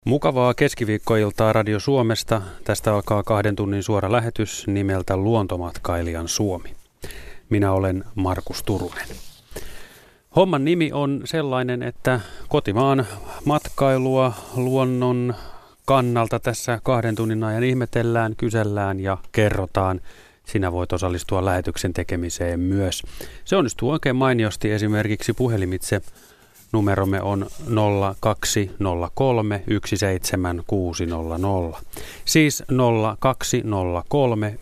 Mukavaa keskiviikkoiltaa Radio Suomesta. Tästä alkaa 2 tunnin suora lähetys nimeltä Luontomatkailijan Suomi. Minä olen Markus Turunen. Homman nimi on sellainen, että kotimaan matkailua luonnon kannalta tässä 2 tunnin ajan ihmetellään, kysellään ja kerrotaan. Sinä voit osallistua lähetyksen tekemiseen myös. Se onnistuu oikein mainiosti esimerkiksi puhelimitse. Numeromme on 0203 17600. Siis 0203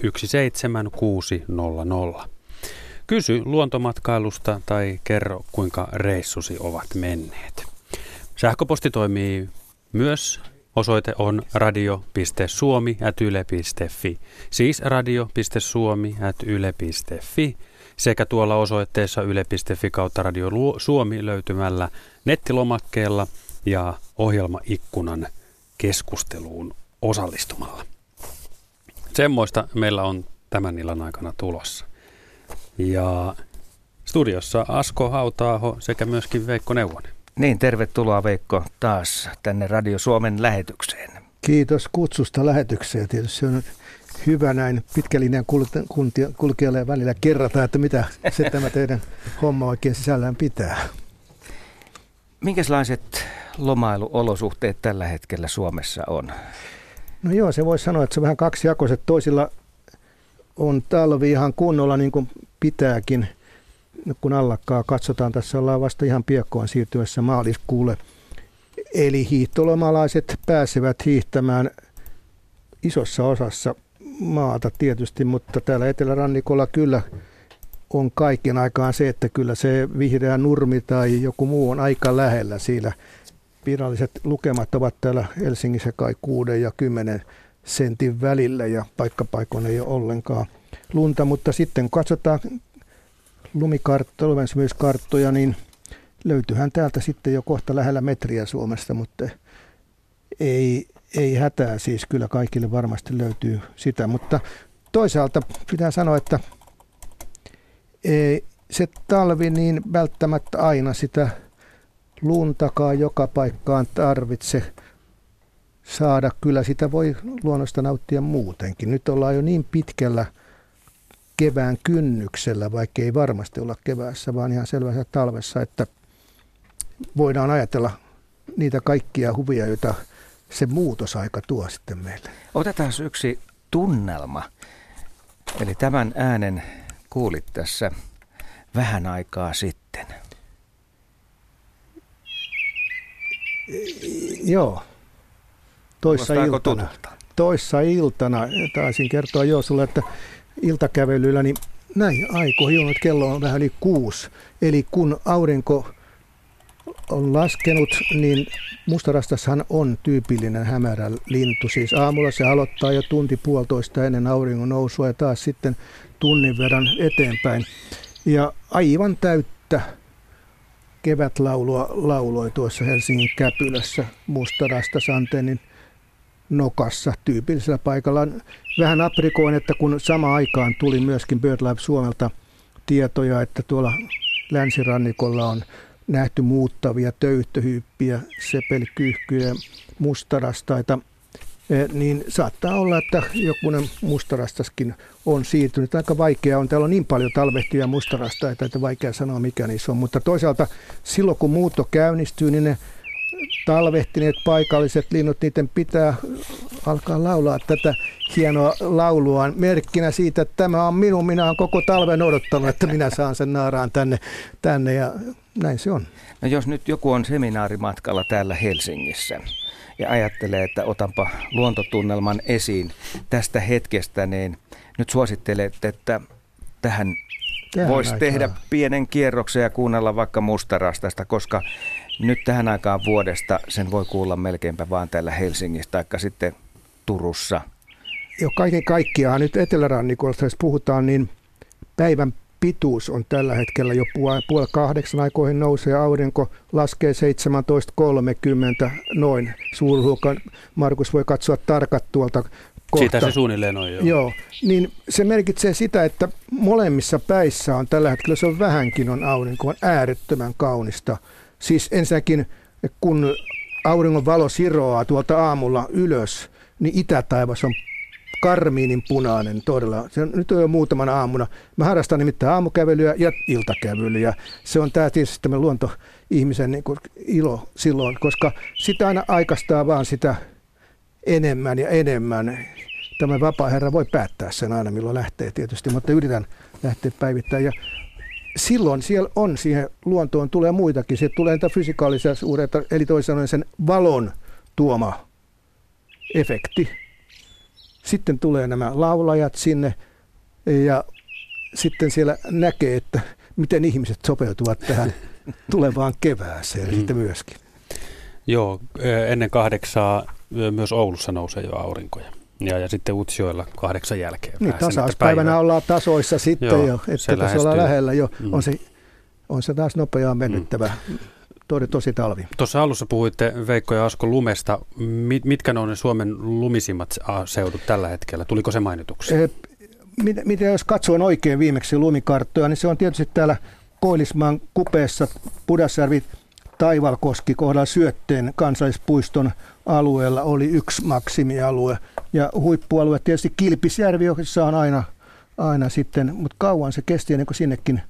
17600. Kysy luontomatkailusta tai kerro, kuinka reissusi ovat menneet. Sähköposti toimii myös. Osoite on radio.suomi@yle.fi. Siis radio.suomi@yle.fi. Sekä tuolla osoitteessa yle.fi kautta Radio Suomi löytymällä nettilomakkeella ja ohjelmaikkunan keskusteluun osallistumalla. Semmoista meillä on tämän illan aikana tulossa. Ja studiossa Asko Hauta-aho sekä myöskin Veikko Neuvonen. Niin, tervetuloa Veikko taas tänne Radio Suomen lähetykseen. Kiitos kutsusta lähetykseen. Tietysti se on hyvä näin pitkälinjan kulkijalle välillä kerrata, että mitä se tämä teidän homma oikein sisällään pitää. Minkälaiset lomailuolosuhteet tällä hetkellä Suomessa on? No joo, se voisi sanoa, että se on vähän kaksijakoiset. Toisilla on talvi ihan kunnolla niin kuin pitääkin. Kun allakkaa katsotaan, tässä ollaan vasta ihan piakkoon siirtymässä maaliskuulle. Eli hiihtolomalaiset pääsevät hiihtämään isossa osassa maata tietysti, mutta täällä etelärannikolla kyllä on kaiken aikaan se, että kyllä se vihreä nurmi tai joku muu on aika lähellä siinä. Viralliset lukemat ovat täällä Helsingissä kai 6 ja 10 sentin välillä ja paikkapaikoin ei ole ollenkaan lunta, mutta sitten kun katsotaan lumensyvyyskarttoja, niin löytyyhän täältä sitten jo kohta lähellä metriä Suomesta, mutta ei hätää, siis kyllä kaikille varmasti löytyy sitä, mutta toisaalta pitää sanoa, että ei se talvi niin välttämättä aina sitä luntakaan joka paikkaan tarvitse saada, kyllä sitä voi luonnosta nauttia muutenkin. Nyt ollaan jo niin pitkällä kevään kynnyksellä, vaikka ei varmasti olla keväässä, vaan ihan selvässä talvessa, että voidaan ajatella niitä kaikkia huvia, joita se muutosaika tuo sitten meille. Otetaan yksi tunnelma. Eli tämän äänen kuulit tässä vähän aikaa sitten. Joo. Toissa iltana taisin kertoa sulle, että iltakävelyllä niin näin aikoihin, että kello on vähän yli 6. Eli kun aurinko on laskenut, niin mustarastashan on tyypillinen hämärä lintu. Siis aamulla se aloittaa jo tunti puolitoista ennen auringon nousua ja taas sitten tunnin verran eteenpäin. Ja aivan täyttä kevätlaulua lauloi tuossa Helsingin Käpylässä mustarastas antennin nokassa tyypillisellä paikalla. Vähän aprikoin, että kun sama aikaan tuli myöskin BirdLife Suomelta tietoja, että tuolla länsirannikolla on nähty muuttavia töyhtöhyyppiä, sepelkyyhkyjä ja mustarastaita, niin saattaa olla, että jokunen mustarastaskin on siirtynyt. Aika vaikea on. Täällä on niin paljon talvehtivia mustarastaita, että vaikea sanoa mikä niissä on. Mutta toisaalta silloin kun muutto käynnistyy, niin ne talvehtineet paikalliset linnut, niiden pitää alkaa laulaa tätä hienoa lauluaan merkkinä siitä, että tämä on minä olen koko talven odottanut, että minä saan sen naaraan tänne ja näin se on. No jos nyt joku on seminaarimatkalla täällä Helsingissä ja ajattelee, että otanpa luontotunnelman esiin tästä hetkestä, niin nyt suosittelet, että tähän voisi tehdä pienen kierroksen ja kuunnella vaikka mustarastasta, koska nyt tähän aikaan vuodesta sen voi kuulla melkeinpä vaan täällä Helsingissä tai sitten Turussa. Jo kaiken kaikkiaan nyt etelärannikolla, jos puhutaan, niin päivän pituus on tällä hetkellä jo 7:30 aikoihin nousee, aurinko laskee 17.30 noin suuruukan. Markus voi katsoa tarkat tuolta kohta. Siitä se suunnilleen on jo. Joo, niin se merkitsee sitä, että molemmissa päissä on tällä hetkellä, se on vähänkin on aurinko, on äärettömän kaunista. Siis ensinnäkin kun auringon valo siroaa tuolta aamulla ylös, niin itätaivas on karmiinin punainen todella. Se on, nyt on jo muutamana aamuna. Mä harrastan nimittäin aamukävelyä ja iltakävelyä. Se on tämä tietysti tämä luontoihmisen niin kuin ilo silloin, koska sitä aina aikaistaa vaan sitä enemmän ja enemmän. Tämä vapaa herra voi päättää sen aina, milloin lähtee tietysti, mutta yritän lähteä päivittäin. Ja silloin siellä on siihen luontoon tulee muitakin. Sieltä tulee niitä fysikaalisia suureita, eli toisin sanoen sen valon tuoma efekti. Sitten tulee nämä laulajat sinne ja sitten siellä näkee, että miten ihmiset sopeutuvat tähän tulevaan kevääseen sitten myöskin. Joo, ennen 8 myös Oulussa nousee jo aurinkoja. Ja sitten Utsjoella 8 jälkeen. Niin, tasauspäivänä ollaan tasoissa sitten joo, jo, että tässä ollaan lähellä jo. On se taas nopeaa mennyttävä. Tosi talvi. Tuossa alussa puhuitte Veikko ja Asko lumesta. Mitkä ne on ne Suomen lumisimmat seudut tällä hetkellä? Tuliko se mainituksi? Mitä jos katsoin oikein viimeksi lumikarttoja, niin se on tietysti täällä Koillismaan kupeessa Pudasjärvi Taivalkoski kohdalla Syötteen kansallispuiston alueella oli 1 maksimialue. Ja huippualue tietysti Kilpisjärvi, jossa on aina sitten, mutta kauan se kesti ennen kuin sinnekin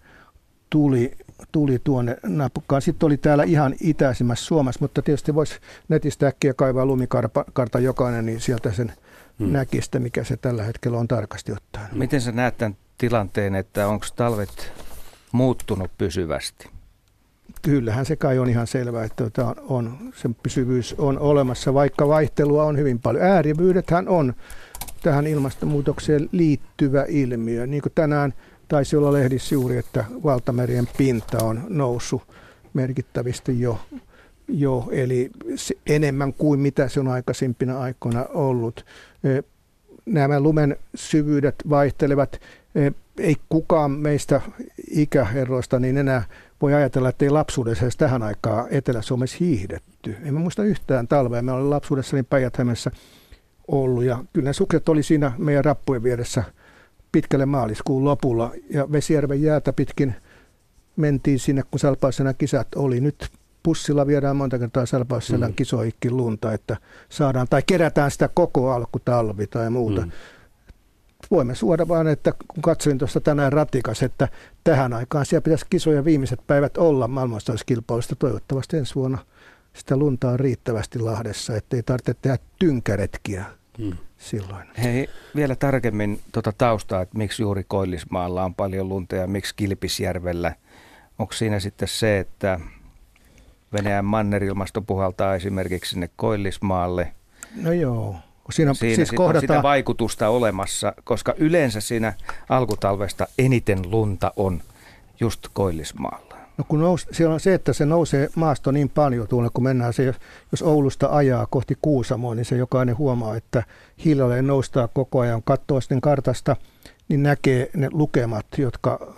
tuli tuonne napukkaan. Sitten oli täällä ihan itäisimmässä Suomessa, mutta tietysti voisi netistä äkkiä kaivaa lumikartan jokainen, niin sieltä sen näki sitä, mikä se tällä hetkellä on tarkasti ottaen. Miten sä näet tämän tilanteen, että onko talvet muuttunut pysyvästi? Kyllähän se kai on ihan selvää, että sen pysyvyys on olemassa, vaikka vaihtelua on hyvin paljon. Äärivyydethän on tähän ilmastonmuutokseen liittyvä ilmiö. Niin kuin tänään taisi olla lehdissä juuri, että valtamerien pinta on noussut merkittävästi jo eli enemmän kuin mitä se on aikaisempina aikoina ollut. Nämä lumen syvyydet vaihtelevat. Ei kukaan meistä ikäherroista niin enää voi ajatella, että ei lapsuudessa edes tähän aikaan Etelä-Suomessa hiihdetty. En mä muista yhtään talvea. Mä olin lapsuudessa niin Päijät-Hämeessä ollut ja kyllä ne sukset oli siinä meidän rappujen vieressä pitkälle maaliskuun lopulla ja Vesijärven jäätä pitkin mentiin sinne, kun Salpausselän kisat oli. Nyt pussilla viedään monta kertaa Salpausselän kisoihin lunta, että saadaan tai kerätään sitä koko alkutalvi tai muuta. Voimme suoda vaan, että kun katselin tuosta tänään ratikas, että tähän aikaan siellä pitäisi kisoja viimeiset päivät olla maailmanmestaruuskilpailusta. Toivottavasti ensi vuonna sitä lunta on riittävästi Lahdessa, ettei tarvitse tehdä tynkäretkiä silloin. Hei, vielä tarkemmin taustaa, että miksi juuri Koillismaalla on paljon lunta ja miksi Kilpisjärvellä. Onko siinä sitten se, että Venäjän mannerilmasto puhaltaa esimerkiksi sinne Koillismaalle? No joo. Siinä siis on sitä vaikutusta olemassa, koska yleensä siinä alkutalvesta eniten lunta on just Koillismaalla. No kun siellä on se, että se nousee maasto niin paljon tuolla, kun mennään se, jos Oulusta ajaa kohti Kuusamoa, niin se jokainen huomaa, että hiljalleen noustaa koko ajan. Katsoo sitten kartasta, niin näkee ne lukemat, jotka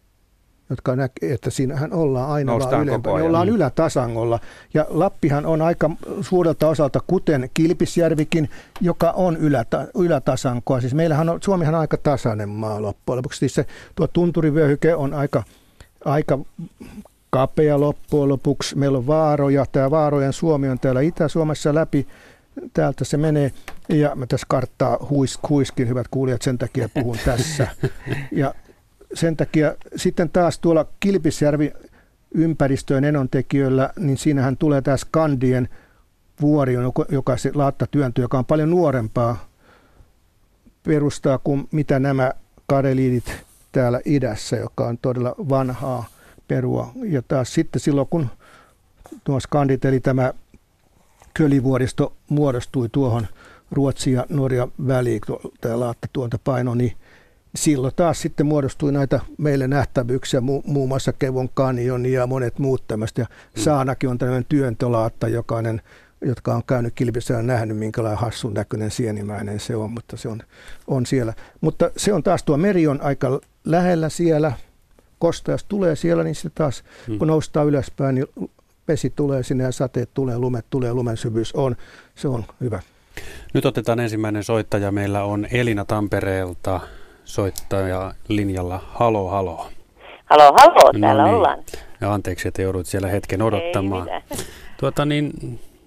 näkee, että siinähän ollaan aina vaan ylempää. Me ollaan ylätasangolla. Ja Lappihan on aika suurelta osalta, kuten Kilpisjärvikin, joka on ylätasankoa. Siis Suomihan on aika tasainen maa loppujen lopuksi. Siis tuo tunturivyöhyke on aika kapea loppujen lopuksi. Meillä on vaaroja. Tämä vaarojen Suomi on täällä Itä-Suomessa läpi. Täältä se menee. Ja mä tässä karttaa huiskin, hyvät kuulijat, sen takia puhun tässä. Ja sen takia sitten taas tuolla Kilpisjärvi ympäristöön enontekijöillä, niin siinähän tulee tämä Skandien vuori, joka se laattatyöntö, joka on paljon nuorempaa perustaa kuin mitä nämä kareliidit täällä idässä, joka on todella vanhaa perua. Ja taas sitten silloin, kun tuo Skandit, eli tämä Kölivuoristo muodostui tuohon Ruotsin ja Norjan väliin, tämä laattatuontopaino, niin silloin taas sitten muodostui näitä meille nähtävyyksiä, muun muassa Kevon Canyon ja monet muut tämmöistä. Ja Saanakin on tämmöinen työntölaatta, jotka on käynyt Kilpisjärvellä ja nähnyt, minkälainen hassun näköinen sienimäinen se on, mutta se on siellä. Mutta se on taas, tuo meri on aika lähellä siellä, kosteus tulee siellä, niin sitten taas kun noustaan ylöspäin, niin vesi tulee sinne ja sateet tulee, lumet tulee, lumen syvyys on, se on hyvä. Nyt otetaan ensimmäinen soittaja. Meillä on Elina Tampereelta. Soittaja linjalla. Halo, halo. Halo, täällä ollaan. Ja anteeksi, että joudut siellä hetken odottamaan.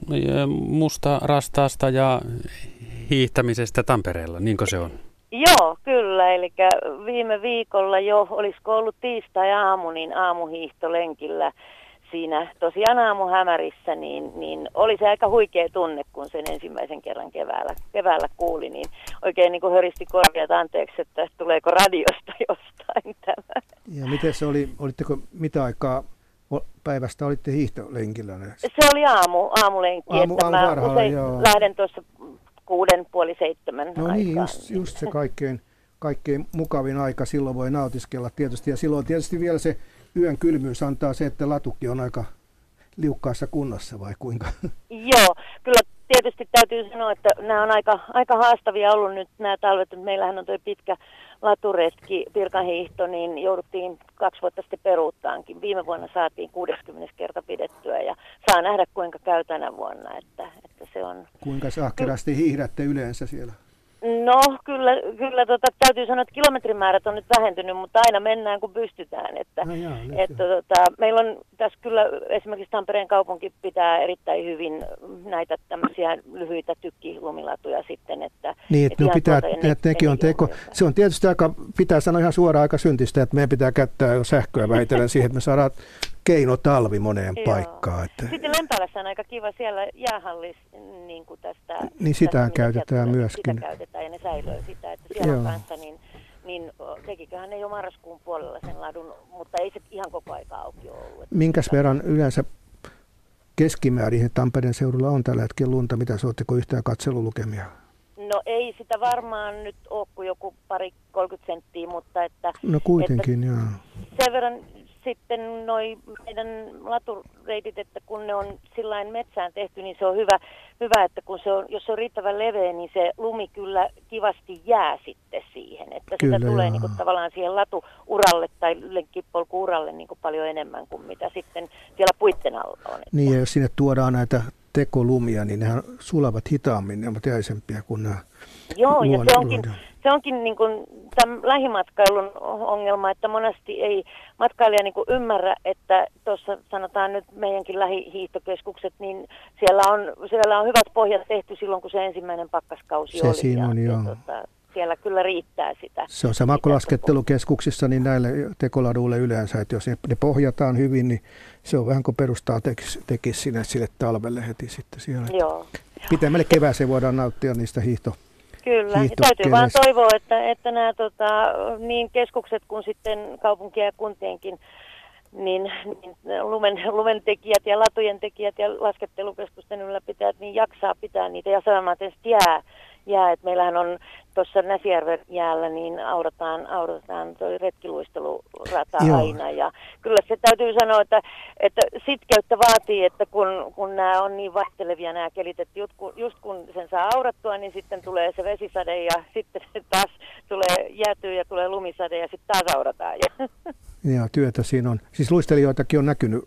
musta rastaasta ja hiihtämisestä Tampereella, niinkö se on? Joo, kyllä. Eli viime viikolla jo, olisiko ollut tiistai-aamu, niin aamuhiihtolenkillä siinä tosiaan aamuhämärissä, niin oli se aika huikea tunne, kun sen ensimmäisen kerran keväällä kuuli, niin oikein niin kuin höristi korviat anteeksi, että tuleeko radiosta jostain tämä. Ja miten se oli, olitteko mitä aikaa päivästä olitte hiihtolenkillä? Se oli aamulenkki, että mä usein lähden tuossa 6:30-7 No aikaan. niin, just se kaikkein mukavin aika, silloin voi nautiskella tietysti. Ja silloin tietysti vielä se yön kylmyys antaa se, että latukin on aika liukkaassa kunnossa, vai kuinka? Joo, kyllä tietysti täytyy sanoa, että nämä on aika haastavia ollut nyt nämä talvet. Meillähän on tuo pitkä laturetki, Pirkanhiihto, niin jouduttiin 2 vuotta sitten peruuttaankin. Viime vuonna saatiin 60 kerta pidettyä ja saa nähdä kuinka käy tänä vuonna. Että se on... Kuinka ahkerasti hiihdätte yleensä siellä? No kyllä täytyy sanoa, että kilometrimäärät on nyt vähentynyt, mutta aina mennään kun pystytään. Meillä on tässä kyllä esimerkiksi Tampereen kaupunki pitää erittäin hyvin näitä tämmöisiä lyhyitä tykkilumilatuja sitten. Että nekin on teko. Se on tietysti pitää sanoa ihan suoraan aika syntistä, että meidän pitää käyttää jo sähköä vähitellen siihen, että me saadaan keinotalvi moneen paikkaan. Että... Sitten Lempäälässä on aika kiva siellä jäähallis niin kuin tästä. Niin sitähän käytetään myöskin. Sitä käytetään ja ne säilöö sitä, että siellä on kanssa, niin tekiköhän ne jo marraskuun puolella sen ladun, mutta ei se ihan koko aika auki ole ollut. Minkäs verran yleensä keskimäärin Tampereen seudulla on tällä hetkellä lunta? Mitä se ootteko yhtään katselulukemia? No ei sitä varmaan nyt ole kuin joku 20-30 senttiä, mutta että... No kuitenkin, joo. Sen verran sitten noi meidän latureitit, että kun ne on sillain metsään tehty, niin se on hyvä, että kun se on, jos se on riittävän leveä, niin se lumi kyllä kivasti jää sitten siihen. Että kyllä, sitä tulee niin kuin tavallaan siihen latuuralle tai lenkkipolkuuralle niin kuin paljon enemmän kuin mitä sitten siellä puitten alla on. Että... Niin ja jos sinne tuodaan näitä tekolumia, niin nehän sulavat hitaammin, ne ovat jäisempiä kuin nämä. Joo, ja se onkin niin kuin tämän lähimatkailun ongelma, että monesti ei matkailija niin kuin ymmärrä, että tuossa sanotaan nyt meidänkin lähihiihtokeskukset, niin siellä on hyvät pohjat tehty silloin, kun se ensimmäinen pakkaskausi se oli. Siinä on, joo. Siellä kyllä riittää sitä. Se on sama kuin laskettelukeskuksissa, niin näille tekoladuille yleensä, että jos ne pohjataan hyvin, niin se on vähän kuin perustaa tekisi sille talvelle heti sitten siellä. Joo. Pitemmälle kevääseen voidaan nauttia niistä Kyllä, ja täytyy vaan toivoa, että nämä niin keskukset kuin sitten kaupunkien ja kuntienkin niin lumen tekijät ja latujen tekijät ja laskettelukeskusten ylläpitäjät niin jaksaa pitää niitä ja samaten jää, että meillähän on tuossa Näsijärven jäällä niin audotetaan toi retkiluistelurata aina ja kyllä se täytyy sanoa, että sitkeyttä vaatii, että kun nämä on niin vaihtelevia nämä kelit, että just kun sen saa aurattua, niin sitten tulee se vesisade ja sitten taas tulee jäätyy ja tulee lumisade ja sitten taas aurataan. Ja työtä siinä on. Siis luistelijoitakin on näkynyt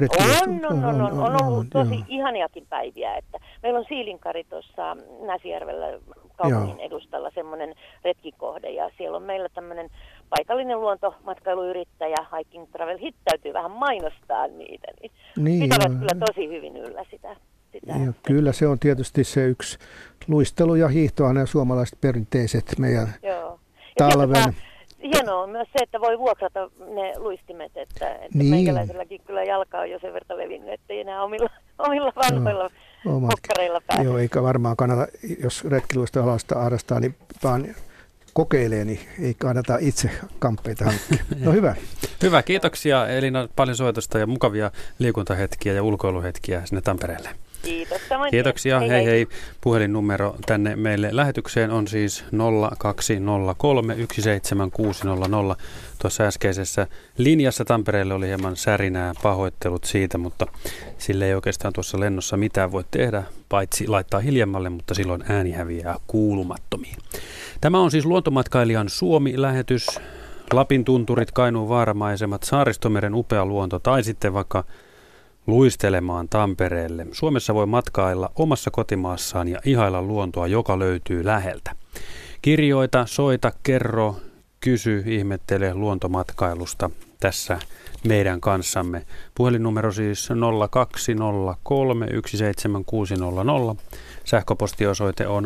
on ollut tosi ihaniakin päiviä, että meillä on Siilinkari tuossa Näsijärvellä kaupungin edustalla semmoinen retkikohde ja siellä on meillä tämmöinen paikallinen luontomatkailuyrittäjä, Hiking Travel Hit, täytyy vähän mainostaa niitä, niin pitävät kyllä tosi hyvin yllä sitä. Ja kyllä se on tietysti se yksi luistelu ja hiihtoa, ne suomalaiset perinteiset meidän talven. Hienoa on myös se, että voi vuokrata ne luistimet, että meikäläiselläkin kyllä jalka on jo sen verran levinnyt, ettei enää omilla vanhoilla hokkareilla pääse. Joo, eikä varmaan kannata, jos retkiluista alasta harrastaa, niin vaan kokeilee, niin ei kannata itse kamppeita hankkia. No hyvä. Hyvä, kiitoksia Elina, paljon soitosta ja mukavia liikuntahetkiä ja ulkoiluhetkiä sinne Tampereelle. Kiitos. Samoin. Kiitoksia. Hei. Puhelinnumero tänne meille lähetykseen on siis 0203 17600. Tuossa äskeisessä linjassa Tampereelle oli hieman särinää, pahoittelut siitä, mutta sille ei oikeastaan tuossa lennossa mitään voi tehdä, paitsi laittaa hiljemmalle, mutta silloin ääni häviää kuulumattomiin. Tämä on siis Luontomatkailijan Suomi-lähetys. Lapin tunturit, Kainuun vaaramaisemat, Saaristomeren upea luonto tai sitten vaikka luistelemaan Tampereelle. Suomessa voi matkailla omassa kotimaassaan ja ihailla luontoa, joka löytyy läheltä. Kirjoita, soita, kerro, kysy, ihmettele luontomatkailusta tässä meidän kanssamme. Puhelinnumero siis 0203 Sähköpostiosoite on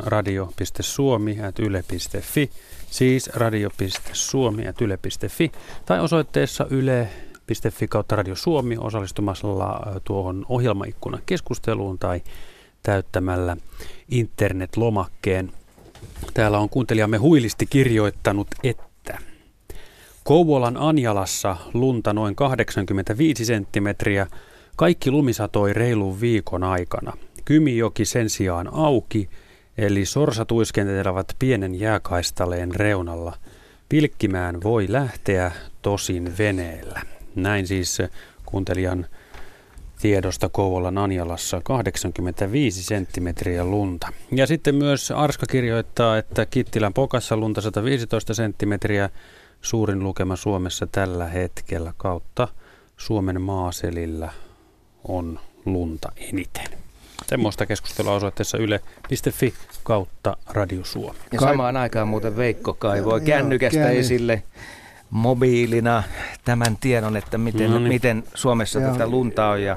radio.suomi@yle.fi, siis radio.suomi@yle.fi, tai osoitteessa yle.fi/Radio Suomi osallistumalla tuohon ohjelmaikkunan keskusteluun tai täyttämällä internetlomakkeen. Täällä on kuuntelijamme Huilisti kirjoittanut, että Kouvolan Anjalassa lunta noin 85 senttimetriä. Kaikki lumi satoi reilun viikon aikana. Kymijoki sen sijaan auki, eli sorsat uiskentelevat pienen jääkaistaleen reunalla. Pilkkimään voi lähteä tosin veneellä. Näin siis kuuntelijan tiedosta Kouvolan Anjalassa 85 senttimetriä lunta. Ja sitten myös Arska kirjoittaa, että Kittilän Pokassa lunta 115 senttimetriä. Suurin lukema Suomessa tällä hetkellä kautta Suomen maaselillä on lunta eniten. Semmoista keskustelua osoitteessa yle.fi/Radio Suomi. Ja samaan aikaan muuten Veikko kaivoi kännykästä esille mobiilina tämän tiedon, että miten Suomessa tätä lunta on.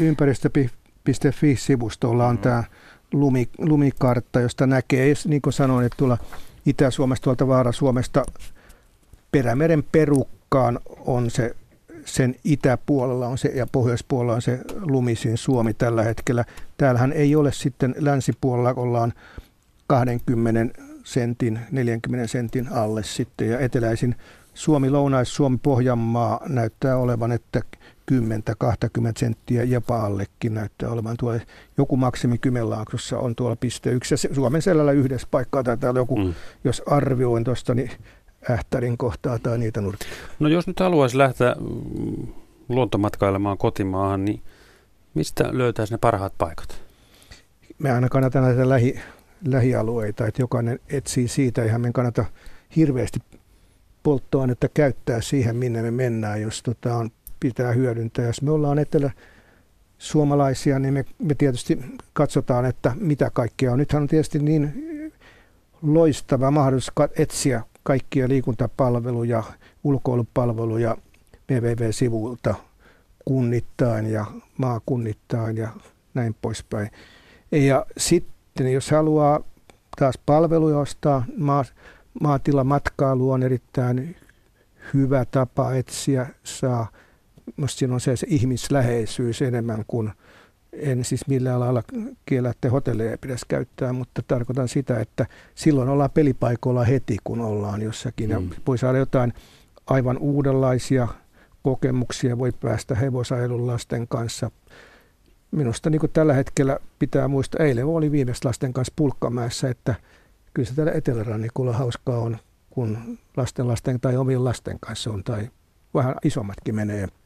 Ympäristö.fi-sivustolla on tämä lumikartta, josta näkee, niin kuin sanoin, että tuolla Itä-Suomesta, tuolta Vaara-Suomesta Perämeren perukkaan on se, sen itäpuolella on se ja pohjoispuolella on se lumisin Suomi tällä hetkellä. Täällähän ei ole sitten länsipuolella, ollaan 20 sentin, 40 sentin alle sitten ja eteläisin Suomi, Lounais-Suomi, Pohjanmaa näyttää olevan, että 10-20 senttiä jopa allekin näyttää olevan. Tuolla joku maksimi Kymenlaaksossa on tuolla piste 1 ja Suomen selällä yhdessä paikkaa tai täällä joku, jos arvioin tuosta, niin Ähtärin kohtaa tai niitä nurkkia. No jos nyt haluaisi lähteä luontomatkailemaan kotimaahan, niin mistä löytäisi ne parhaat paikat? Me aina kannata näitä lähialueita, että jokainen etsii siitä. Eihän me kannata hirveästi polttoainetta käyttää siihen, minne me mennään, jos pitää hyödyntää. Jos me ollaan etelä-suomalaisia, niin me tietysti katsotaan, että mitä kaikkea on. Nythän on tietysti niin loistava mahdollisuus etsiä kaikkia liikuntapalveluja, ulkoilupalveluja www-sivulta kunnittain ja maakunnittain ja näin poispäin. Ja sitten jos haluaa taas palveluja ostaa, maatilamatkailu on erittäin hyvä tapa etsiä, saa. Minusta siinä on se ihmisläheisyys enemmän kuin, en siis millään lailla kiellä, että hotelleja pitäisi käyttää, mutta tarkoitan sitä, että silloin ollaan pelipaikoilla heti, kun ollaan jossakin. Ja voi saada jotain aivan uudenlaisia kokemuksia, voi päästä hevosajelun lasten kanssa. Minusta niin kuin tällä hetkellä pitää muistaa, eilen oli viimeistä lasten kanssa Pulkkamäessä, että kyllä se täällä Etelärannikolla hauskaa on, kun lasten tai omien lasten kanssa on, tai vähän isommatkin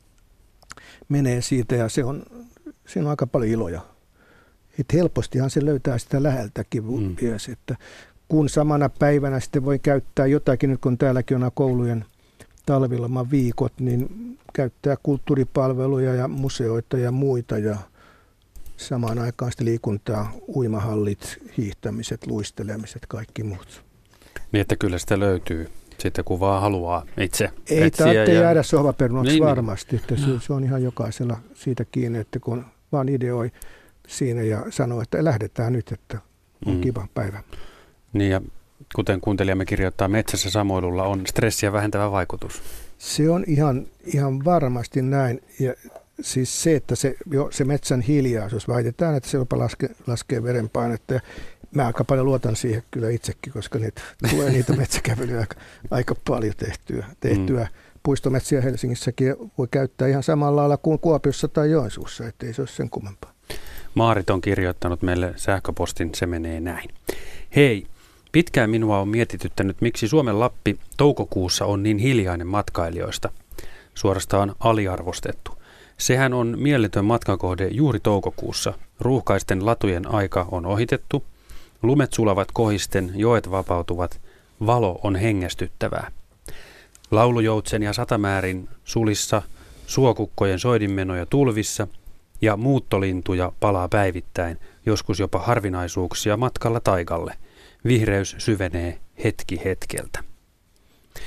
menee siitä, ja siinä on aika paljon iloja. Et helpostihan se löytää sitä läheltäkin myös, että kun samana päivänä sitten voi käyttää jotakin, nyt kun täälläkin on koulujen talviloman viikot, niin käyttää kulttuuripalveluja ja museoita ja muita, ja samaan aikaan sitten liikuntaa, uimahallit, hiihtämiset, luistelemiset, kaikki muut. Niin, että kyllä sitä löytyy sitten, kun vaan haluaa itse ei etsiä. Ei tarvitse jäädä sohvaperunoksi niin, varmasti, että se on ihan jokaisella siitä kiinni, että kun vaan ideoi siinä ja sanoo, että lähdetään nyt, että on kiva päivä. Niin, ja kuten kuuntelijamme kirjoittaa, metsässä samoilulla on stressiä vähentävä vaikutus. Se on ihan varmasti näin. Ja siis se, että se metsän hiljaisuus, väitetään, että se jopa laskee verenpainetta. Ja mä aika paljon luotan siihen kyllä itsekin, koska tulee niitä metsäkävelyjä aika paljon tehtyä. Puistometsiä Helsingissäkin voi käyttää ihan samalla lailla kuin Kuopiossa tai Joensuussa, ettei se ole sen kummempaa. Maarit on kirjoittanut meille sähköpostin, se menee näin. Hei, pitkään minua on mietityttänyt, miksi Suomen Lappi toukokuussa on niin hiljainen matkailijoista. Suorastaan aliarvostettu. Sehän on mieletön matkakohde juuri toukokuussa. Ruuhkaisten latujen aika on ohitettu. Lumet sulavat kohisten, joet vapautuvat. Valo on hengästyttävää. Laulujoutsen ja satamäärin sulissa, suokukkojen soidinmenoja tulvissa ja muuttolintuja palaa päivittäin, joskus jopa harvinaisuuksia matkalla taikalle. Vihreys syvenee hetki hetkeltä.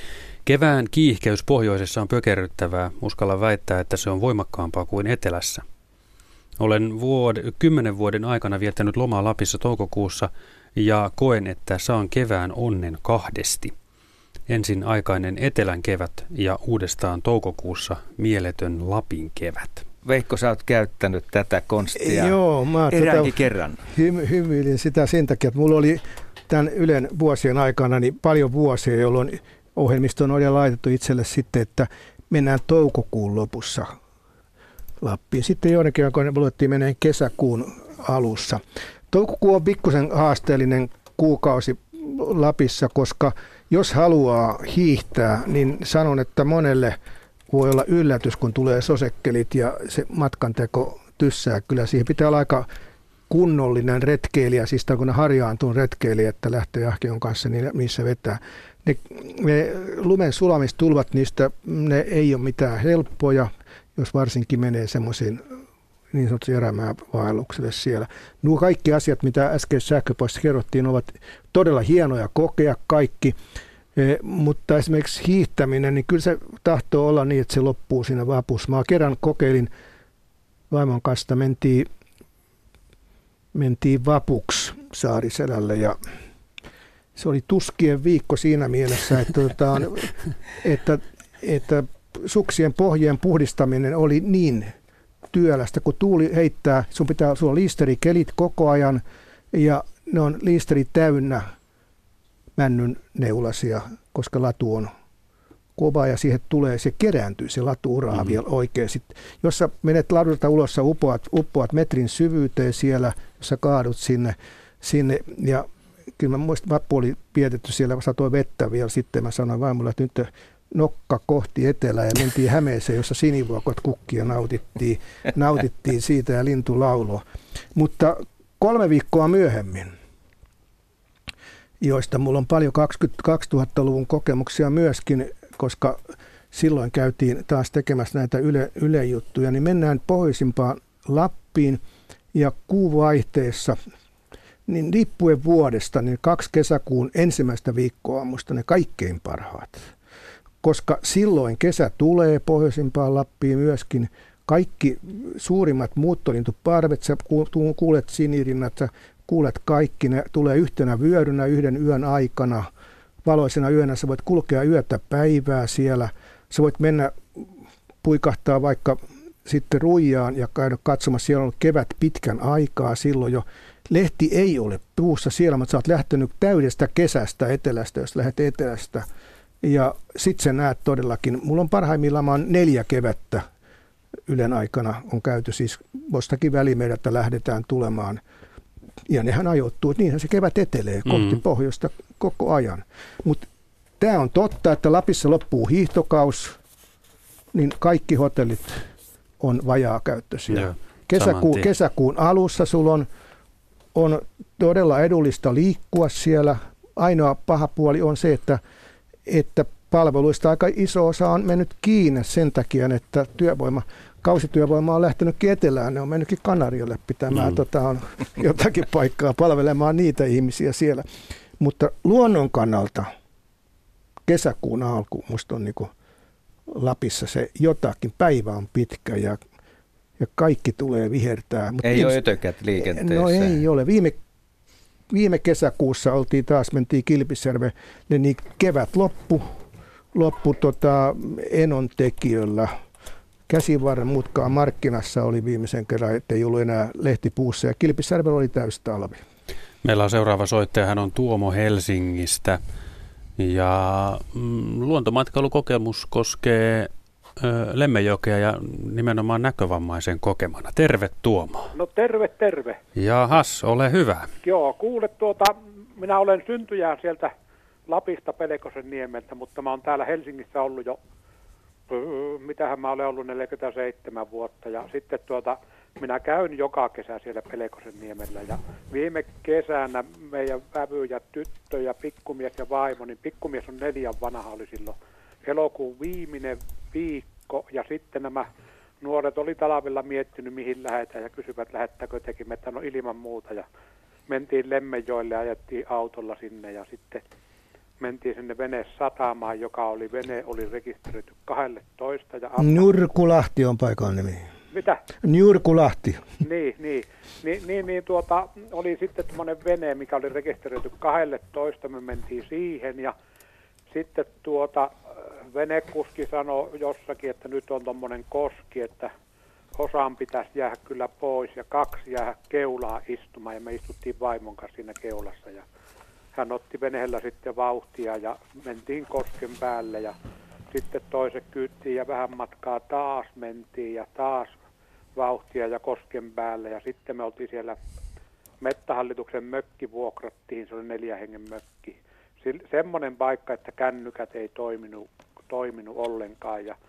Kevään kiihkeys pohjoisessa on pökerryttävää. Uskallan väittää, että se on voimakkaampaa kuin etelässä. Olen 10 vuoden aikana viettänyt lomaa Lapissa toukokuussa ja koen, että saan kevään onnen kahdesti. Ensin aikainen etelän kevät ja uudestaan toukokuussa mieletön Lapin kevät. Veikko, sä oot käyttänyt tätä konstia eräänkin kerran. Hymyilin sitä sen takia, että mulla oli tämän Ylen vuosien aikana niin paljon vuosia, jolloin ohjelmistoon oli laitettu itselle sitten, että mennään toukokuun lopussa Lappiin. Sitten joidenkin aikoina luettiin meneen kesäkuun alussa. Toukokuu on pikkusen haasteellinen kuukausi Lapissa, koska jos haluaa hiihtää, niin sanon, että monelle voi olla yllätys, kun tulee sosekkelit ja se matkanteko tyssää. Kyllä siihen pitää olla aika kunnollinen retkeilijä, siis kun ne harjaantuu retkeilijä, että lähtee Ahkion kanssa niissä vetää. Ne lumen sulamistulvat, niistä ne ei ole mitään helppoja, jos varsinkin menee semmoisiin niin sanotusti erämaavaellukselle siellä. Nuo kaikki asiat, mitä äsken sähköpostissa kerrottiin, ovat todella hienoja kokea kaikki, mutta esimerkiksi hiihtäminen, niin kyllä se tahtoo olla niin, että se loppuu siinä vapussa. Mä kerran kokeilin vaimon kanssa, mentiin vapuksi Saariselälle ja se oli tuskien viikko siinä mielessä, että suksien pohjien puhdistaminen oli niin työlästä, kun tuuli heittää, sulla on liisterikelit koko ajan ja ne on liisteri täynnä männyn neulasia, koska latu on kova ja siihen tulee, se kerääntyy, se latu-uraa vielä oikein. Sitten, jos sä menet ladulta ulos, sä uppoat metrin syvyyteen siellä, jos sä kaadut sinne ja kyllä mä muistan, vappu oli pietetty siellä, satoi vettä vielä, sitten mä sanoin vaimolle, että nyt nokka kohti etelää ja mentiin Hämeeseen, jossa sinivuokot kukkia nautittiin siitä ja lintu lauloi. Mutta 3 viikkoa myöhemmin, joista mulla on paljon 2000-luvun kokemuksia myöskin, koska silloin käytiin taas tekemässä näitä ylejuttuja, niin mennään pohjoisimpaan Lappiin ja kuuvaihteessa, niin riippuen vuodesta, niin 2 kesäkuun ensimmäistä viikkoa on musta ne kaikkein parhaat. Koska silloin kesä tulee pohjoisimpaan Lappiin myöskin. Kaikki suurimmat muuttolintuparvet, sä kuulet sinirinnat, sä kuulet kaikki, ne tulee yhtenä vyörynä yhden yön aikana. Valoisena yönä sä voit kulkea yötä päivää siellä. Sä voit mennä puikahtaa vaikka sitten Ruijaan ja käydä katsomassa. Siellä on ollut kevät pitkän aikaa silloin jo. Lehti ei ole puussa siellä, mutta sä oot lähtenyt täydestä kesästä etelästä, jos lähdet etelästä. Ja sitten sä näet todellakin, mulla on parhaimmillaan, mä oon 4 kevättä Ylen aikana on käyty siis jostakin Välimereltä lähdetään tulemaan. Ja nehän ajoittuu, että niinhän se kevät etelee kohti pohjoista koko ajan. Mutta tämä on totta, että Lapissa loppuu hiihtokaus, niin kaikki hotellit on vajaakäyttöisiä. Kesäkuun alussa sulla on todella edullista liikkua siellä. Ainoa paha puoli on se, että palveluista aika iso osa on mennyt kiinni sen takia, että kausityövoima on lähtenytkin etelään. Ne on mennytkin Kanariolle pitämään on jotakin paikkaa palvelemaan niitä ihmisiä siellä. Mutta luonnon kannalta kesäkuun alku musta on niin Lapissa se jotakin. Päivä on pitkä ja kaikki tulee vihertää. Mutta ei ole ötökät liikenteessä. No ei ole. Viime kesäkuussa mentiin Kilpisjärvelle, niin kevät loppu Enontekiöllä. Käsivarren mutkaa markkinassa oli viimeisen kerran, ettei ollut enää lehtipuussa ja Kilpisjärvellä oli täysi talvi. Meillä on seuraava soittaja, hän on Tuomo Helsingistä ja luontomatkailukokemus koskee Lemmenjokea ja nimenomaan näkövammaisen kokemana. Terve Tuomo. No terve. Jahas, ole hyvä. Joo, kuule minä olen syntyjään sieltä Lapista Pelkosenniemeltä, mutta mä oon täällä Helsingissä ollut jo, mitähän mä olen ollut 47 vuotta ja sitten minä käyn joka kesä siellä Pelkosenniemellä ja viime kesänä meidän vävy ja tyttö ja pikkumies ja vaimo, niin pikkumies on 4 vanha oli silloin elokuun viimeinen viikko ja sitten nämä nuoret oli talvella miettinyt mihin lähdetään ja kysyvät lähettääkö tekin, että no ilman muuta ja mentiin Lemmenjoelle ja ajettiin autolla sinne ja sitten mentiin sinne venesatamaan, vene oli rekisteröity 12. Ja Nurkulahti on paikan nimi. Mitä? Nurkulahti. Niin, oli sitten semmoinen vene, mikä oli rekisteröity 12, me mentiin siihen ja sitten venekuski sanoi jossakin, että nyt on tommonen koski, että osan pitäisi jäädä kyllä pois ja 2 jäädä keulaa istumaan ja me istuttiin vaimon kanssa siinä keulassa ja hän otti veneellä sitten vauhtia ja mentiin kosken päälle ja sitten toiset kyyttiin ja vähän matkaa taas mentiin ja taas vauhtia ja kosken päälle ja sitten me oltiin siellä Mettähallituksen mökki vuokrattiin, se oli 4 hengen mökki. Semmoinen paikka, että kännykät ei toiminut ollenkaan ja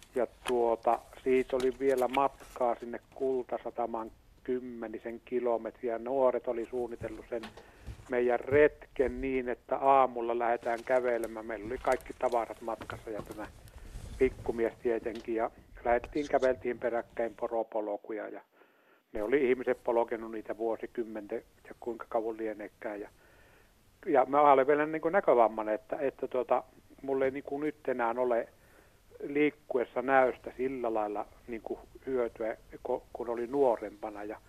siitä oli vielä matkaa sinne Kultasatamaan 10 kilometriä. Nuoret oli suunnitellut sen meidän retken niin, että aamulla lähdetään kävelemään. Meillä oli kaikki tavarat matkassa ja tämä pikkumies tietenkin ja käveltiin peräkkäin poropolkuja ja ne oli ihmiset polkenut niitä vuosikymmenten ja kuinka kauan lieneekään. Ja mä olen vielä niin kuin näkövammainen, että mulla ei niin kuin nyt enää ole liikkuessa näöstä sillä lailla niin kuin hyötyä, kun oli nuorempana. Ja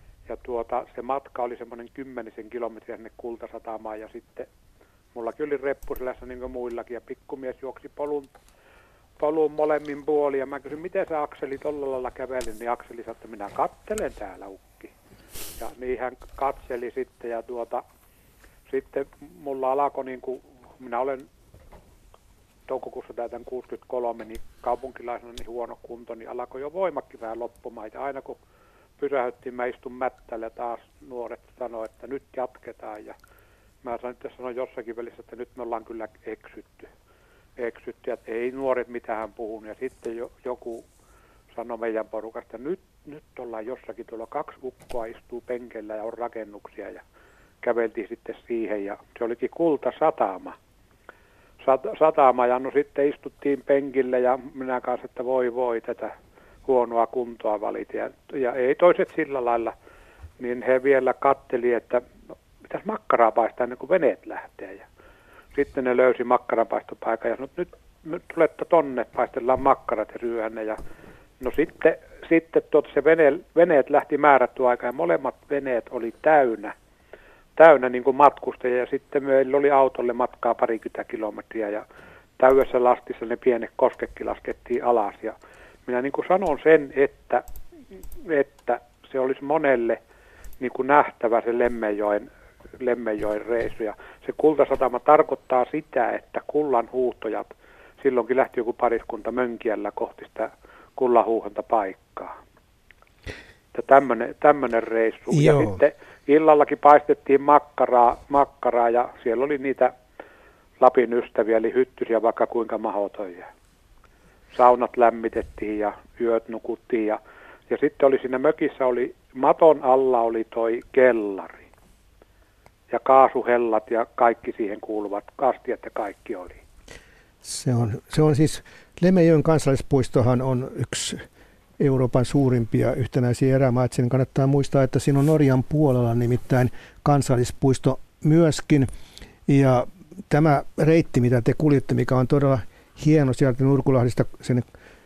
se matka oli semmoinen 10 kilometriä sinne Kultasatamaan ja sitten mullakin oli reppuselässä niin kuin muillakin ja pikkumies juoksi polun molemmin puolin ja mä kysyin, miten sä Akseli tolla lailla kävelin, niin Akseli sanoi, että minä katselen täällä ukki. Ja niin hän katseli sitten ja sitten mulla alkoi niin kuin, minä olen toukokuussa täytän 63, niin kaupunkilaisena niin huono kunto, niin alkoi jo voimakin vähän loppumaan. Ja aina kun pysähyttiin, mä istun mättällä ja taas nuoret sanoi, että nyt jatketaan. Ja mä sanoin jossakin välissä, että nyt me ollaan kyllä eksytty, että ei nuoret mitään puhunut. Ja sitten joku sanoi meidän porukasta, että nyt ollaan jossakin, tuolla 2 ukkoa istuu penkeillä ja on rakennuksia. Ja käveltiin sitten siihen ja se olikin Kultasatama. Ja no sitten istuttiin penkille ja minä kanssa, että voi tätä huonoa kuntoa valita. Ja ei toiset sillä lailla, niin he vielä katteli, että pitäisi makkaraa paistaa ennen kuin veneet lähtee. Ja sitten ne löysi makkaranpaistopaikan ja sanoi, että nyt tulette tonne, paistellaan makkarat ja syödään ne. Ja no sitten se veneet lähti määrätty aika ja molemmat veneet oli täynnä niin kuin matkustajia ja sitten meillä oli autolle matkaa 20 kilometriä ja täydessä lastissa ne pienet kosketkin laskettiin alas ja minä niin kuin sanon sen, että se olisi monelle niin kuin nähtävä se Lemmenjoen reissu ja se Kultasatama tarkoittaa sitä, että kullanhuuhtojat silloinkin lähti joku pariskunta Mönkijällä kohti sitä kullanhuuhontapaikkaa. Tämmöinen reissu. Joo. Ja sitten illallakin paistettiin makkaraa ja siellä oli niitä Lapin ystäviä, eli hyttysiä vaikka kuinka mahdotoja. Saunat lämmitettiin ja yöt nukuttiin ja sitten oli siinä mökissä, maton alla oli toi kellari ja kaasuhellat ja kaikki siihen kuuluvat kastiat ja kaikki oli. Se on siis, Lemmenjoen kansallispuistohan on yksi Euroopan suurimpia yhtenäisiä erämaita. Sen kannattaa muistaa, että siinä on Norjan puolella nimittäin kansallispuisto myöskin. Ja tämä reitti, mitä te kuljitte, mikä on todella hieno sieltä Nurkulahdista sen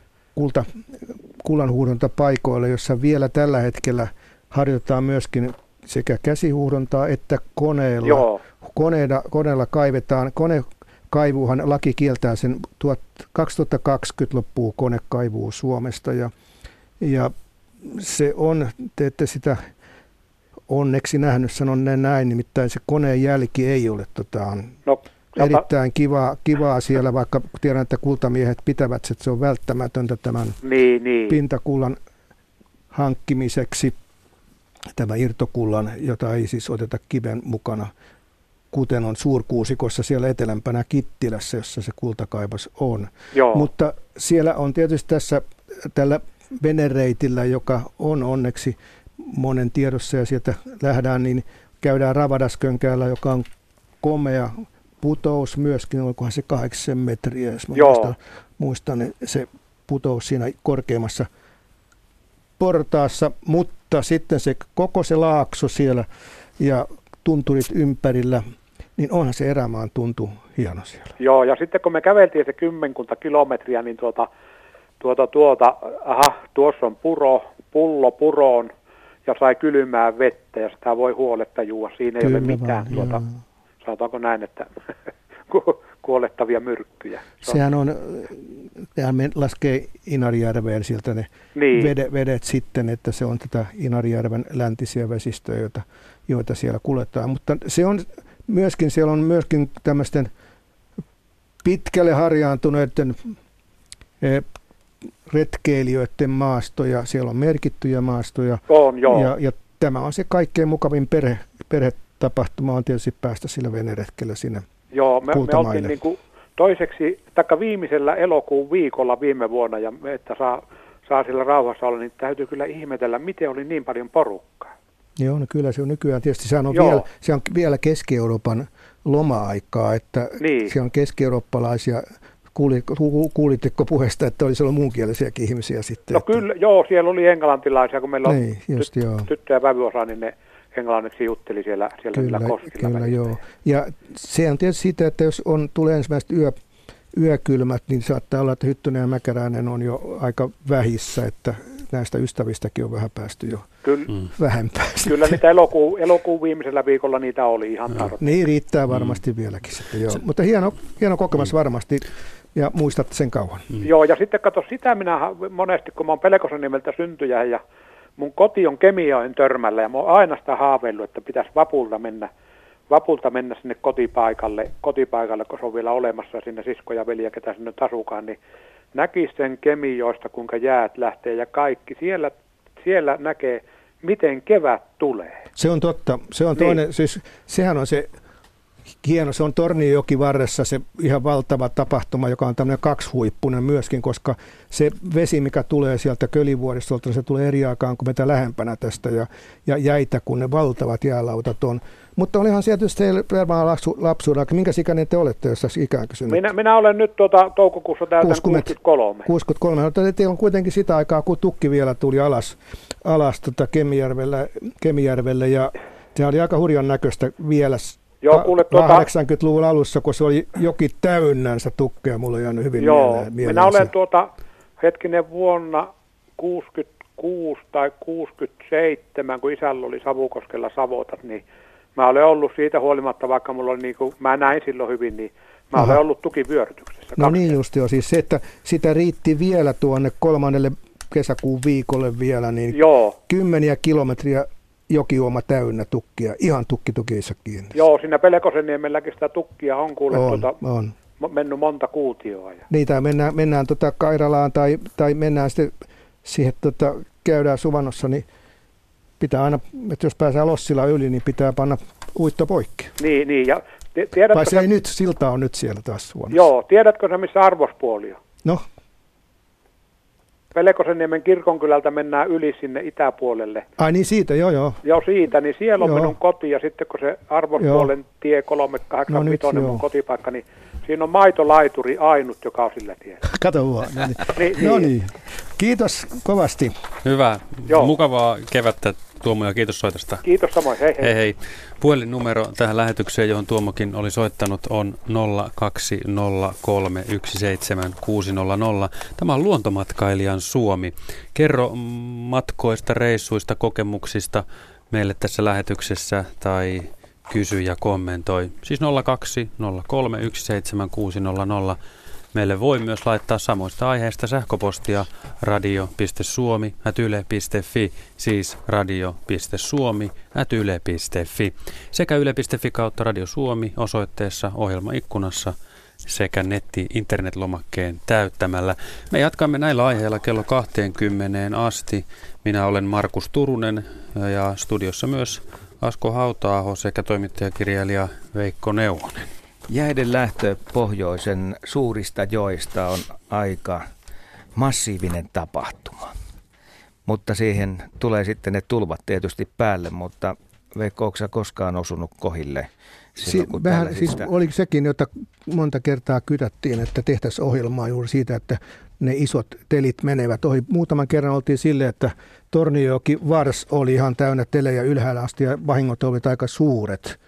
kullanhuuhdontapaikoille, jossa vielä tällä hetkellä harjoitetaan myöskin sekä käsihuuhdontaa että koneella. Joo. Koneella kaivetaan. Konekaivuuhan laki kieltää sen 2020 loppuu konekaivuu Suomesta ja se on, te ette sitä onneksi nähnyt, sanon näin, nimittäin se koneen jälki ei ole erittäin kivaa siellä, vaikka tiedän, että kultamiehet pitävät, että se on välttämätöntä tämän pintakullan hankkimiseksi, tämä irtokullan, jota ei siis oteta kiven mukana, kuten on Suurkuusikossa siellä etelämpänä Kittilässä, jossa se kultakaivos on. Joo. Mutta siellä on tietysti tällä venereitillä, joka on onneksi monen tiedossa ja sieltä lähdään, niin käydään Ravadaskönkäällä, joka on komea putous myöskin, olikohan se 8 metriä, jos mä muistan se putous siinä korkeimmassa portaassa, mutta sitten se koko se laakso siellä ja tunturit ympärillä niin onhan se erämaan tuntu hieno siellä. Joo, ja sitten kun me käveltiin se 10 kilometriä, niin tuossa on pullo puroon ja sai kylmää vettä ja sitä voi huoletta juua. Siinä ei ole mitään, sanotaanko näin, että kuolettavia myrkkyjä. Sehän me laskee Inarijärveen sieltä ne vedet sitten, että se on tätä Inarijärven läntisiä vesistöjä, joita siellä kuljetaan. Mutta siellä on myöskin tämmöisten pitkälle harjaantuneiden retkeilijöiden maastoja. Siellä on merkittyjä maastoja. On, joo. Ja tämä on se kaikkein mukavin perhetapahtuma on tietysti päästä sillä veneretkellä sinne. Joo, me oltiin niin kuin viimeisellä elokuun viikolla viime vuonna, ja että saa sillä rauhassa olla, niin täytyy kyllä ihmetellä, miten oli niin paljon porukkaa. Joo, no kyllä se on nykyään. Tietysti se on vielä Keski-Euroopan loma-aikaa, että se on keski-eurooppalaisia. Kuulitteko puheesta, että olisi ollut muunkielisiäkin ihmisiä sitten? No kyllä, joo, siellä oli englantilaisia, kun meillä on tyttö- ja vävyosa, niin ne englanniksi jutteli siellä kyllä, koskilla. Kyllä, joo. Ja se on tietysti sitä, että jos tulee ensimmäiset yökylmät, niin saattaa olla, että Hyttönen ja Mäkäräinen on jo aika vähissä, että näistä ystävistäkin on vähän päästy jo vähempää. Kyllä niitä elokuun viimeisellä viikolla niitä oli ihan tarpeeksi. Niin riittää varmasti vieläkin sitten, joo. Mutta hieno kokemus varmasti. Ja muistatte sen kauan. Joo, ja sitten kato, sitä minä monesti, kun mä oon Pelkosen nimeltä syntyjä ja mun koti on Kemijoen törmällä ja mä oon aina sitä haaveillut, että pitäisi vapulta mennä sinne kotipaikalle, kun se on vielä olemassa sinne sisko ja veli ja ketä sinne nyt asukaan, niin näkisi sen Kemijoesta, kuinka jäät lähtee ja kaikki. Siellä näkee, miten kevät tulee. Se on totta. Se on toinen, siis sehän on se hieno, se on Tornionjoki varressa se ihan valtava tapahtuma, joka on tämmöinen kaksihuippunen myöskin, koska se vesi, mikä tulee sieltä Kölivuoristolta, se tulee eri aikaan kuin meitä lähempänä tästä ja jäitä, kun ne valtavat jäälautat on. Mutta olihan siellä tietysti varmaan lapsuudella. Minkäs ikäinen te olette, jos tässä ikään kysynyt? Minä olen nyt toukokuussa täytän 63. 63. No, teillä on kuitenkin sitä aikaa, kun tukki vielä tuli alas Kemijärvelle ja se oli aika hurjan näköistä vielä. Joo, 80-luvun alussa, kun se oli joki täynnänsä tukkeja, mulla on jäänyt hyvin mieleen. Minä olen vuonna 66 tai 67, kun isällä oli Savukoskella savotat, niin mä olen ollut siitä huolimatta, vaikka mulla oli mä näin silloin hyvin, niin mä olen ollut tukivyörytyksessä. No niin just joo, siis se, että sitä riitti vielä tuonne 3. kesäkuun viikolle vielä, niin 10 kilometriä jokiuoma täynnä tukkia, ihan tukkitukissa kiinni. Joo, siinä Pelkosenniemelläkin sitä tukkia on kuule mennyt monta kuutioa. Niitä mennään Kairalaan tai mennään sitten siihen, käydään Suvannossa, niin pitää aina, että jos pääsee Lossilla yli, niin pitää panna uitto poikki. Niin. Ja vai se ei nyt, silta on nyt siellä taas Suvannossa. Joo, tiedätkö sä missä Arvospuoli on? No. Pelkosenniemen kirkonkylältä mennään yli sinne itäpuolelle. Ai niin siitä, joo. Joo siitä, niin siellä on minun koti ja sitten kun se Arvospuolen tie 385 mun kotipaikka, niin siinä on maitolaituri ainut, joka on sillä tiellä. Kato vaan. No niin. Kiitos kovasti. Hyvä. Joo. Mukavaa kevättä, Tuomo, ja kiitos soitosta. Kiitos samoin. Hei. Puhelinnumero tähän lähetykseen, johon Tuomokin oli soittanut, on 020317600. Tämä on Luontomatkailijan Suomi. Kerro matkoista, reissuista, kokemuksista meille tässä lähetyksessä tai kysy ja kommentoi. Siis 020317600. Meille voi myös laittaa samoista aiheista sähköpostia radio.suomi@yle.fi, siis radio.suomi@yle.fi sekä yle.fi kautta Radio Suomi osoitteessa ohjelmaikkunassa sekä internetlomakkeen täyttämällä. Me jatkamme näillä aiheilla kello 20 asti. Minä olen Markus Turunen ja studiossa myös Asko Hauta-aho sekä toimittajakirjailija Veikko Neuvonen. Jäiden lähtö pohjoisen suurista joista on aika massiivinen tapahtuma, mutta siihen tulee sitten ne tulvat tietysti päälle, mutta Veikko, onko sä koskaan osunut kohille? Oli sekin, jota monta kertaa kytättiin, että tehtäisiin ohjelmaa juuri siitä, että ne isot telit menevät ohi. Muutaman kerran oltiin silleen, että Tornionjoki Vars oli ihan täynnä telejä ylhäällä asti ja vahingot olivat aika suuret.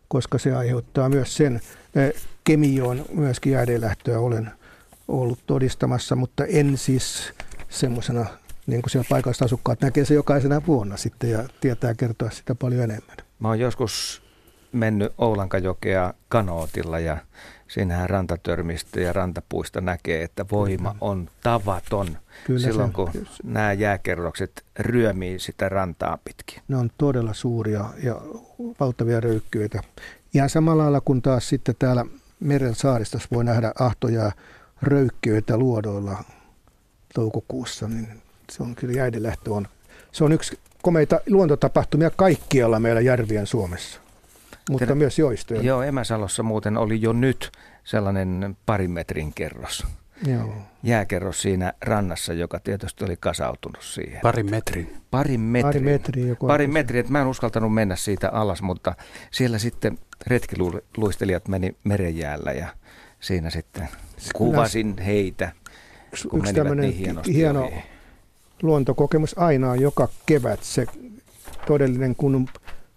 koska se aiheuttaa myös sen. Kemijoen myöskin jäädeenlähtöä olen ollut todistamassa, mutta en siis semmoisena, niin kuin siellä paikalliset asukkaat näkee se jokaisena vuonna sitten ja tietää kertoa sitä paljon enemmän. Mä oon joskus mennyt Oulankajokea kanootilla ja siinähän rantatörmistä ja rantapuista näkee, että voima on tavaton silloin, kun nämä jääkerrokset ryömii sitä rantaa pitkin. Ne on todella suuria ja valtavia röykkyitä. Ihan samalla lailla kuin taas sitten täällä meren saaristossa voi nähdä ahtoja röykkyitä luodoilla toukokuussa, niin se on kyllä jäädeenlähtö on. Se on yksi komeita luontotapahtumia kaikkialla meillä järvien Suomessa, mutta myös joistoja. Joo, Emäsalossa muuten oli jo nyt sellainen 2 metrin kerros. Joo. Jääkerros siinä rannassa, joka tietysti oli kasautunut siihen. 2 metrin. 2 metrin. 2 metriä, että mä en uskaltanut mennä siitä alas, mutta siellä sitten retkiluistelijat meni merenjäällä ja siinä sitten kuvasin heitä, kun yksi menivät niin hienosti hieno ohi. Luontokokemus aina on joka kevät se todellinen, kun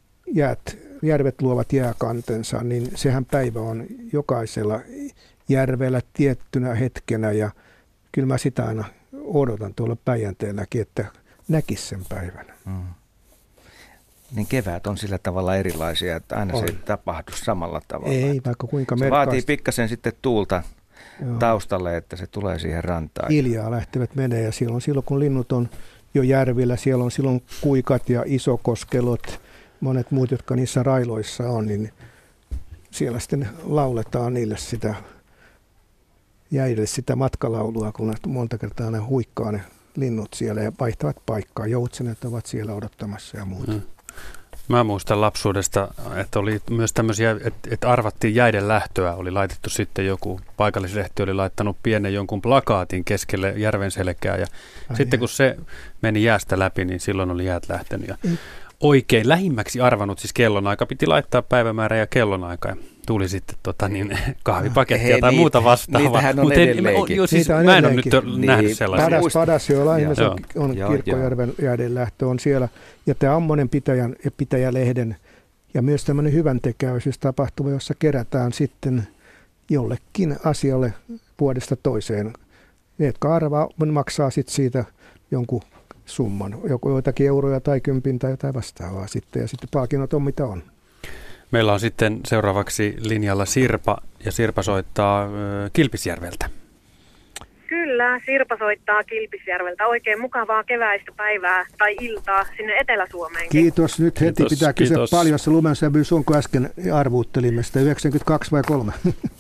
järvet luovat jääkantensa, niin sehän päivä on jokaisella järvellä tiettynä hetkenä ja kyllä mä sitä aina odotan tuolla Päijänteelläkin, että näkisi sen päivän. Niin kevät on sillä tavalla erilaisia, että aina se ei tapahdu samalla tavalla. Ei, vaikka kuinka se vaatii pikkasen sitten tuulta taustalle, että se tulee siihen rantaan. Hiljaa lähtevät menee ja silloin kun linnut on jo järvillä, siellä on silloin kuikat ja isokoskelot, monet muut, jotka niissä railoissa on, niin siellä sitten lauletaan niille sitä jäille sitä matkalaulua, kun monta kertaa ne huikkaa ne linnut siellä ja vaihtavat paikkaa. Joutsenet ovat siellä odottamassa ja muuta. Mä muistan lapsuudesta, että oli myös tämmöisiä, että arvattiin jäiden lähtöä. Oli laitettu sitten joku paikallislehti, oli laittanut pienen jonkun plakaatin keskelle järven selkää. Ja sitten kun se meni jäästä läpi, niin silloin oli jäät lähtenyt. Ja oikein lähimmäksi arvannut, siis kellonaika piti laittaa päivämäärä ja kellonaika. Tuli sitten kahvipakettia tai muuta vastaavaa. Niitähän on edelleenkin. Siis mä en ole nyt nähnyt sellaisia. Padasjoella on Kirkkojärven jäädeenlähtö on siellä. Ja tämä Ammonen pitäjälehden ja myös tämmöinen hyväntekeväisyystapahtuma, jossa kerätään sitten jollekin asialle vuodesta toiseen. Ne, jotka arvaa, maksaa sitten siitä jonkun summan, joitakin euroja tai 10 tai jotain vastaavaa sitten. Ja sitten palkinnot on mitä on. Meillä on sitten seuraavaksi linjalla Sirpa, ja Sirpa soittaa Kilpisjärveltä. Kyllä, Sirpa soittaa Kilpisjärveltä. Oikein mukavaa keväistä päivää tai iltaa sinne Etelä-Suomeen. Kiitos. Nyt heti pitää kysyä paljon se lumensävyys. Onko äsken arvuuttelimme sitä 92 vai 3?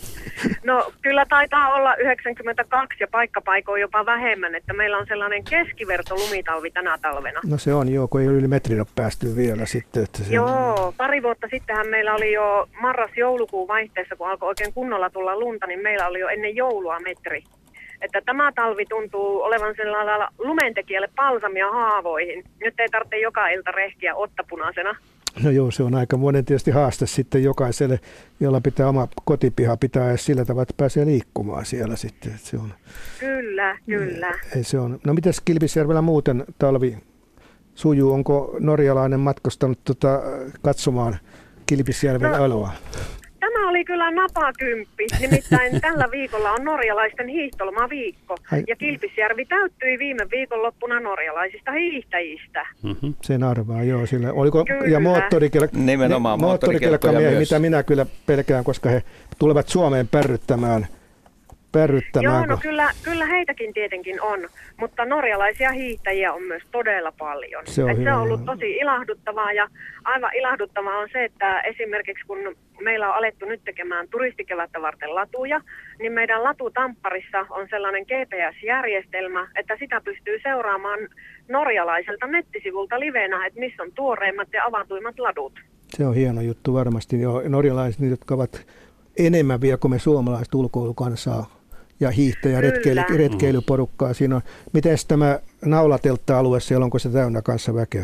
No kyllä taitaa olla 92 ja paikkapaikoin jopa vähemmän, että meillä on sellainen keskiverto lumitalvi tänä talvena. No se on kun ei yli metrin ole päästy vielä sitten. Että se Joo, pari vuotta sittenhän meillä oli jo marras-joulukuun vaihteessa, kun alkoi oikein kunnolla tulla lunta, niin meillä oli jo ennen joulua metri. Että tämä talvi tuntuu olevan sellainen lailla lumentekijälle palsamia haavoihin. Nyt ei tarvitse joka ilta rehkiä ottapunaisena. No joo, se on aika monen tietysti haaste sitten jokaiselle, jolla pitää oma kotipiha pitää edes sillä tavalla, että pääsee liikkumaan siellä sitten. Että se on, kyllä. Ei se on. No mitäs Kilpisjärvellä muuten talvi sujuu? Onko norjalainen matkustanut katsomaan Kilpisjärven aloa? Tämä oli kyllä napakymppi, nimittäin tällä viikolla on norjalaisten hiihtolomaviikko. Ja Kilpisjärvi täyttyi viime viikonloppuna norjalaisista hiihtäjistä. Sen arvaa, joo. Sillä. Oliko, ja moottorikelkkamiehiä, mitä minä kyllä pelkään, koska he tulevat Suomeen pärryttämään. Joo, no kyllä heitäkin tietenkin on, mutta norjalaisia hiihtäjiä on myös todella paljon. Se on ollut tosi ilahduttavaa ja aivan ilahduttavaa on se, että esimerkiksi kun meillä on alettu nyt tekemään turistikevättä varten latuja, niin meidän latutampparissa on sellainen GPS-järjestelmä, että sitä pystyy seuraamaan norjalaiselta nettisivulta livenä, että missä on tuoreimmat ja avatuimmat ladut. Se on hieno juttu varmasti. Norjalaiset, jotka ovat enemmän vielä kuin me suomalaiset ulkoilukansaa ja hiihtäjä, retkeilyporukkaa siinä on. Miten tämä naulateltta-alue siellä, onko se täynnä kanssa väkeä?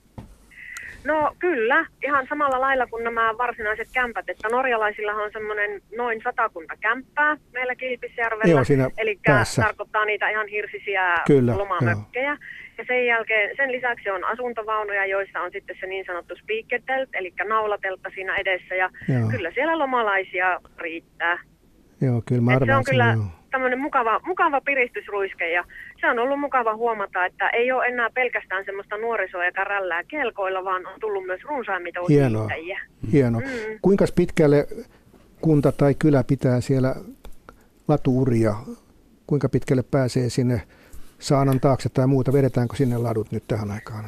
No kyllä, ihan samalla lailla kuin nämä varsinaiset kämpät, että norjalaisillahan on semmoinen noin 100 kämppää meillä Kilpisjärvellä, eli tarkoittaa niitä ihan hirsisiä lomamökkejä. Ja sen lisäksi on asuntovaunuja, joissa on sitten se niin sanottu speaker-telt, eli naulateltta siinä edessä. Ja kyllä siellä lomalaisia riittää. Joo, kyllä mä arvaan. Se on kyllä tämmöinen mukava piristysruiske ja se on ollut mukava huomata, että ei ole enää pelkästään semmoista nuorisoa eikä rällää kelkoilla, vaan on tullut myös runsaimmin hiihtäjiä. Hienoa. Kuinka pitkälle kunta tai kylä pitää siellä latuuria? Kuinka pitkälle pääsee sinne saanan taakse tai muuta? Vedetäänkö sinne ladut nyt tähän aikaan?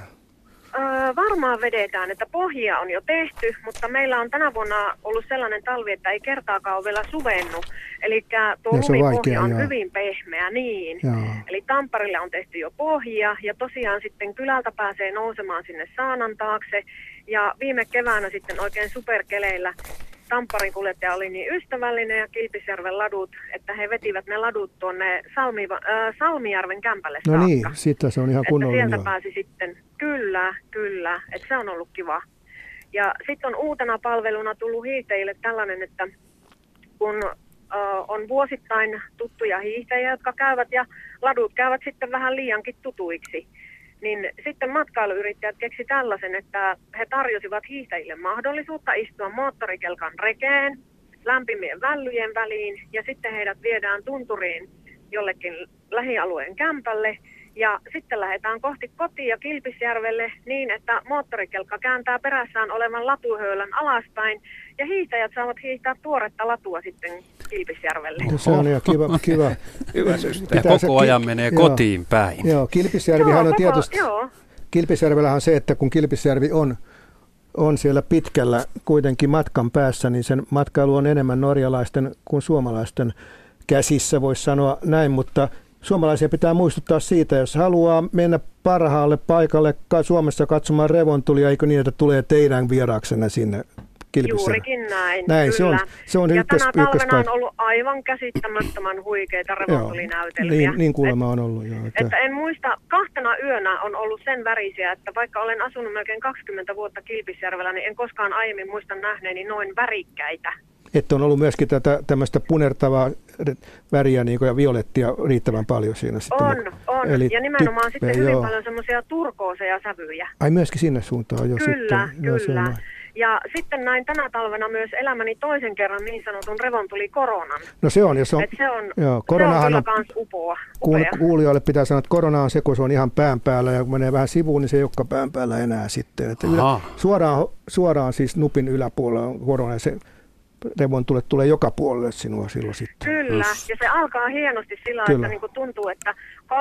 Varmaan vedetään, että pohjia on jo tehty, mutta meillä on tänä vuonna ollut sellainen talvi, että ei kertaakaan ole vielä suvennut. Eli tuo lumipohja on hyvin pehmeä, niin. Eli Tampereelle on tehty jo pohjia ja tosiaan sitten kylältä pääsee nousemaan sinne saanan taakse. Ja viime keväänä sitten oikein superkeleillä Tampereen kuljettaja oli niin ystävällinen ja Kilpisjärven ladut, että he vetivät ne ladut tuonne Salmijärven kämpälle saakka. No niin, siitä se on ihan kunnollinen. Että sieltä pääsi sitten, kyllä, että se on ollut kiva. Ja sitten on uutena palveluna tullut hiihtäjille tällainen, että kun on vuosittain tuttuja hiihtäjiä, jotka käyvät ja ladut käyvät sitten vähän liiankin tutuiksi, niin sitten matkailuyrittäjät keksi tällaisen, että he tarjosivat hiihtäjille mahdollisuutta istua moottorikelkan rekeen lämpimien vällyjen väliin ja sitten heidät viedään tunturiin jollekin lähialueen kämpälle ja sitten lähdetään kohti kotia Kilpisjärvelle niin, että moottorikelkka kääntää perässään olevan latuhöylän alaspäin ja hiihtäjät saavat hiihtää tuoretta latua sitten Kilpisjärvelle. Se on ihan kiva. Hyvä systeemi. Ja koko ajan menee kotiin päin. Joo, Kilpisjärvihän on tietysti. Kilpisjärvellähän on se, että kun Kilpisjärvi on siellä pitkällä kuitenkin matkan päässä, niin sen matkailu on enemmän norjalaisten kuin suomalaisten käsissä, voisi sanoa näin, mutta suomalaisia pitää muistuttaa siitä, jos haluaa mennä parhaalle paikalle Suomessa katsomaan revontulia, eikö niin, että tulee teidän vieraaksenne sinne Kilpisjärvelle? Juurikin näin, kyllä. Se on ja tänä talvena on ollut aivan käsittämättömän huikeita revontulinäytelmiä. Niin kuulemma on ollut. Joo, että en muista, 2 yönä on ollut sen värisiä, että vaikka olen asunut melkein 20 vuotta Kilpisjärvellä, niin en koskaan aiemmin muista nähneeni noin värikkäitä. Että on ollut myöskin tämmöistä punertavaa väriä niin kuin, ja violettia riittävän paljon siinä. On. Eli ja nimenomaan sitten hyvin paljon semmoisia turkooseja sävyjä. Ai myöskin sinne suuntaan jo kyllä, sitten. Kyllä. Ja sitten näin tänä talvena myös elämäni toisen kerran niin sanotun revontuli-koronan. No se on. Se on kyllä kans upea. Kun kuulijoille pitää sanoa, että korona on se, kun se on ihan pään päällä ja kun menee vähän sivuun, niin se ei olekaan pään päällä enää sitten. Että suoraan siis nupin yläpuolella on korona ja se revontulet tulee joka puolelle sinua silloin sitten. Kyllä, ja se alkaa hienosti sillä, että niin kuin tuntuu, että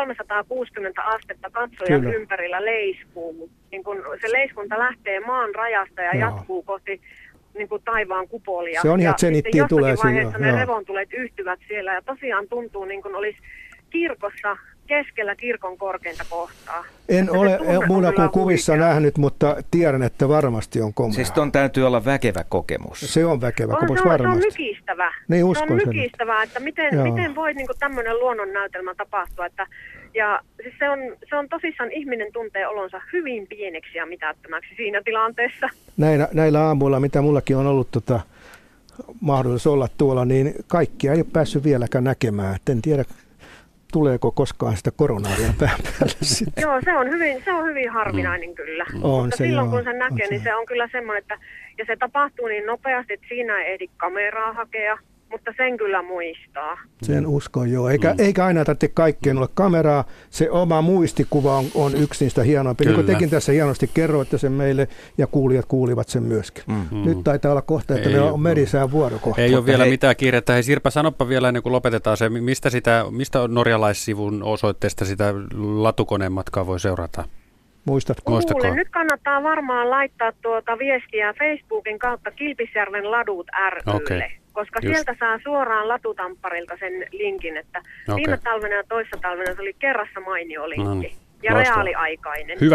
360 astetta katsojan ympärillä leiskuu. Niin kun se leiskunta lähtee maan rajasta ja jatkuu kohti niin kuin taivaan kupolia. Se on ihan zenittiin tulee siinä. Jossakin vaiheessa ne revontulet yhtyvät siellä ja tosiaan tuntuu niin kuin olisi kirkossa keskellä kirkon korkeinta kohtaa. En ole muulla kuin kuvissa nähnyt, mutta tiedän, että varmasti on komea. Siis ton täytyy olla väkevä kokemus. Se on väkevä kokemus varmasti. Se on mykistävä. Niin, uskon se on mykistävää, että miten voi niin kuin tämmöinen luonnonnäytelmä tapahtua. Ja siis se on tosissaan, ihminen tuntee olonsa hyvin pieneksi ja mitättömäksi siinä tilanteessa. Näillä aamuilla, mitä mullakin on ollut mahdollisuus olla tuolla, niin kaikkia ei ole päässyt vieläkään näkemään. En tiedä, tuleeko koskaan sitä koronaa vielä pään päälle sitten. Joo, se on hyvin harvinainen kyllä. Mutta silloin kun sen näkee, niin se on kyllä semmoinen, että ja se tapahtuu niin nopeasti, että siinä ei ehdi kameraa hakea, mutta sen kyllä muistaa. Sen uskon, joo. Eikä aina tarvitse kaikkeen olla kameraa. Se oma muistikuva on yksi niistä hienompia. Niin kuin tekin tässä hienosti kerroitte sen meille ja kuulijat kuulivat sen myöskin. Nyt taitaa olla kohta, että meillä on merisään vuorokohta. Ei ole vielä mitään kiirettä. Hei Sirpa, sanoppa vielä ennen kuin lopetetaan se, mistä norjalais-sivun osoitteesta sitä latukoneen matkaa voi seurata? Muistatko? Kuule, nyt kannattaa varmaan laittaa viestiä Facebookin kautta Kilpisjärven ladut ry:lle. Okay. Koska sieltä saa suoraan Latutampparilta sen linkin, että viime talvena ja toissa talvena se oli kerrassa mainio linkki ja reaaliaikainen. Hyvä.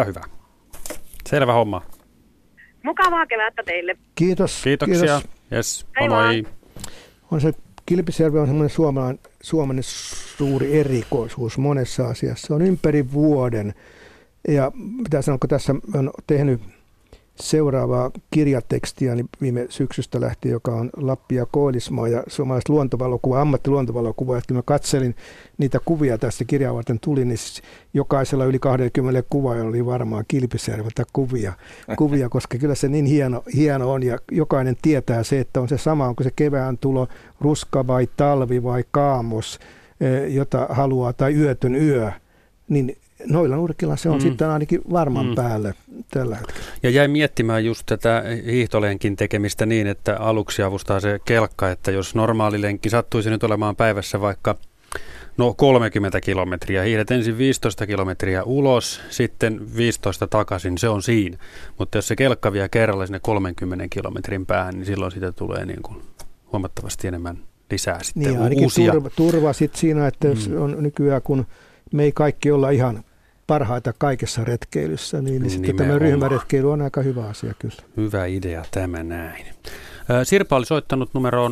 Selvä homma. Mukavaa kevättä teille. Kiitos. Kiitoksia. Yes. Moi. On se Kilpisjärvi on semmoinen Suomen suuri erikoisuus monessa asiassa. Se on ympäri vuoden. Ja pitää sanoa, kun tässä on tehnyt seuraavaa kirjatekstiä niin viime syksystä lähtien, joka on Lappi ja Koillismaa ja suomalaista luontovalokuva, ammattiluontovalokuva. Kun mä katselin niitä kuvia tästä kirjaa varten tuli, niin siis jokaisella yli 20 kuvaajalla oli varmaan Kilpisjärveltä kuvia, koska kyllä se niin hieno on ja jokainen tietää se, että on se sama, onko se kevään tulo, ruska vai talvi vai kaamos, jota haluaa, tai yötön yö, niin noilla nurkilla se on sitten ainakin varman päälle tällä hetkellä. Ja jäi miettimään just tätä hiihtolenkin tekemistä niin, että aluksi avustaa se kelkka, että jos normaali lenkki sattuisi nyt olemaan päivässä vaikka 30 kilometriä, hiihdät ensin 15 kilometriä ulos, sitten 15 takaisin, se on siinä. Mutta jos se kelkka vie kerralla sinne 30 kilometrin päähän, niin silloin siitä tulee niin kuin huomattavasti enemmän lisää sitten niin, ainakin uusia. Turva sitten siinä, että jos on nykyään, kun me ei kaikki olla ihan parhaita kaikessa retkeilyssä, niin sitten tämä ryhmäretkeily on aika hyvä asia kyllä. Hyvä idea tämä näin. Sirpa oli soittanut numeroon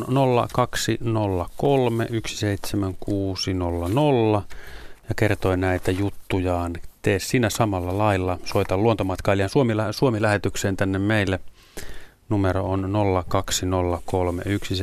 0203 17600 ja kertoi näitä juttujaan. Tee sinä samalla lailla. Soita luontomatkailijan Suomi-lähetykseen tänne meille. Numero on 0203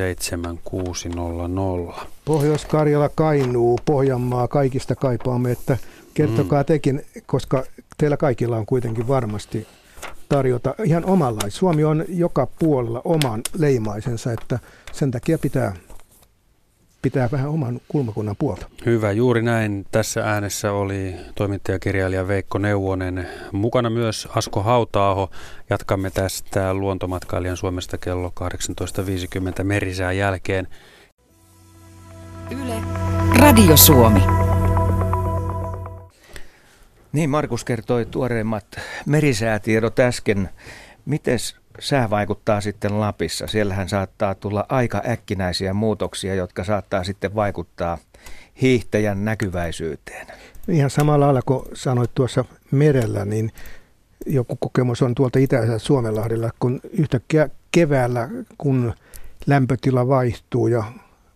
17600. Pohjois-Karjala, Kainuu, Pohjanmaa, kaikista kaipaamme, että kertokaa tekin, koska teillä kaikilla on kuitenkin varmasti tarjota ihan omanlaista. Suomi on joka puolella oman leimaisensa, että sen takia pitää vähän oman kulmakunnan puolta. Hyvä, juuri näin. Tässä äänessä oli toimittajakirjailija Veikko Neuvonen. Mukana myös Asko Hauta-aho. Jatkamme tästä luontomatkailijan Suomesta kello 18.50 merisään jälkeen. Yle Radio Suomi. Niin, Markus kertoi tuoreimmat merisäätiedot äsken. Mites sää vaikuttaa sitten Lapissa? Siellähän saattaa tulla aika äkkinäisiä muutoksia, jotka saattaa sitten vaikuttaa hiihtäjän näkyväisyyteen. Ihan samalla lailla kuin sanoit tuossa merellä, niin joku kokemus on tuolta itäisellä Suomenlahdella, kun yhtäkkiä keväällä, kun lämpötila vaihtuu ja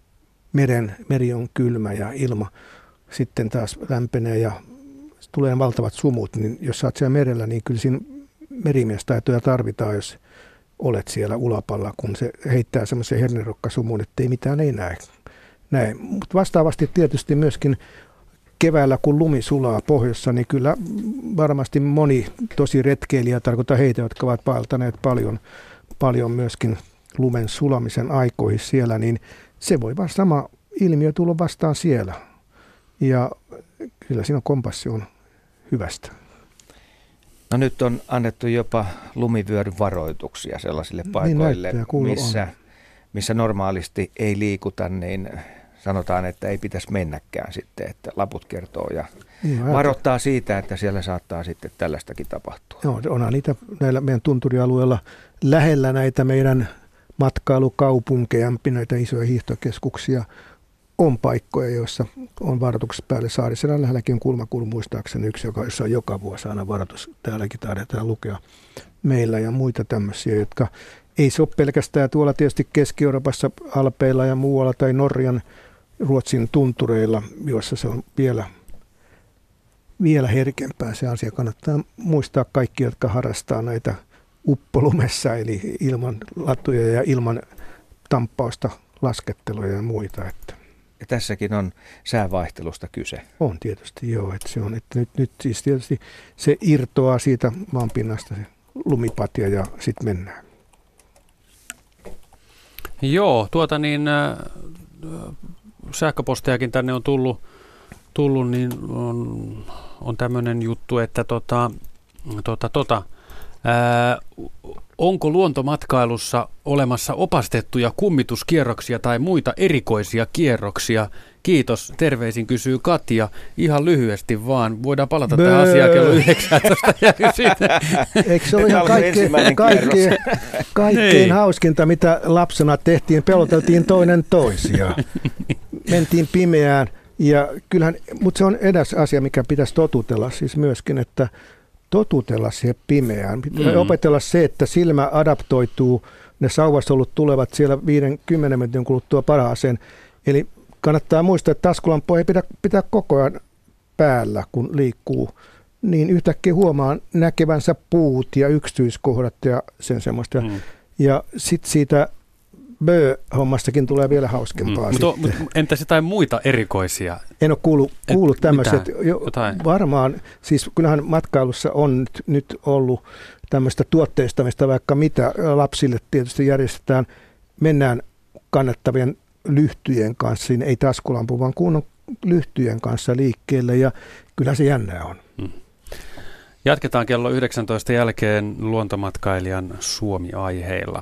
meri on kylmä ja ilma sitten taas lämpenee ja tulee valtavat sumut, niin jos sä oot siellä merellä, niin kyllä siinä merimiestaitoja tarvitaan, jos olet siellä ulapalla, kun se heittää semmoisen hernerokkasumuun, että ei mitään ei näe. Mutta vastaavasti tietysti myöskin keväällä, kun lumi sulaa pohjossa, niin kyllä varmasti moni tosi retkeilijä, tarkoittaa heitä, jotka ovat vaeltaneet paljon myöskin lumen sulamisen aikoihin siellä, niin se voi vaan sama ilmiö tulla vastaan siellä. Ja kyllä siinä kompassi on hyvästä. No nyt on annettu jopa lumivyöryn varoituksia sellaisille paikoille, missä normaalisti ei liikuta, niin sanotaan, että ei pitäisi mennäkään sitten, että laput kertoo ja varoittaa siitä, että siellä saattaa sitten tällaistakin tapahtua. Joo, onhan niitä näillä meidän tunturialueilla lähellä näitä meidän matkailukaupunkeja, näitä isoja hiihtokeskuksia, on paikkoja, joissa on varoitukset päälle Saariselän lähelläkin on Kulmakulu muistaakseni yksi, jossa on joka vuosi aina varoitus. Täälläkin taidetaan lukea meillä ja muita tämmöisiä, jotka ei se ole pelkästään tuolla tietysti Keski-Euroopassa, Alpeilla ja muualla tai Norjan, Ruotsin tuntureilla, joissa se on vielä herkempää se asia. Kannattaa muistaa kaikki, jotka harrastaa näitä uppolumessa, eli ilman latuja ja ilman tamppausta, lasketteluja ja muita. Ja tässäkin on säävaihtelusta kyse. On tietysti, joo. Että se on, että nyt siis tietysti se irtoaa siitä maanpinnasta se lumipatja ja sitten mennään. Joo, sähköpostejakin tänne on tullut niin on tämmöinen juttu, että onko luontomatkailussa olemassa opastettuja kummituskierroksia tai muita erikoisia kierroksia? Kiitos, terveisin kysyy Katja. Ihan lyhyesti vaan. Voidaan palata tähän asiaan kello 19. Eikö se ole ihan kaikkein hauskinta, mitä lapsena tehtiin? Peloteltiin toinen toisia. Mentiin pimeään. Ja kyllähän, mutta se on edes asia, mikä pitäisi totutella siis myöskin, että totutella siihen pimeään. Opetella se, että silmä adaptoituu, ne sauvasolut tulevat siellä 5-10 minuutin kuluttua parhaaseen. Eli kannattaa muistaa, että taskulampua ei pitää koko ajan päällä, kun liikkuu niin yhtäkkiä huomaan näkevänsä puut ja yksityiskohdat ja sen semmoista. Ja sitten siitä hommastakin tulee vielä hauskempaa. Entäs jotain muita erikoisia? En ole kuullut tämmöiset. Varmaan, siis kyllähän matkailussa on nyt ollut tämmöistä tuotteistamista, vaikka mitä lapsille tietysti järjestetään. Mennään kannattavien lyhtyjen kanssa, ei taskulampu, vaan kunnon lyhtyjen kanssa liikkeelle, ja kyllä se jännää on. Jatketaan kello 19 jälkeen luontomatkailijan Suomi-aiheilla.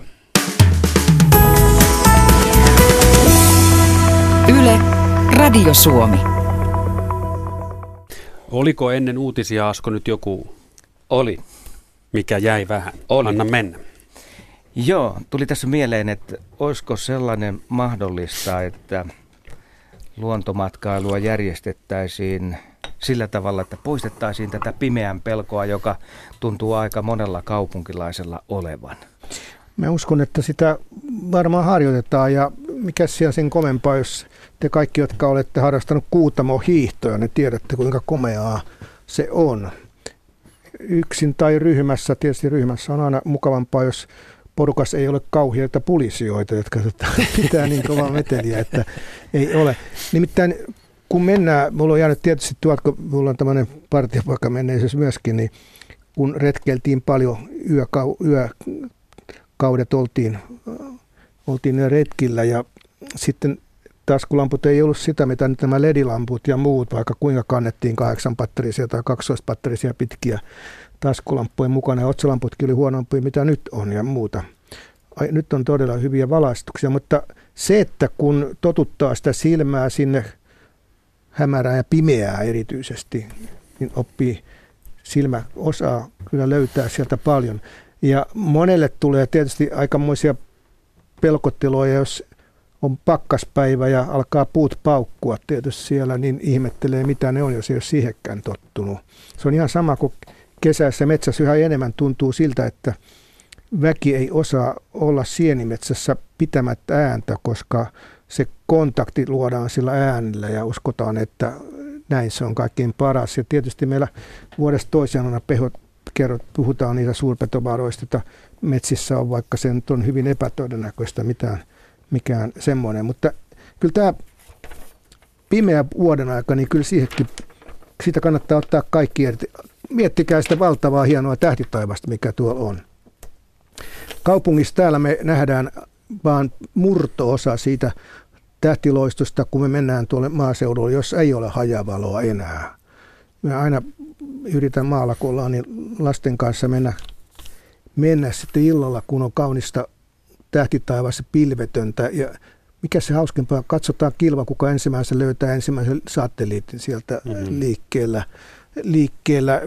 Yle, Radio Suomi. Oliko ennen uutisia, Asko, nyt joku? Oli. Mikä jäi vähän? Oli. Anna mennä. Joo, tuli tässä mieleen, että olisiko sellainen mahdollista, että luontomatkailua järjestettäisiin sillä tavalla, että poistettaisiin tätä pimeän pelkoa, joka tuntuu aika monella kaupunkilaisella olevan. Mä uskon, että sitä varmaan harjoitetaan, ja mikä siellä sen komempaa, jos te kaikki, jotka olette harrastanut kuutamohiihtoja, niin tiedätte, kuinka komeaa se on. Yksin tai ryhmässä, tietysti ryhmässä on aina mukavampaa, jos porukassa ei ole kauheita pulisioita, jotka pitää niin kovaa meteliä, että ei ole. Nimittäin kun mennään, mulla on jäänyt tietysti tuolta, kun mulla on tämmöinen partiopaikka menneisyys myöskin, niin kun retkeltiin paljon yökaudet oltiin retkillä, ja sitten taskulamput ei ollut sitä, mitä nyt nämä LED-lamput ja muut, vaikka kuinka kannettiin 8-patterisia tai 12-patterisia pitkiä taskulamppuja mukana, ja otsalamputkin oli huonompia, mitä nyt on ja muuta. Nyt on todella hyviä valaistuksia, mutta se, että kun totuttaa sitä silmää sinne hämärää ja pimeää erityisesti, niin oppii silmä osaa kyllä löytää sieltä paljon. Ja monelle tulee tietysti aikamoisia pelkotteluja, jos on pakkaspäivä ja alkaa puut paukkua tietysti siellä, niin ihmettelee mitä ne on, jos ei ole siihenkään tottunut. Se on ihan sama kuin kesässä metsässä yhä enemmän tuntuu siltä, että väki ei osaa olla sienimetsässä pitämättä ääntä, koska se kontakti luodaan sillä äänellä ja uskotaan, että näin se on kaikkein paras. Ja tietysti meillä vuodesta toiseen aina puhutaan niitä suurpetovaroista, että metsissä on, vaikka se nyt on hyvin epätodennäköistä mikään semmoinen. Mutta kyllä tämä pimeä vuoden aika, niin kyllä siitä kannattaa ottaa kaikki. Miettikää sitä valtavaa hienoa tähtitaivasta, mikä tuolla on. Kaupungissa täällä me nähdään vaan murto-osa siitä tähtiloistosta, kun me mennään tuolle maaseudulle, jos ei ole hajavaloa enää. Me aina yritän maalla, kun ollaan, niin lasten kanssa mennä sitten illalla, kun on kaunista tähtitaivassa pilvetöntä. Ja mikä se hauskempaa, katsotaan kilva, kuka ensimmäisen löytää ensimmäisen satelliitin sieltä liikkeellä.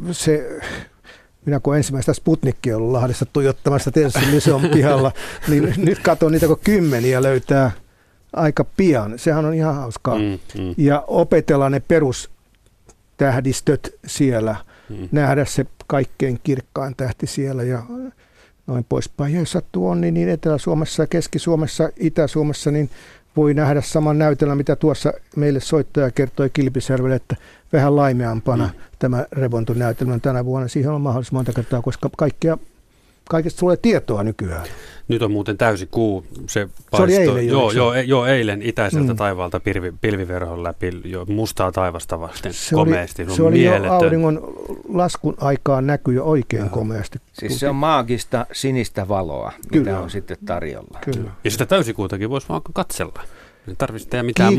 Minä kun ensimmäistä Sputnikkia ollut Lahdessa tuijottamassa tietysti Lyseon pihalla, niin nyt katson niitä, kun kymmeniä löytää aika pian. Sehän on ihan hauskaa. Ja opetella ne perustähdistöt siellä, nähdä se kaikkein kirkkain tähti siellä ja noin poispäin. Ja jos sattuu on, niin Etelä-Suomessa, Keski-Suomessa, Itä-Suomessa, niin voi nähdä saman näytelmän, mitä tuossa meille soittaja kertoi Kilpisjärvelle, että vähän laimeampana tämä revontunäytelmä tänä vuonna. Siihen on mahdollisuus monta kertaa, koska kaikesta tulee tietoa nykyään. Nyt on muuten täysi kuu. Se oli eilen jo. Eilen itäiseltä taivaalta pilviverhon läpi jo mustaa taivasta vasten komeasti. Se oli jo auringon laskun aikaan näkyy jo oikein komeasti. Siis se on maagista sinistä valoa, mitä on sitten tarjolla. Kyllä. Ja sitä täysikuutakin voisi vaan katsella. Ei tarvitse tehdä mitään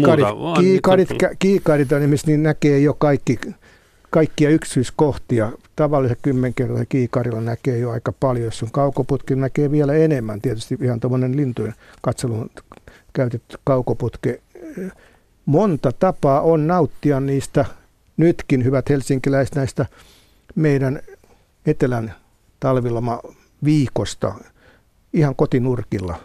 Kiikarit on esimerkiksi, niin näkee jo kaikkia yksityiskohtia. Tavallisen 10-kertaisen kiikarilla näkee jo aika paljon. Jos on kaukoputki, näkee vielä enemmän. Tietysti ihan tuommoinen lintujen katseluun käytetty kaukoputke. Monta tapaa on nauttia niistä nytkin, hyvät helsinkiläiset, näistä meidän etelän talviloma-viikosta ihan kotinurkilla.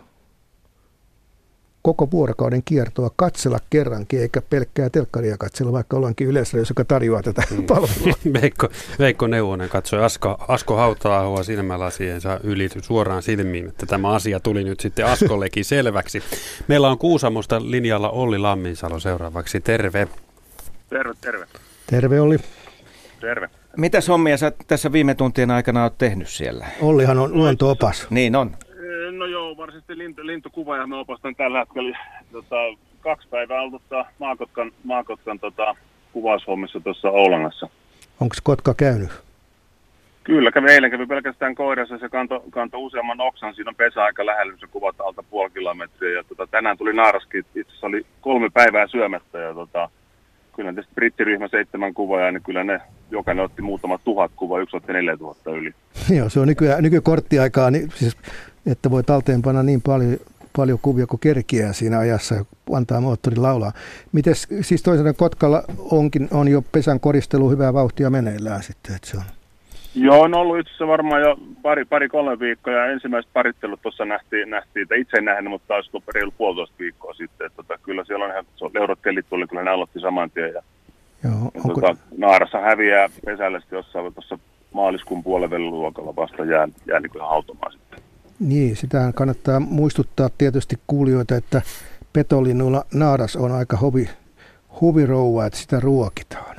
Koko vuorokauden kiertoa katsella kerrankin, eikä pelkkää telkkaria katsella, vaikka ollaankin Yleisradiossa, joka tarjoaa tätä palvelua. Veikko Neuvonen katsoi Asko Hauta-ahoa silmälasiensa yli suoraan silmiin, että tämä asia tuli nyt sitten Askollekin selväksi. Meillä on Kuusamosta linjalla Olli Lamminsalo seuraavaksi. Terve. Terve. Terve Olli. Terve. Mitäs hommia sä tässä viime tuntien aikana oot tehnyt siellä? Ollihan on luonto-opas. Niin on. No joo, varsinaisesti lintukuva ja mä opastan tällä hetkellä 2 päivää ollut maakotkan kuvaushommissa tuossa Oulangassa. Onko kotka käynyt? Kyllä, eilen kävi pelkästään koirassa, se kantoi useamman oksan, siinä on pesä aika lähellä, se kuvat alta 0,5 kilometriä. Ja tänään tuli naaraskin, itse asiassa oli 3 päivää syömättä ja kyllä tietysti brittiryhmä 7 kuvaa, niin kyllä ne jokainen otti muutama 1000 kuvaa, yksi otti 4000 yli. Joo, se on nykykorttiaikaa, niin, siis, että voi talteenpanna niin paljon kuvia kuin kerkiää siinä ajassa ja antaa moottorin laulaa. Mites siis toisaalta Kotkalla on jo pesän koristelu hyvää vauhtia meneillään sitten, että se on? Joo, on ollut itse asiassa varmaan jo 2-3 viikkoa ja ensimmäiset parittelut tuossa nähtiin, että itse en nähnyt, mutta taisi ollut reilu 1,5 viikkoa sitten. Että kyllä siellä on ihan leurotkelit tuli, kyllä ne aloitti saman tien. Ja naarassa häviää pesälle sitten jossain tuossa maaliskuun puolivälin luokalla vasta jää niin kuin ihan hautomaan sitten. Niin, sitähän kannattaa muistuttaa tietysti kuulijoita, että petolinnulla naaras on aika hovirouva, että sitä ruokitaan.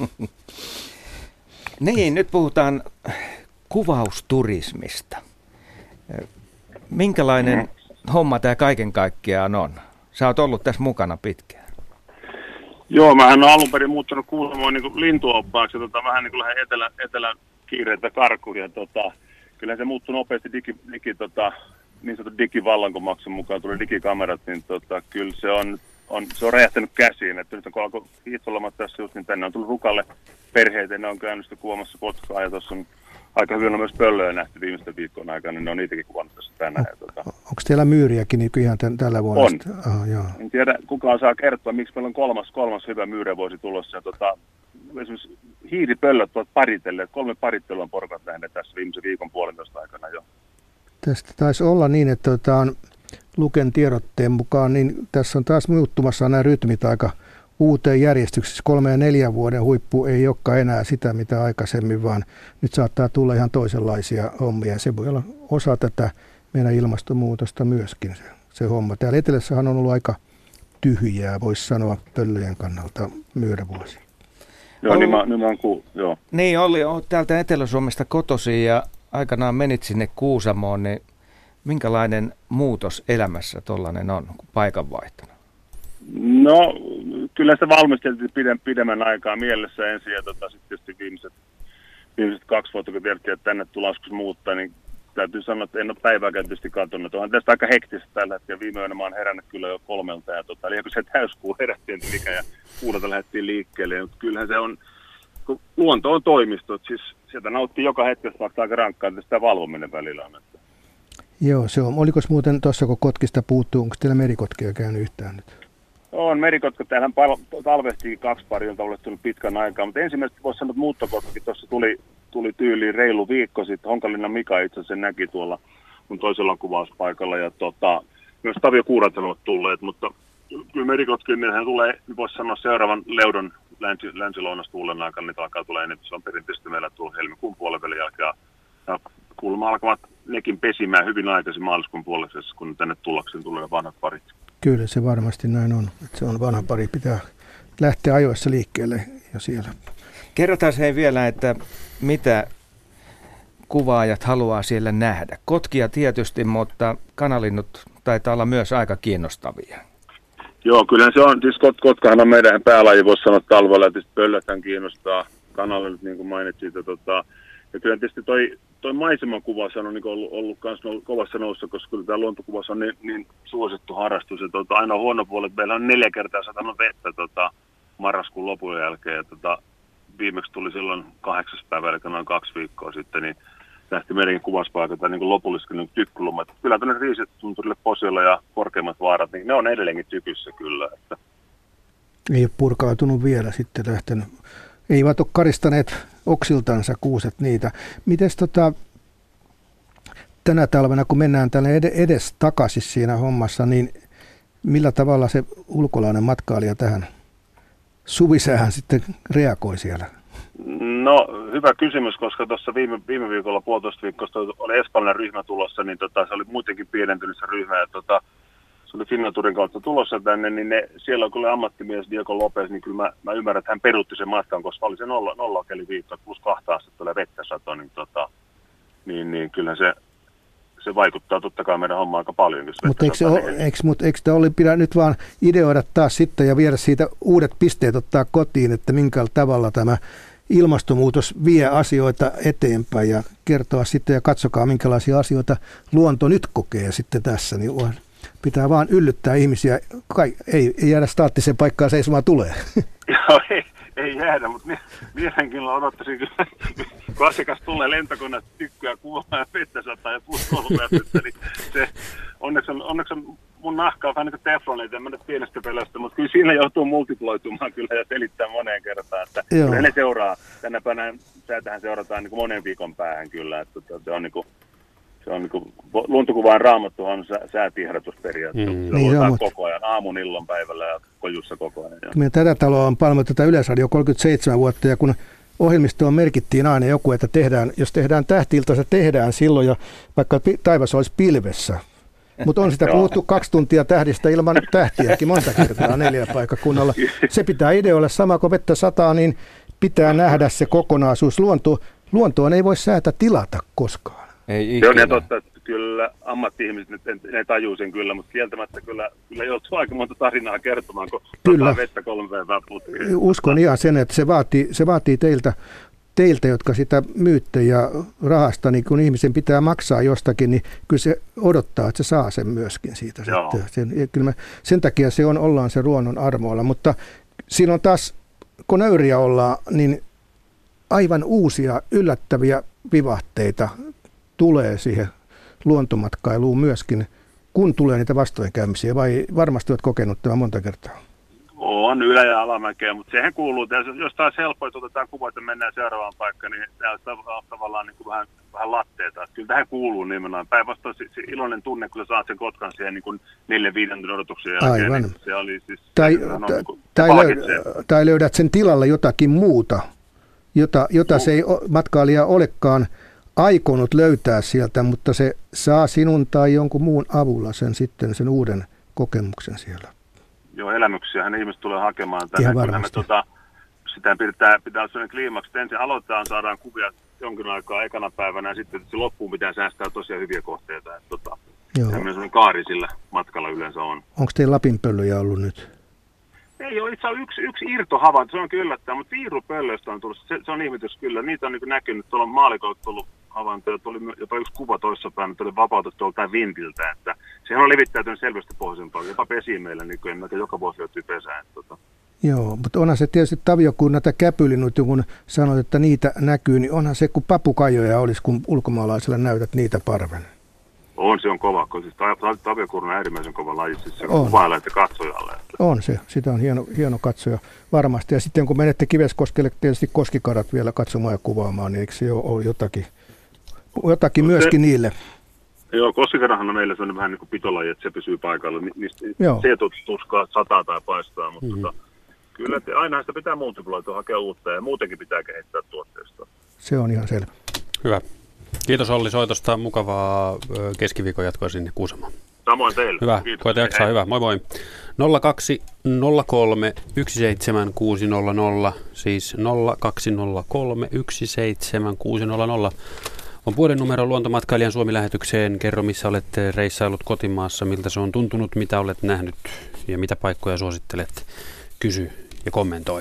Niin, nyt puhutaan kuvausturismista. Minkälainen homma tämä kaiken kaikkiaan on? Sä oot ollut tässä mukana pitkään. Joo, mähän olen alun perin muuttanut Kuusamoon niin lintuoppaaksi ja vähän niin kuin lähden etelän kiireitä karkuun. Ja kyllä se muuttui nopeasti niin sanotun digivallankumouksen mukaan tuli digikamerat, niin kyllä se on räjähtänyt käsiin. Että nyt kun alkoi hiihtolomat tässä just, niin tänne on tullut rukalle perheitä, ne on käynyt sitä kuvaamassa Kotkaa ja tuossa on aika hyvin on myös pöllöjä nähty viimeisten viikkojen aikana, niin ne on niitäkin kuvannut tässä tänään. Onko teillä myyriäkin niin ihan tällä vuonna? On. Joo. En tiedä, kukaan saa kertoa, miksi meillä on kolmas hyvä myyrävuosi tulossa. Ja esimerkiksi hiiripöllöt ovat paritelleet, 3 parittelua on porukat nähneet tässä viimeisen viikon 1,5 aikana jo. Tästä taisi olla niin, että Luken tiedotteen mukaan, niin tässä on taas muuttumassa nämä rytmit aika uuteen järjestyksessä. 3 ja 4 vuoden huippu ei olekaan enää sitä, mitä aikaisemmin, vaan nyt saattaa tulla ihan toisenlaisia hommia. Se voi olla osa tätä meidän ilmastonmuutosta myöskin se homma. Täällä etelässähän on ollut aika tyhjää, voisi sanoa pöllöjen kannalta myyrävuosi. Joo, joo. Niin, Olli, olet täältä Etelä-Suomesta kotoisin ja aikanaan menit sinne Kuusamoon, niin minkälainen muutos elämässä tuollainen on, kun paikan vaihtanut? No, kyllä sitä valmisteltiin pidemmän aikaa mielessä ensin ja sitten tietysti viimeiset 2 vuotta, kun tiedettiin, että tänne tullaan joskus muuttaa, niin täytyy sanoa, että en ole päivääkään tietysti katsonut. Onhan tästä aika hektistä tällä hetkellä. Viime yönä mä oon herännyt kyllä jo 3 ja eli se täyskuu herättiin, mikä ja 6 lähdettiin liikkeelle. Mutta kyllähän se on, kun luonto on toimisto, siis sieltä nauttii joka hetkessä vaikka aika rankkaa, että sitä valvominen välillä on. Että. Joo, se on. Oliko muuten tuossa, kun Kotkista puuttuu, onko teillä merikotkia käynyt yhtään nyt? On merikotka. Täällähän talvehtii 2 paria, jolta olet tullut pitkän aikaa, mutta ensimmäistä voisi sanoa, että muuttokotkakin tuossa tuli tyyliin reilu viikko sitten. Honkalinnan Mika itse asiassa näki tuolla mun toisella kuvauspaikalla ja myös taviokuurat ovat tulleet, mutta kyllä merikotkin, nehän tulee, voisi sanoa seuraavan leudon länsi-lounastuulen aikana, niitä alkaa tulla enemmän. Se on perinteisesti meillä tuolla helmikuun puolivälin jälkeen ja kuulemma alkavat nekin pesimään hyvin aikaisin maaliskuun puolessa, kun tänne tullakseen tulee vanhat parit. Kyllä se varmasti näin on, että se on vanha pari, pitää lähteä ajoissa liikkeelle jo siellä. Kerrotaan se vielä, että mitä kuvaajat haluaa siellä nähdä. Kotkia tietysti, mutta kanalinnut taitaa olla myös aika kiinnostavia. Joo, kyllä se on. Siis kotkahan on meidän päälaji, voisi sanoa talvella, että pöllöthän kiinnostaa kanalinnut, niin kuin mainitsit. Ja kyllä tietysti toi maisemakuvaus on niin ollut kovassa nousussa, koska kyllä tämä luontokuvaus on niin suosittu harrastus. Ja aina huono puoli, että meillä on 4 kertaa satanut vettä marraskuun lopun jälkeen. Ja viimeksi tuli silloin 8. päivä, eli noin 2 viikkoa sitten, niin lähti meidänkin kuvauspaikalta niin lopullisesti niin tykkylumat. Kyllä tuonne Riisitunturille, Posiolla ja korkeimmat vaarat, niin ne on edelleenkin tykyssä kyllä. Että. Ei ole purkautunut vielä sitten lähtenyt. Eivät ole karistaneet oksiltansa kuuset niitä. Mites tänä talvena, kun mennään tänne edes takaisin siinä hommassa, niin millä tavalla se ulkolainen matkailija tähän suvisäähän sitten reagoi siellä? No, hyvä kysymys, koska tuossa viime viikolla 1,5 viikkoa oli espanjalainen ryhmä tulossa, niin se oli muutenkin pienentynyt se ryhmä. Ja se oli Finnaturin kautta tulossa tänne, niin siellä on kyllä ammattimies Diego Lopez, niin kyllä mä ymmärrän, että hän peruutti sen matkan, koska oli se nolla keli viikko, plus 2 astetta tulee vettä sato, niin kyllä se vaikuttaa totta kai meidän hommaan aika paljon. Mutta eikö te oli pidä nyt vaan ideoida taas sitten ja viedä siitä uudet pisteet ottaa kotiin, että minkä tavalla tämä ilmastonmuutos vie asioita eteenpäin ja kertoa sitten ja katsokaa minkälaisia asioita luonto nyt kokee sitten tässä, niin pitää vaan yllyttää ihmisiä, ei jäädä staattiseen paikkaan seisomaan tulee. Joo, ei jäädä, mutta mielenkiinnolla odottaisin kyllä, kun asiakas tulee lentokoneesta tykkyä kuvaa ja vettä sataa ja plus 3 astetta, niin se onneksi on mun nahka on vähän niin kuin tefloneita, en mä nyt pienestä pelästä, mutta kyllä siinä joutuu multiploitumaan kyllä ja selittää moneen kertaan, että kyllä ne seuraa, tänä päivänä säätähän seurataan niin kuin monen viikon päähän kyllä, että se on niin kuin luontokuvaan Raamattu on säätihdastusperiaatteessa. Se on koko ajan, aamun, illan, päivällä ja kojussa koko ajan. Meidän tätä taloa on paljon tätä Yleisradio 37 vuotta ja kun ohjelmistoon merkittiin aina joku, että jos tehdään tähti-ilta, se tehdään silloin ja vaikka taivas olisi pilvessä. Mutta on sitä puhuttu 2 tuntia tähdistä ilman tähtiäkin monta kertaa 4 paikkakunnalla. Se pitää ideoilla sama kuin vettä sataa, niin pitää nähdä se kokonaisuus. Luontoon ei voi säätä tilata koskaan. Se on totta, että kyllä ammatti-ihmiset ne tajuu sen kyllä, mutta kieltämättä kyllä joutuu aika monta tarinaa kertomaan, kun sataa vettä 3 päivää putkeen. Uskon ihan sen, että se vaatii teiltä, jotka sitä myytte ja rahasta, niin kun ihmisen pitää maksaa jostakin, niin kyllä se odottaa, että se saa sen myöskin siitä. Sen takia ollaan se luonnon armoilla, mutta siinä on taas, kun nöyriä ollaan, niin aivan uusia yllättäviä vivahteita tulee siihen luontomatkailuun myöskin, kun tulee niitä vastoinkäymisiä, vai varmasti olet kokenut tämän monta kertaa? On ylä- ja alamäkeä, mutta sehän kuuluu, jos taas helppoa, että otetaan kuva, että mennään seuraavaan paikkaan, niin tämä on tavallaan niin kuin vähän latteeta. Kyllä tähän kuuluu nimenomaan. Päinvastoin se iloinen tunne, kun sä saat sen kotkan siihen niin 4-5 odotuksen jälkeen. Aivan. Niin se oli siis... Tai löydät sen tilalle jotakin muuta, jota se ei matkailija olekaan aikonut löytää sieltä, mutta se saa sinun tai jonkun muun avulla sen uuden kokemuksen siellä. Joo, elämyksiähän ihmiset tulee hakemaan tänne. Ihan varmasti. Sitä pitää olla sellainen kliimaksi, että ensin aloitetaan, saadaan kuvia jonkin aikaa ekana päivänä ja sitten se loppuun pitää säästää tosiaan hyviä kohteita. Sellainen kaari sillä matkalla yleensä on. Onko teillä Lapinpöllöjä ollut nyt? Ei ole, itse asiassa yksi irtohavainto, se on kyllä yllättävää, mutta viirupöllöistä on tullut, se on ihmetys kyllä. Niitä on niin näkynyt, tuolla on maalikolla tullut havaintoja, tuli jopa yksi kuva toissapäin, että oli vapautettu joltain vintiltä, että sehän on levittäytynyt selvästi pohjoisempaa, jopa pesi meillä, niin kuin joka vuosi löytyy pesään. Joo, mutta onhan se tietysti Tavio, kun näitä käpylinuita, kun sanoit, että niitä näkyy, niin onhan se, kun papukaijoja olisi, kun ulkomaalaisilla näytät niitä parven. Se on kova, koska siis Taviokurna on äärimmäisen kova laji, siis se kuvailla, että katsojalle. On se, sitä on hieno katsoja varmasti. Ja sitten kun menette Kiveskoskelle, tietysti koskikarat vielä katsomaan ja kuvaamaan, niin eikö se ole jotakin myöskin niille? Joo, koskikarahan on meillä sellainen vähän niin kuin pitolaji, että se pysyy paikalla. Se ei tuskaa sataa tai paistaa, mutta kyllä aina sitä pitää multiploitua, hakea uutta ja muutenkin pitää kehittää tuotteesta. Se on ihan selvä. Hyvä. Kiitos Olli soitosta. Mukavaa keskiviikon jatkoa sinne Kuusamoon. Samoin teille. Hyvä. Koeta jaksaa. Hyvä. Moi moi. 0203 17600, siis 0203 17600 on puhelinnumero Luontomatkailijan Suomi-lähetykseen. Kerro, missä olet reissailut kotimaassa, miltä se on tuntunut, mitä olet nähnyt ja mitä paikkoja suosittelet. Kysy ja kommentoi.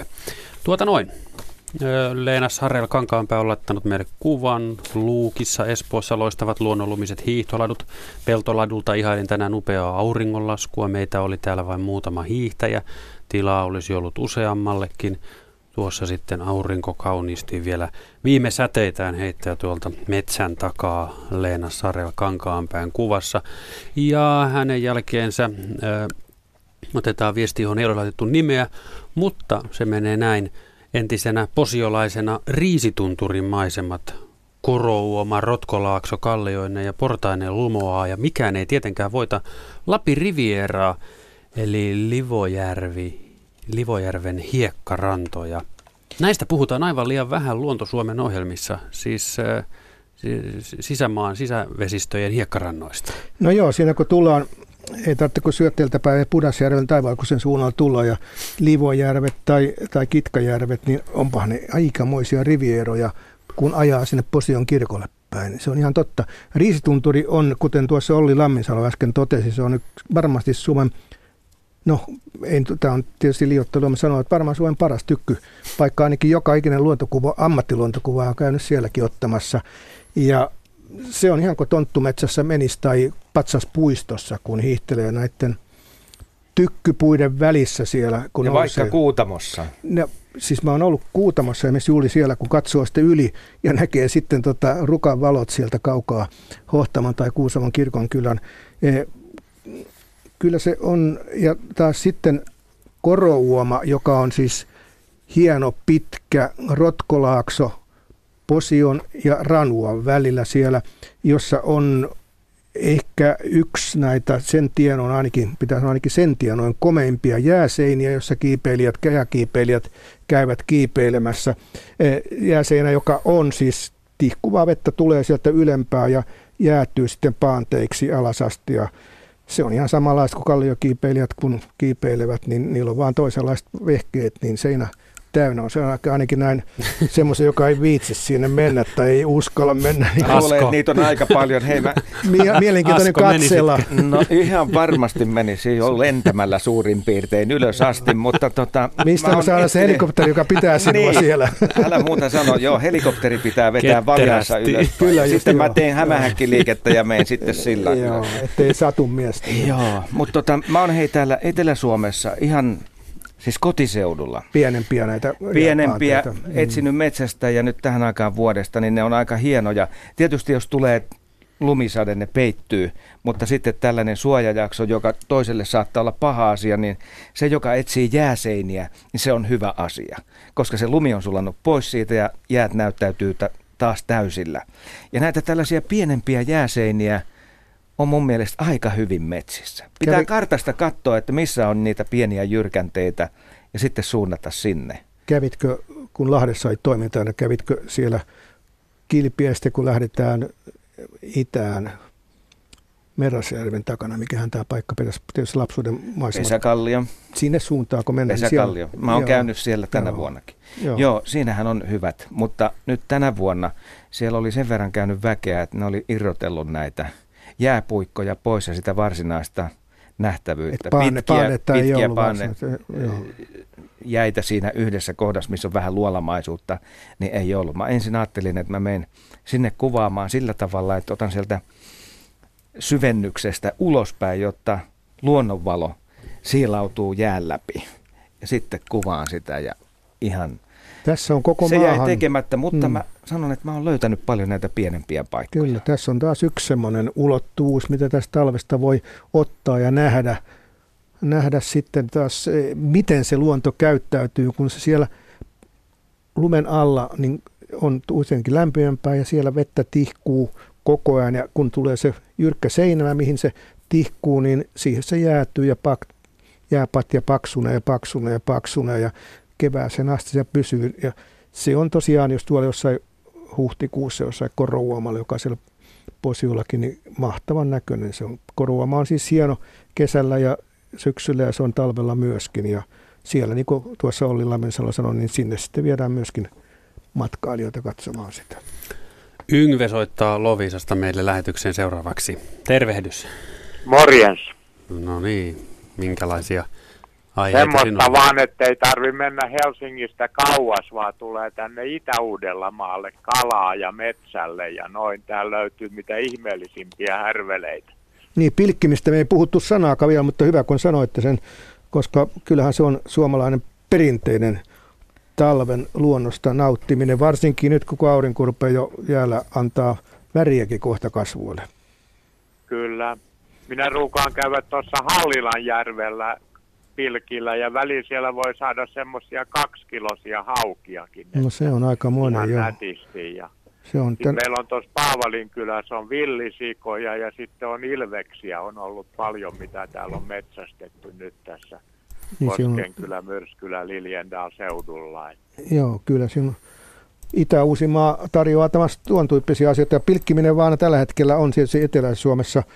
Leena Sarel Kankaanpää on laittanut meille kuvan. Luukissa Espoossa loistavat luonnonlumiset hiihtoladut. Peltoladulta ihailin tänään upeaa auringonlaskua. Meitä oli täällä vain muutama hiihtäjä. Tilaa olisi ollut useammallekin. Tuossa sitten aurinko kauniisti vielä viime säteitään heittää tuolta metsän takaa Leena Sarel Kankaanpään kuvassa. Ja hänen jälkeensä otetaan viesti, johon ei ole laitettu nimeä, mutta se menee näin. Entisenä posiolaisena Riisitunturin maisemat, Korouoma, Rotkolaakso, Kallioinen ja Portainen lumoaa ja mikään ei tietenkään voita Lapin Rivieraa, eli Livojärven hiekkarantoja. Näistä puhutaan aivan liian vähän Luonto-Suomen ohjelmissa, siis sisämaan sisävesistöjen hiekkarannoista. No joo, siinä kun tullaan ei tarvitse kuin syötteeltä päin Pudasjärven Taivalkoisen suunnalla tulla ja Livojärvet tai Kitkajärvet, niin onpahan ne aikamoisia rivieroja, kun ajaa sinne Posion kirkolle päin. Se on ihan totta. Riisitunturi on, kuten tuossa Olli Lamminsalo äsken totesi, se on varmasti Suomen, tämä on tietysti liioittelua, mä sanoin, että varmaan Suomen paras tykkypaikka, ainakin joka ikinen ammattiluontokuva on käynyt sielläkin ottamassa. Ja se on ihan kuin tonttumetsässä menisi tai patsaspuistossa, kun hiihtelee näiden tykkypuiden välissä siellä. Kun ja vaikka Kuutamossa. Siis mä oon ollut Kuutamossa esimerkiksi juuri siellä, kun katsoo sitten yli ja näkee sitten rukan valot sieltä kaukaa Hohtamon tai Kuusamon kirkonkylän. Kyllä se on, ja taas sitten Korouoma, joka on siis hieno pitkä Rotkolaakso Posion ja Ranuan välillä siellä, jossa on ehkä yksi näitä pitäisi ainakin sen tienoin komeimpia jääseiniä, jossa jääkiipeilijät käyvät kiipeilemässä. Jääseinä, joka on siis tihkuvaa vettä, tulee sieltä ylempää ja jäätyy sitten paanteiksi alas asti. Ja se on ihan samanlaista kuin kalliokiipeilijät, kun kiipeilevät, niin niillä on vaan toisenlaiset vehkeet, niin seinä täynnä on. Se on ainakin näin semmoisen, joka ei viitsi sinne mennä tai ei uskalla mennä. Luulen, niitä on aika paljon. Hei, mielenkiintoinen katsella. No ihan varmasti menisi jo lentämällä suurin piirtein ylös asti, mutta mistä me saadaan se helikopteri, joka pitää sinua niin, siellä? Älä muuta sano, helikopteri pitää vetää valjassa ylös. Kyllä, sitten mä teen hämähäkkiliikettä ja menen sitten sillä. Joo, ettei satu miestä. Joo, mutta mä oon täällä Etelä-Suomessa ihan siis kotiseudulla. Pienempiä etsinyt metsästä ja nyt tähän aikaan vuodesta, niin ne on aika hienoja. Tietysti jos tulee lumisade, ne peittyy, mutta sitten tällainen suojajakso, joka toiselle saattaa olla paha asia, niin se, joka etsii jääseiniä, niin se on hyvä asia, koska se lumi on sulannut pois siitä ja jäät näyttäytyy taas täysillä. Ja näitä tällaisia pienempiä jääseiniä on mun mielestä aika hyvin metsissä. Pitää kartasta katsoa, että missä on niitä pieniä jyrkänteitä ja sitten suunnata sinne. Kävitkö, kun Lahdessa oli toimintaa, kävitkö siellä Kilpiästä, kun lähdetään itään Merasjärven takana, mikähän tämä paikka pitäisi lapsuuden maisema. Pesäkallio. Sinne suuntaako mennä? Pesäkallio. Mä oon käynyt siellä tänä vuonnakin. Joo, siinähän on hyvät, mutta nyt tänä vuonna siellä oli sen verran käynyt väkeä, että ne oli irrotellut näitä jääpuikkoja pois ja sitä varsinaista nähtävyyttä. Pitkiä jäitä siinä yhdessä kohdassa, missä on vähän luolamaisuutta, niin ei ollut. Mä ensin ajattelin, että mä menen sinne kuvaamaan sillä tavalla, että otan sieltä syvennyksestä ulospäin, jotta luonnonvalo siilautuu jään läpi. Ja sitten kuvaan sitä ja ihan... Tässä on koko se maahan. Jäi tekemättä, mutta mä sanon, että mä oon löytänyt paljon näitä pienempiä paikkoja. Kyllä, tässä on taas yksi semmoinen ulottuvuus, mitä tästä talvesta voi ottaa ja nähdä sitten taas, miten se luonto käyttäytyy, kun se siellä lumen alla niin on useinkin lämpimämpää ja siellä vettä tihkuu koko ajan. Ja kun tulee se jyrkkä seinämä, mihin se tihkuu, niin siihen se jäätyy ja jääpatja paksunee ja kevääseen asti se pysyy. Ja se on tosiaan, jos tuolla jossain huhtikuussa, jossain Korouamalla, joka siellä Posiollakin, niin mahtavan näköinen. Se on, Korouama on siis hieno kesällä ja syksyllä ja se on talvella myöskin. Ja siellä, niin kuin tuossa Olli Lamminsalo sanoi, niin sinne sitten viedään myöskin matkailijoita katsomaan sitä. Yngve soittaa Loviisasta meille lähetykseen seuraavaksi. Tervehdys. Morjens. No niin, minkälaisia aiheita semmoista vaan, ettei tarvitse mennä Helsingistä kauas, vaan tulee tänne Itä-Uudellamaalle kalaa ja metsälle ja noin. Täällä löytyy mitä ihmeellisimpiä härveleitä. Niin, pilkkimistä me ei puhuttu sanaakaan vielä, mutta hyvä kun sanoitte sen, koska kyllähän se on suomalainen perinteinen talven luonnosta nauttiminen, varsinkin nyt kun aurinko rupeaa jo jäällä antaa väriäkin kohta kasvuille. Kyllä. Minä ruukaan käydä tuossa Hallilanjärvellä pilkillä ja väliin siellä voi saada semmoisia 2-kilosia haukiakin. No se on aikamoinen, joo. Nätisti. Ja se on meillä on tuossa Paavalin kylässä on villisikoja ja sitten on ilveksiä on ollut paljon, mitä täällä on metsästetty nyt tässä niin Koskenkylä, Myrskylä, Liljendal seudulla. Joo, kyllä siinä Itä-Uusimaa tarjoaa tämmöistä tuon tyyppisiä asioita ja pilkkiminen vaan tällä hetkellä on tietysti Etelä-Suomessa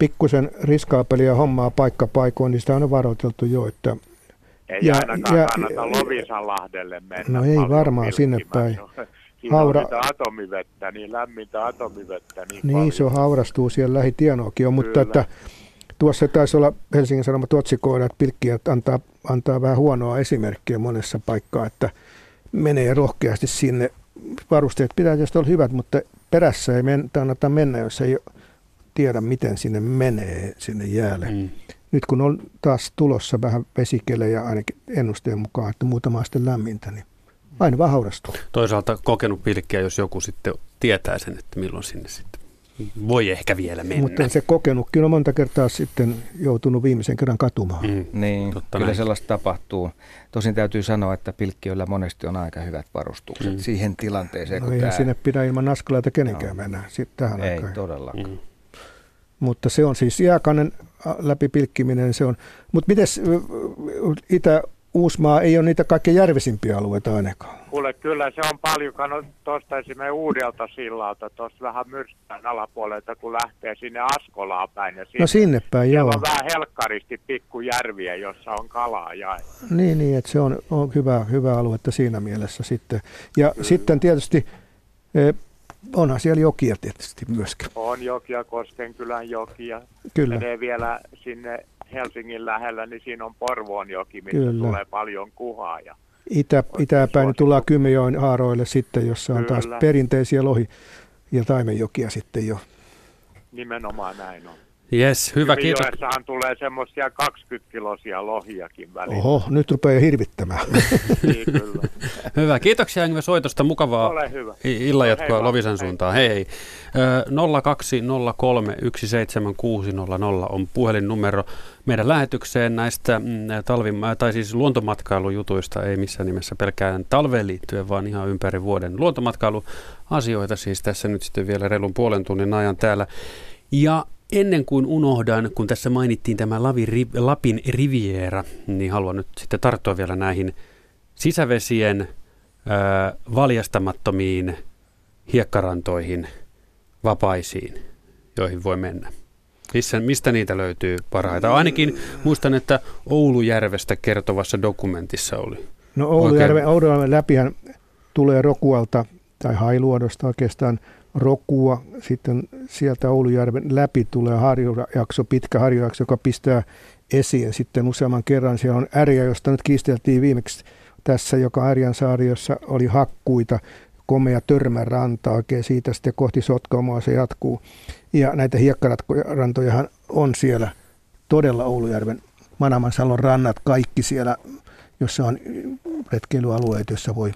pikkusen riskaapelia hommaa paikkapaikoin, niin sitä on varoiteltu jo, että ei ainakaan kannata Loviisanlahdelle mennä. No ei varmaan sinne päin. Siinä on sitä atomivettä, niin lämmintä atomivettä. Niin se on haurastuu siellä lähitienoakin on, mutta että tuossa taisi olla Helsingin Sanomat otsikoida, että pilkkijät antaa vähän huonoa esimerkkiä monessa paikkaa, että menee rohkeasti sinne. Varusteet pitää tietysti olla hyvät, mutta perässä ei kannata mennä, jos ei tiedä, miten sinne menee sinne jäälle. Nyt kun on taas tulossa vähän vesikelejä ainakin ennusteen mukaan, että muutama aste lämmintä, niin aina vaan haurastuu. Toisaalta kokenut pilkkiä, jos joku sitten tietää sen, että milloin sinne sitten voi ehkä vielä mennä. Mutta se kokenutkin on monta kertaa sitten joutunut viimeisen kerran katumaan. Niin, kyllä näin. Sellaista tapahtuu. Tosin täytyy sanoa, että pilkkiöillä monesti on aika hyvät varustukset siihen tilanteeseen. No ei sinne pidä ilman naskaleita kenenkään mennä tähän ei aikaan. Ei todellakaan. Mutta se on siis jääkannen läpi pilkkiminen. Se on. Mutta mites Itä-Uusmaa ei ole niitä kaikkein järvisimpiä alueita ainakaan? Kuule, kyllä se on paljon. Tuosta esimerkiksi Uudelta sillalta, tuosta vähän Myrskään alapuolelta, kun lähtee sinne Askolaan päin. Ja no sinne päin, joo. on vähän helkkaristi pikkujärviä, jossa on kalaa jaettu. Niin, että se on hyvä aluetta siinä mielessä sitten. Ja sitten tietysti onhan siellä jokia tietysti myöskin. On jokia, Koskenkylän jokia. Kyllä. Menee vielä sinne Helsingin lähellä, niin siinä on Porvoonjoki, missä tulee paljon kuhaa. Ja Itäpäin tullaan Kymijoen haaroille sitten, jossa on taas perinteisiä lohi- ja taimenjokia sitten jo. Nimenomaan näin on. Jes, hyvä, kiitos. Kymijoessahan tulee semmoisia 20-kiloisia lohiakin välillä. Oho, nyt rupeaa hirvittämään. Niin, kyllä. Hyvä, kiitoksia Yngve soitosta. Mukavaa illanjatkoa Loviisan suuntaan. Hei. 020317600 on puhelinnumero meidän lähetykseen näistä luontomatkailujutuista, ei missään nimessä pelkään talveen liittyen, vaan ihan ympäri vuoden luontomatkailuasioita. Siis tässä nyt sitten vielä reilun puolen tunnin ajan täällä. Ja ennen kuin unohdan, kun tässä mainittiin tämä Lapin Riviera, niin haluan nyt sitten tarttua vielä näihin sisävesien valjastamattomiin hiekkarantoihin, vapaisiin, joihin voi mennä. Mistä niitä löytyy parhaita? Ainakin muistan, että Oulujärvestä kertovassa dokumentissa oli. No Oulujärven läpihän tulee Rokualta tai Hailuodosta oikeastaan Rokua. Sitten sieltä Oulujärven läpi tulee pitkä harjojakso, joka pistää esiin sitten useamman kerran. Siellä on Ärjä, josta nyt kiisteltiin viimeksi tässä, joka Ärjän saari, jossa oli hakkuita, komea Törmäranta oikein siitä sitten kohti Sotkamoa se jatkuu. Ja näitä hiekkarantojahan on siellä todella Oulujärven Manamansalon rannat, kaikki siellä, jossa on retkeilyalueet, jossa voi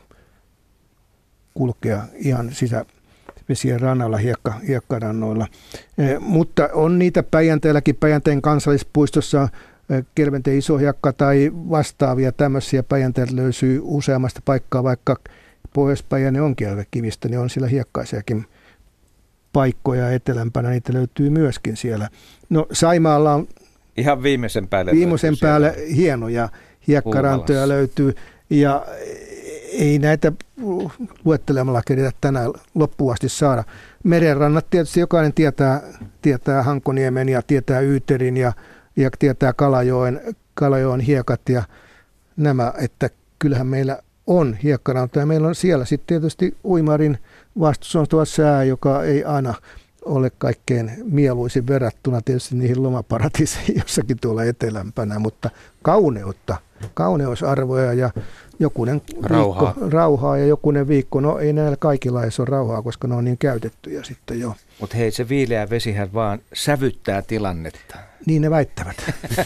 kulkea ihan sisävesien rannalla hiekkarannoilla. Mutta on niitä Päijänteelläkin, Päijänteen kansallispuistossa Kelventeen isohiekka tai vastaavia tämmöisiä. Päijänteeltä löytyy useammasta paikkaa, vaikka Pohjois-Päijänne on kivistä, niin on siellä hiekkaisiakin paikkoja etelämpänä, niitä löytyy myöskin siellä. No Saimaalla on ihan viimeisen päälle hienoja hiekkarantoja löytyy, ja ei näitä luettelemalla keritä tänään loppuun asti saada. Merenrannat tietysti jokainen tietää Hankoniemen ja tietää Yyterin ja tietää Kalajoen hiekat ja nämä, että kyllähän meillä on hiekkarantoja. Meillä on siellä sitten tietysti uimarin vastus on tuo sää, joka ei aina ole kaikkein mieluisin verrattuna tietysti niihin lomaparatiiseihin jossakin tuolla etelämpänä, mutta kauneusarvoja ja jokunen viikko rauhaa ja jokunen viikko. No ei näillä kaikilla edes ole rauhaa, koska ne on niin käytettyjä sitten jo. Mutta hei, se viileä vesihän vaan sävyttää tilannetta. Niin ne väittävät.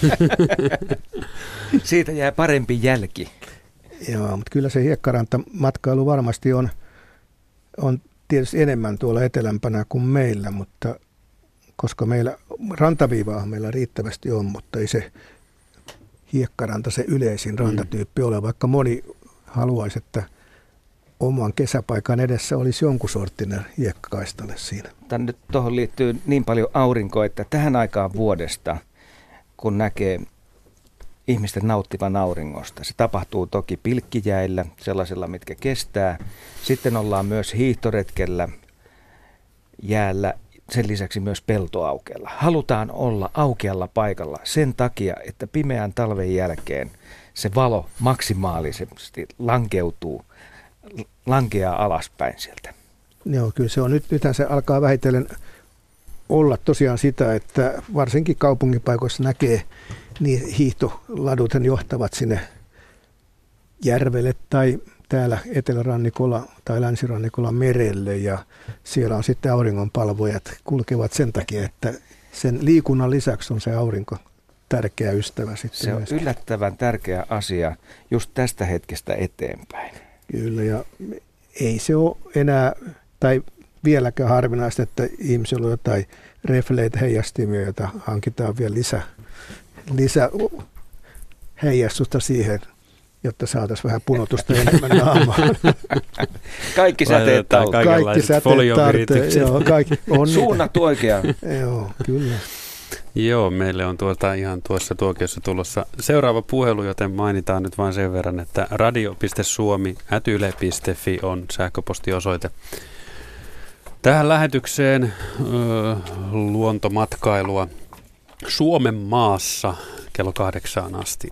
Siitä jää parempi jälki. Joo, mutta kyllä se hiekkarantamatkailu varmasti on tietysti enemmän tuolla etelämpänä kuin meillä, mutta koska meillä rantaviivaa meillä riittävästi on, mutta ei se hiekkaranta se yleisin rantatyyppi ole, vaikka moni haluaisi, että oman kesäpaikan edessä olisi jonkun sorttinen hiekkakaistale siinä. Tänne tuohon liittyy niin paljon aurinkoa, että tähän aikaan vuodesta, kun näkee ihmisten nauttivan auringosta. Se tapahtuu toki pilkkijäillä, sellaisilla, mitkä kestää. Sitten ollaan myös hiihtoretkellä jäällä sen lisäksi myös peltoaukealla. Halutaan olla aukealla paikalla sen takia, että pimeän talven jälkeen se valo maksimaalisesti lankeaa alaspäin sieltä. Joo, kyllä se on. Nythän se alkaa vähitellen olla tosiaan sitä, että varsinkin kaupunkipaikoissa näkee, niin hiihtoladuthan johtavat sinne järvelle tai täällä etelärannikolla tai länsirannikolla merelle, ja siellä on sitten auringonpalvojat kulkevat sen takia, että sen liikunnan lisäksi on se aurinko tärkeä ystävä sitten. Se on myöskin yllättävän tärkeä asia just tästä hetkestä eteenpäin. Kyllä, ja ei se ole enää tai vieläkään harvinaista, että ihmisillä on jotain refleitä, heijastimia, joita hankitaan vielä lisä heijastusta siihen, jotta saataisiin vähän punotusta enemmän naamaan. Kaikki säteet talteen. Kaikki säteet tarvitsee. Suunnat oikeaan. Joo, kyllä. Joo, meille on ihan tuossa tuokiossa tulossa seuraava puhelu, joten mainitaan nyt vain sen verran, että radio.suomi@yle.fi on sähköpostiosoite. Tähän lähetykseen luontomatkailua Suomen maassa kello 8 asti.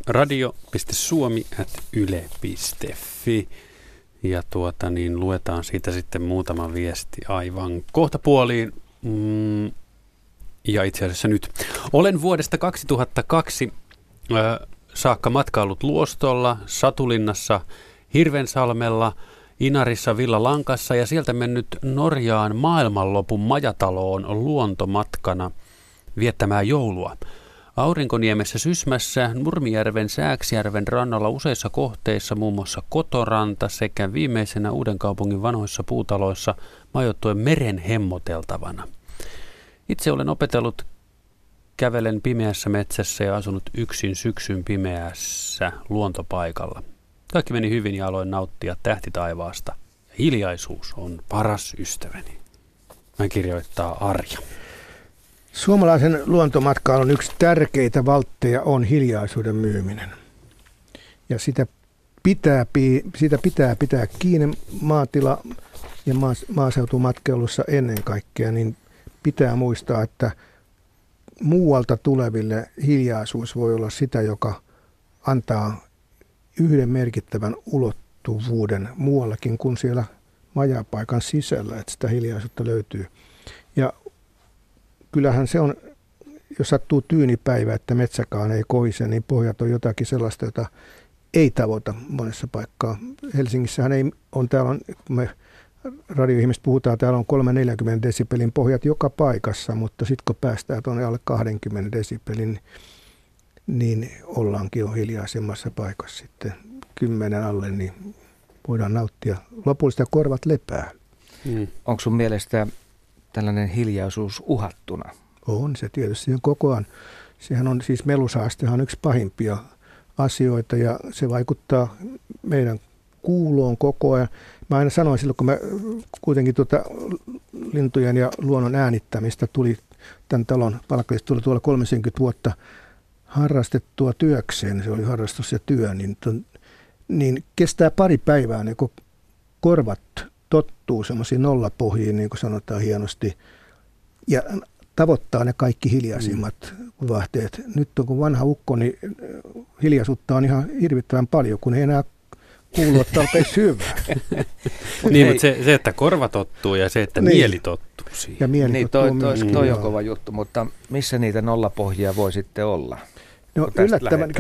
radio.suomi@yle.fi. Ja luetaan siitä sitten muutama viesti aivan kohtapuoliin. Ja itse asiassa nyt. Olen vuodesta 2002 saakka matkailut Luostolla, Satulinnassa, Hirvensalmella, Inarissa, Villalankassa ja sieltä mennyt Norjaan maailmanlopun majataloon luontomatkana viettämään joulua. Aurinkoniemessä, Sysmässä, Nurmijärven, Sääksjärven rannalla useissa kohteissa, muun muassa Kotoranta sekä viimeisenä Uudenkaupungin vanhoissa puutaloissa majoittuen meren hemmoteltavana. Itse olen opetellut kävelen pimeässä metsässä ja asunut yksin syksyn pimeässä luontopaikalla. Kaikki meni hyvin ja aloin nauttia tähtitaivaasta. Hiljaisuus on paras ystäväni. Näin kirjoittaa Arja. Suomalaisen luontomatkailun yksi tärkeitä valtteja on hiljaisuuden myyminen. Ja sitä pitää pitää kiinni maatila- ja maaseutumatkailussa ennen kaikkea, niin pitää muistaa, että muualta tuleville hiljaisuus voi olla sitä, joka antaa yhden merkittävän ulottuvuuden muuallakin kuin siellä majapaikan sisällä, että sitä hiljaisuutta löytyy. Ja kyllähän se on, jos sattuu tyynipäivä, että metsäkaan ei kohise, niin pohjat on jotakin sellaista, jota ei tavoita monessa paikkaa. Helsingissähän ei on, täällä on, kun me radioihmiset puhutaan, täällä on 340 desibelin pohjat joka paikassa, mutta sitten kun päästään tuonne alle 20 desibelin, niin ollaankin jo hiljaisemmassa paikassa sitten 10 alle, niin voidaan nauttia lopullista korvat lepää. Onko sun mielestä tällainen hiljaisuus uhattuna? On se tietysti koko ajan. Sehän on siis melusaastehan on yksi pahimpia asioita ja se vaikuttaa meidän kuuloon koko ajan. Mä aina sanoin silloin, kun mä kuitenkin lintujen ja luonnon äänittämistä tuli tämän talon palkkeista tuli tuolla 30 vuotta harrastettua työkseen, se oli harrastus ja työ, niin kestää pari päivää, niin kun korvat tottuu semmoisiin nollapohjiin, niin kuin sanotaan hienosti, ja tavoittaa ne kaikki hiljaisimmat vahteet. Nyt on kun vanha ukko, niin hiljaisuutta on ihan hirvittävän paljon, kun ei enää kuulua tarpeeksi hyvää. Niin, mutta se, että korva tottuu ja se, että mieli tottuu siihen. Ja mieli tottuu toi on kova juttu, mutta missä niitä nollapohjia voi sitten olla? No yllättävän,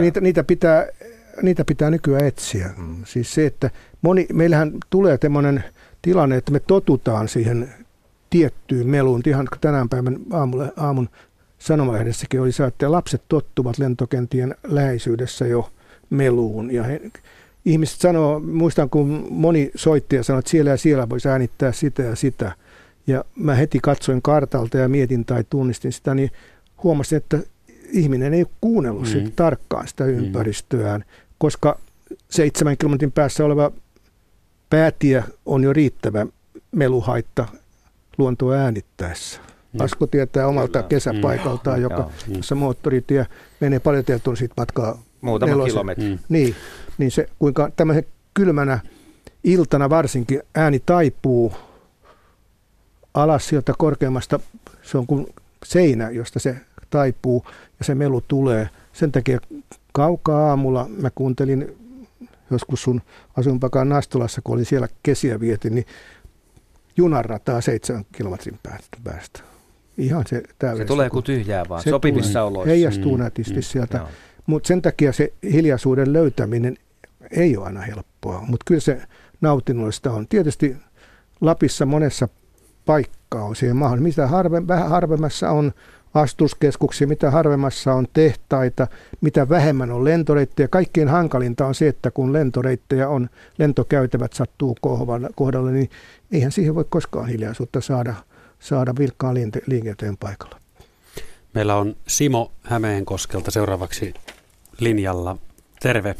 niitä pitää nykyään etsiä. Siis se, että meillähän tulee tämmöinen tilanne, että me totutaan siihen tiettyyn meluun. Ihan tänään päivän aamun sanomalehdessäkin oli se, että lapset tottuvat lentokentien läheisyydessä jo meluun. Ja ihmiset sanoo, muistan kun moni soittaja sanoi, että siellä ja siellä voisi äänittää sitä ja sitä. Ja mä heti katsoin kartalta ja mietin tai tunnistin sitä, niin huomasin, että ihminen ei kuunnellut sitä tarkkaan sitä ympäristöään, koska 7 kilometrin päässä oleva päätie on jo riittävä meluhaitta luontoa äänittäessä. Asko tietää omalta kesäpaikaltaan, jossa moottoritie menee paljon tietoa siitä matkaa. Muutama kilometri. Niin se, kuinka tämmöisen kylmänä iltana varsinkin ääni taipuu alas sieltä korkeammasta Se on kuin seinä, josta se taipuu ja se melu tulee. Sen takia kaukaa aamulla mä kuuntelin joskus sun asuinpaikan Nastolassa, kun olin siellä kesiä vietin, niin junanrataa 7 kilometrin päästä. Ihan se täydellistä. Se tulee kuin tyhjää vaan, sopivissa oloissa. Heijastuu nätisti sieltä. Mutta sen takia se hiljaisuuden löytäminen ei ole aina helppoa, mutta kyllä se nautinnollista on. Tietysti Lapissa monessa paikkaa on siihen mahdollista. Vähän harvemmassa on asutuskeskuksia, mitä harvemmassa on tehtaita, mitä vähemmän on lentoreittejä. Kaikkein hankalinta on se, että kun lentoreittejä on, lentokäytävät sattuu kohdalle, niin eihän siihen voi koskaan hiljaisuutta saada vilkkaan liikenteen paikalla. Meillä on Simo Hämeenkoskelta seuraavaksi linjalla. Terve.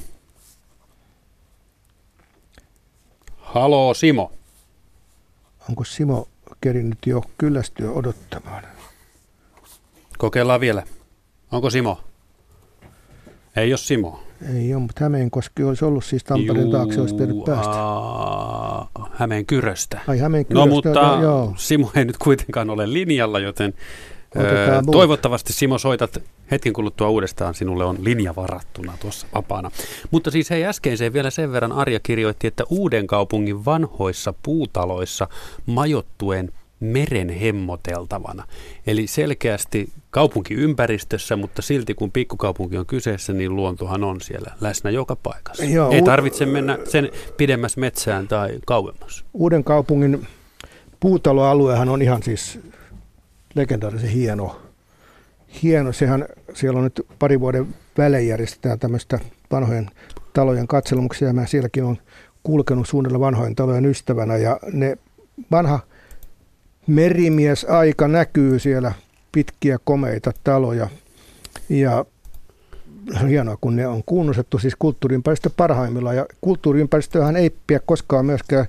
Haloo Simo. Onko Simo kerinnyt jo kyllästyä odottamaan? Kokeillaan vielä. Onko Simo? Ei ole Simo. Ei ole, mutta Hämeenkoski olisi ollut siis Tampereen taakse, olisi pitänyt päästä. Hämeenkyröstä. Ai Hämeenkyröstä, no mutta joo. Simo ei nyt kuitenkaan ole linjalla, joten toivottavasti Simo soitat hetken kuluttua uudestaan. Sinulle on linja varattuna tuossa vapaana. Mutta siis hei, äskeiseen vielä sen verran Arja kirjoitti, että Uudenkaupungin vanhoissa puutaloissa majoittuen meren hemmoteltavana. Eli selkeästi kaupunkiympäristössä, mutta silti kun pikkukaupunki on kyseessä, niin luontohan on siellä läsnä joka paikassa. Joo, ei tarvitse mennä sen pidemmäs metsään tai kauemmas. Uudenkaupungin puutaloaluehan on ihan siis legendaarisen hieno. Siellä on nyt pari vuoden välein järjestetään tämmöistä vanhojen talojen katselmuksia. Mä sielläkin on kulkenut suunnilla vanhojen talojen ystävänä ja ne vanha merimiesaika näkyy siellä, pitkiä komeita taloja ja hienoa, kun ne on kunnostettu, siis kulttuuriympäristö parhaimmillaan. Ja kulttuuriympäristöähän ei pidä koskaan myöskään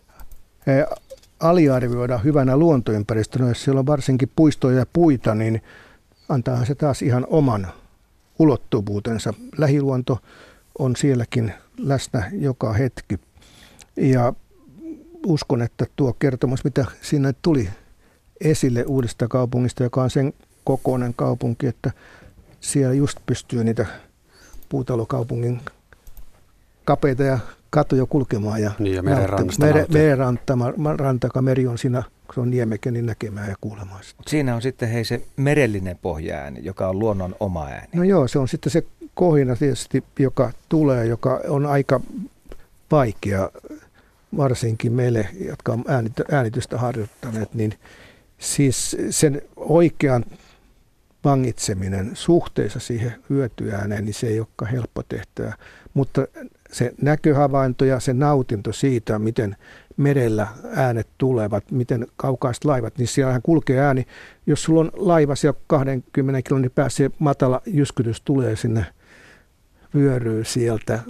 aliarvioida hyvänä luontoympäristönä. Jos siellä on varsinkin puistoja ja puita, niin antaahan se taas ihan oman ulottuvuutensa. Lähiluonto on sielläkin läsnä joka hetki. Ja uskon, että tuo kertomus, mitä siinä tuli esille uudesta kaupungista, joka on sen kokoinen kaupunki, että siellä just pystyy niitä puutalokaupungin kapeita ja katuja kulkemaan. Ja merenranta, meri on siinä, kun se on Niemekä, niin näkemään ja kuulemaan sitä. Siinä on sitten hei se merellinen pohjaääni, joka on luonnon oma ääni. No joo, se on sitten se kohina tietysti, joka tulee, joka on aika vaikea, varsinkin meille, jotka on äänitystä harjoittaneet, niin siis sen oikean vangitseminen suhteessa siihen hyötyääneen, niin se ei olekaan helppo tehtävä. Mutta se näköhavainto ja se nautinto siitä, miten merellä äänet tulevat, miten kaukaiset laivat, niin siellähän kulkee ääni. Jos sulla on laiva siellä 20 kilometrin päässä, se matala jyskytys tulee sinne, vyöryy sieltä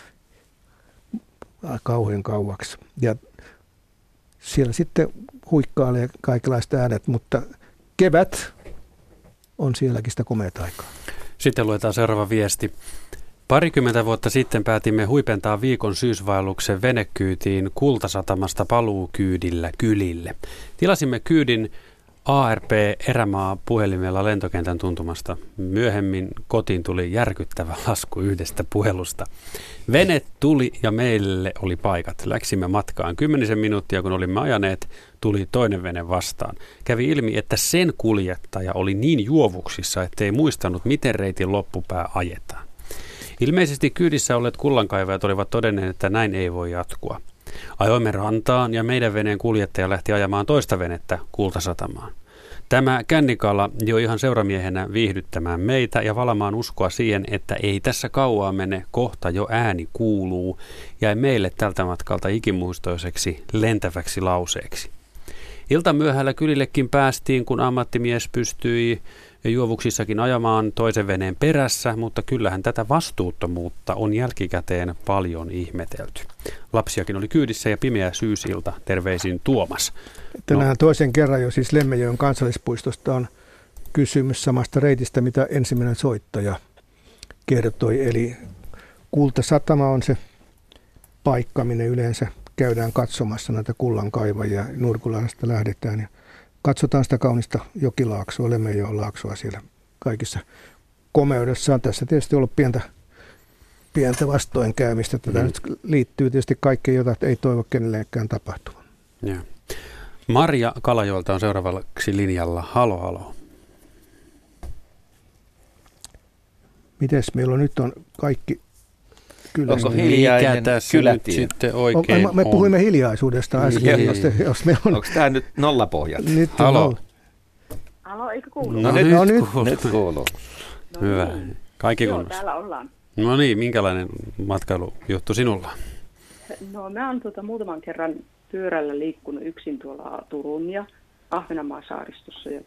kauhean kauaksi. Ja siellä sitten huikkailee kaikenlaista äänet, mutta kevät on sielläkin sitä komeata aikaa. Sitten luetaan seuraava viesti. 20 vuotta sitten päätimme huipentaa viikon syysvaelluksen venekyytiin Kultasatamasta paluukyydillä kylille. Tilasimme kyydin ARP Erämaa puhelimella lentokentän tuntumasta. Myöhemmin kotiin tuli järkyttävä lasku yhdestä puhelusta. Vene tuli ja meille oli paikat. Läksimme matkaan 10 minuuttia, kun olimme ajaneet, tuli toinen vene vastaan. Kävi ilmi, että sen kuljettaja oli niin juovuksissa, ettei muistanut, miten reitin loppupää ajetaan. Ilmeisesti kyydissä olleet kullankaivajat olivat todenneet, että näin ei voi jatkua. Ajoimme rantaan ja meidän veneen kuljettaja lähti ajamaan toista venettä Kultasatamaan. Tämä kännikala jo ihan seuramiehenä viihdyttämään meitä ja valamaan uskoa siihen, että ei tässä kauaa mene, kohta jo ääni kuuluu, jäi meille tältä matkalta ikimuistoiseksi lentäväksi lauseeksi. Iltamyöhällä kylillekin päästiin, kun ammattimies pystyi juovuksissakin ajamaan toisen veneen perässä, mutta kyllähän tätä vastuuttomuutta on jälkikäteen paljon ihmetelty. Lapsiakin oli kyydissä ja pimeä syysilta. Terveisin Tuomas. Tänään toisen kerran jo siis Lemmenjoen kansallispuistosta on kysymys samasta reitistä, mitä ensimmäinen soittaja kertoi. Eli Kultasatama on se paikka, minne yleensä käydään katsomassa näitä kullankaivajia. Nurkulahdesta lähdetään ja katsotaan sitä kaunista jokilaaksoa, Lemmenjoen laaksoa siellä kaikissa komeudessaan. Tässä tietysti ollut pientä vastoinkäymistä. Tätä nyt liittyy tietysti kaikkeen, jota ei toivo kenellekään tapahtuvan. Ja. Marja Kalajoelta on seuraavaksi linjalla. Halo, halo. Mites meillä nyt on kaikki Onko hiljainen kylätie? Sitten oikein me puhuimme hiljaisuudesta äsken. Onko tämä nyt nollapohjalta? Nyt halo. Halo, eikö kuulu? Nyt kuuluu. Hyvä. Kaikki kunnossa. Joo, täällä ollaan. No niin, minkälainen matkailujuttu sinulla? No mä oon muutaman kerran pyörällä liikkunut yksin tuolla Turun ja Ahvenanmaan saaristossa. Ja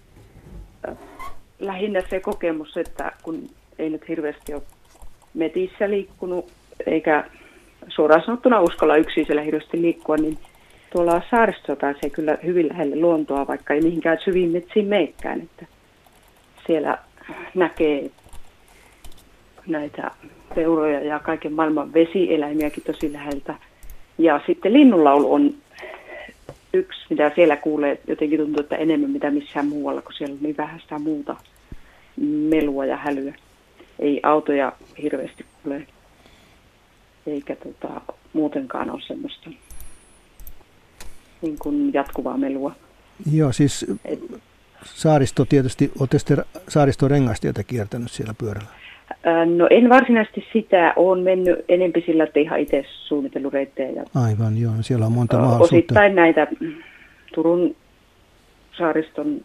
lähinnä se kokemus, että kun ei nyt hirveästi ole metissä liikkunut, eikä suoraan sanottuna uskalla yksin siellä hirveästi liikkua, niin tuolla saaristossa pääsee kyllä hyvin lähelle luontoa, vaikka ei mihinkään syviin metsiin meikään. Että siellä näkee näitä peuroja ja kaiken maailman vesieläimiäkin tosi läheltä. Ja sitten linnunlaulu on yksi, mitä siellä kuulee. Jotenkin tuntuu, että enemmän mitä missään muualla, kun siellä on niin vähän sitä muuta melua ja hälyä. Ei autoja hirveästi kuule, eikä muutenkaan ole semmoista niin kuin jatkuvaa melua. Joo, siis saaristo tietysti, olette sitten Saariston Rengastietä kiertänyt siellä pyörällä? No en varsinaisesti sitä, olen mennyt enempi sillä, että ihan itse suunnitellut reittejä. Aivan, joo, siellä on monta mahdollisuutta. Osittain näitä Turun saariston,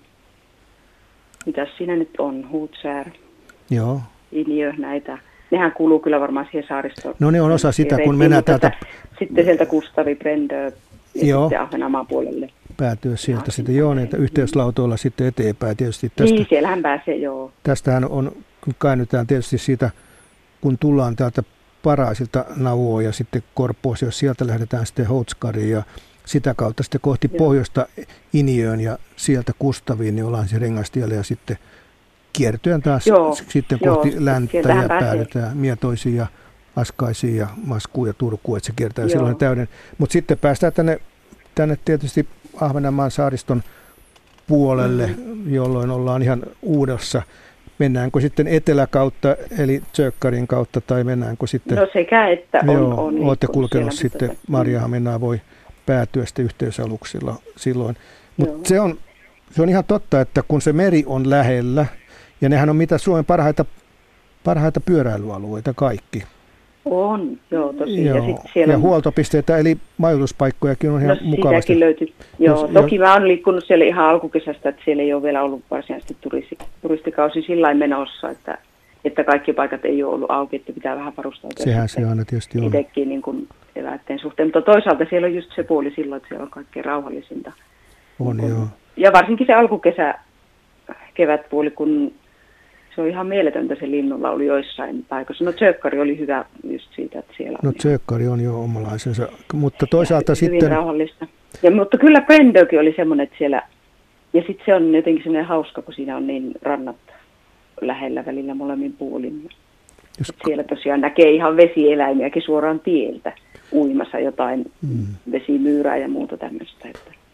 mitäs siinä nyt on, Huutsär, joo. Iniö, näitä. Nehän kuuluu kyllä varmaan siihen saaristoon. No ne on osa sitä, kun mennään täältä. Sitten sieltä Kustavi, Brendö ja joo. Sitten Ahvenanmaan puolelle. Päätyä sieltä sitten, joo, näitä yhteyslautoilla sitten eteenpäin tietysti. Tästä, niin, siellähän pääsee, joo. Tästähän on, kun käännytään tietysti siitä, kun tullaan täältä Paraisilta Nauvoa ja sitten Korpooseen, jos sieltä lähdetään sitten Houtskariin ja sitä kautta sitten kohti pohjoista Iniöön ja sieltä Kustaviin, niin ollaan se Rengastielle ja sitten kiertyen taas sitten kohti länttä ja päädytään Mietoisiin ja Askaisiin ja Maskuun ja Turkuun, että se kiertää silloin täyden. Mutta sitten päästään tänne tietysti Ahvenanmaan saariston puolelle, jolloin ollaan ihan uudessa. Mennäänkö sitten eteläkautta, eli Tsökkarin kautta, tai mennäänkö sitten... No sekä, että on olette kulkenut sitten, Maarianhaminaan voi päätyä sitten yhteysaluksilla silloin. Mutta se on ihan totta, että kun se meri on lähellä, ja nehän on mitä Suomen parhaita pyöräilyalueita kaikki. On, joo, tosi. Joo. Ja huoltopisteitä, eli majoituspaikkojakin on ihan mukavasti. Sitäkin löytyy. Joo, toki mä oon liikkunut siellä ihan alkukesästä, että siellä ei ole vielä ollut varsinaisesti turistikausi sillain menossa, että kaikki paikat ei ole ollut auki, että pitää vähän varustautua. Sehän se aina tietysti on. Itsekin niin kuin eväitteen suhteen, mutta toisaalta siellä on just se puoli silloin, että siellä on kaikkein rauhallisinta. On, niin joo. Ja varsinkin se alkukesä, kevätpuoli, kun se on ihan mieletöntä se linnunlaulu joissain paikoissa. No Tsökkari oli hyvä just siitä, että siellä on. No Tsökkari on jo omalaisensa, mutta toisaalta ja sitten... Hyvin rauhallista. Mutta kyllä Brendökin oli semmoinen, että siellä... Ja sitten se on jotenkin semmoinen hauska, kun siinä on niin rannat lähellä välillä molemmin puolin. Siellä tosiaan näkee ihan vesieläimiäkin suoraan tieltä uimassa jotain vesimyyrää ja muuta tämmöistä.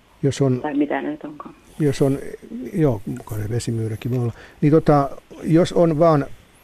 Tai mitä ne nyt onkaan. Jos on, joo, mukaan vesimyyräkin voi olla. Niin jos on vaan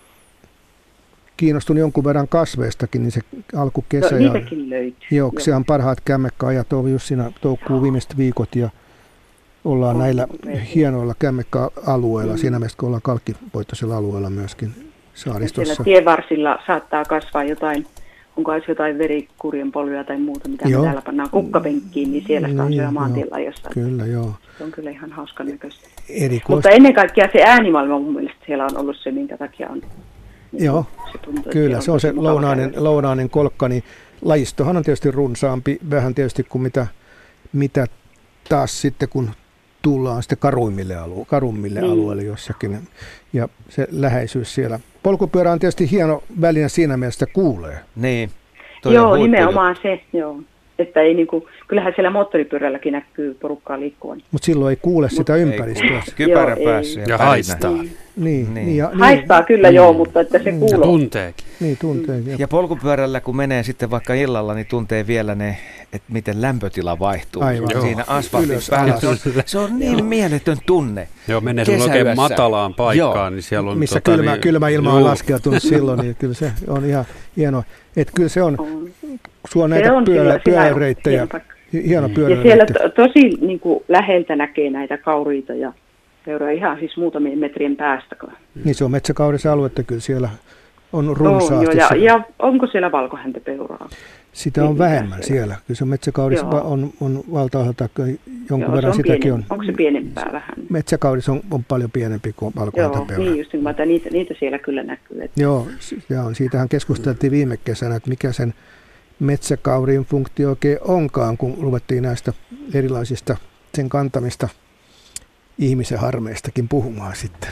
kiinnostunut jonkun verran kasveistakin, niin se alkukesä... No, niitäkin löytyy. Joo, se on parhaat kämmekkäajat on just siinä toukokuun viimeiset viikot ja ollaan näillä hienoilla kämmekkäalueilla. Siinä mielessä, kun ollaan kalkkipoittoisella alueella myöskin saaristossa. Siellä tienvarsilla saattaa kasvaa jotain, onko jotain verikurjen polvia tai muuta, mitä me täällä pannaan kukkapenkkiin, niin siellä sitä on syö maantiellä jossain. Kyllä, joo. Se on kyllä ihan hauskan näköistä. Mutta ennen kaikkea se äänimaailma mun mielestä siellä on ollut se, minkä takia on. Joo, se tuntuu, kyllä se on se lounainen kolkka, niin lajistohan on tietysti runsaampi, vähän tietysti kuin mitä taas sitten kun tullaan sitten karummille alueelle jossakin ja se läheisyys siellä. Polkupyörä on tietysti hieno väline siinä mielessä, kuulee. Niin. Joo, nimenomaan se, joo. Että ei niinku, kyllähän siellä moottoripyörälläkin näkyy porukkaa liikkuvan. Mutta silloin ei kuule sitä ympäristöä. Kypärä päässä ja haistaa. Niin. Haistaa kyllä joo, mutta että se kuuluu. Ja tunteekin. Niin, tunteekin. Ja polkupyörällä kun menee sitten vaikka illalla, niin tuntee vielä ne, että miten lämpötila vaihtuu. Aivan. Siinä asfaltin päällä. Se on niin mieletön tunne. Joo, menee sun oikein matalaan paikkaan, niin siellä on... Missä kylmä ilma on laskeutunut silloin, niin kyllä se on ihan hienoa. Että kyllä se on, suo näitä pyöräreittejä, hieno pyöräreitti. Ja siellä tosi niin kuin läheltä näkee näitä kauriita ja peuraa ihan siis muutamien metrien päästä. Niin se on metsäkaurissa aluetta, kyllä siellä on runsaasti. Ja onko siellä valkohäntäpeuraa? Sitä on vähemmän siellä. Kyllä se metsäkaudissa on valtaosalta jonkun verran sitäkin on. Onko se pienempää vähän? Metsäkaudissa on paljon pienempi kuin valkohäntäpeura. Joo, niin just, niitä siellä kyllä näkyy. Että. Joo, siitähän keskusteltiin viime kesänä, että mikä sen metsäkaurin funktio oikein onkaan, kun ruvettiin näistä erilaisista sen kantamista ihmisen harmeistakin puhumaan sitten.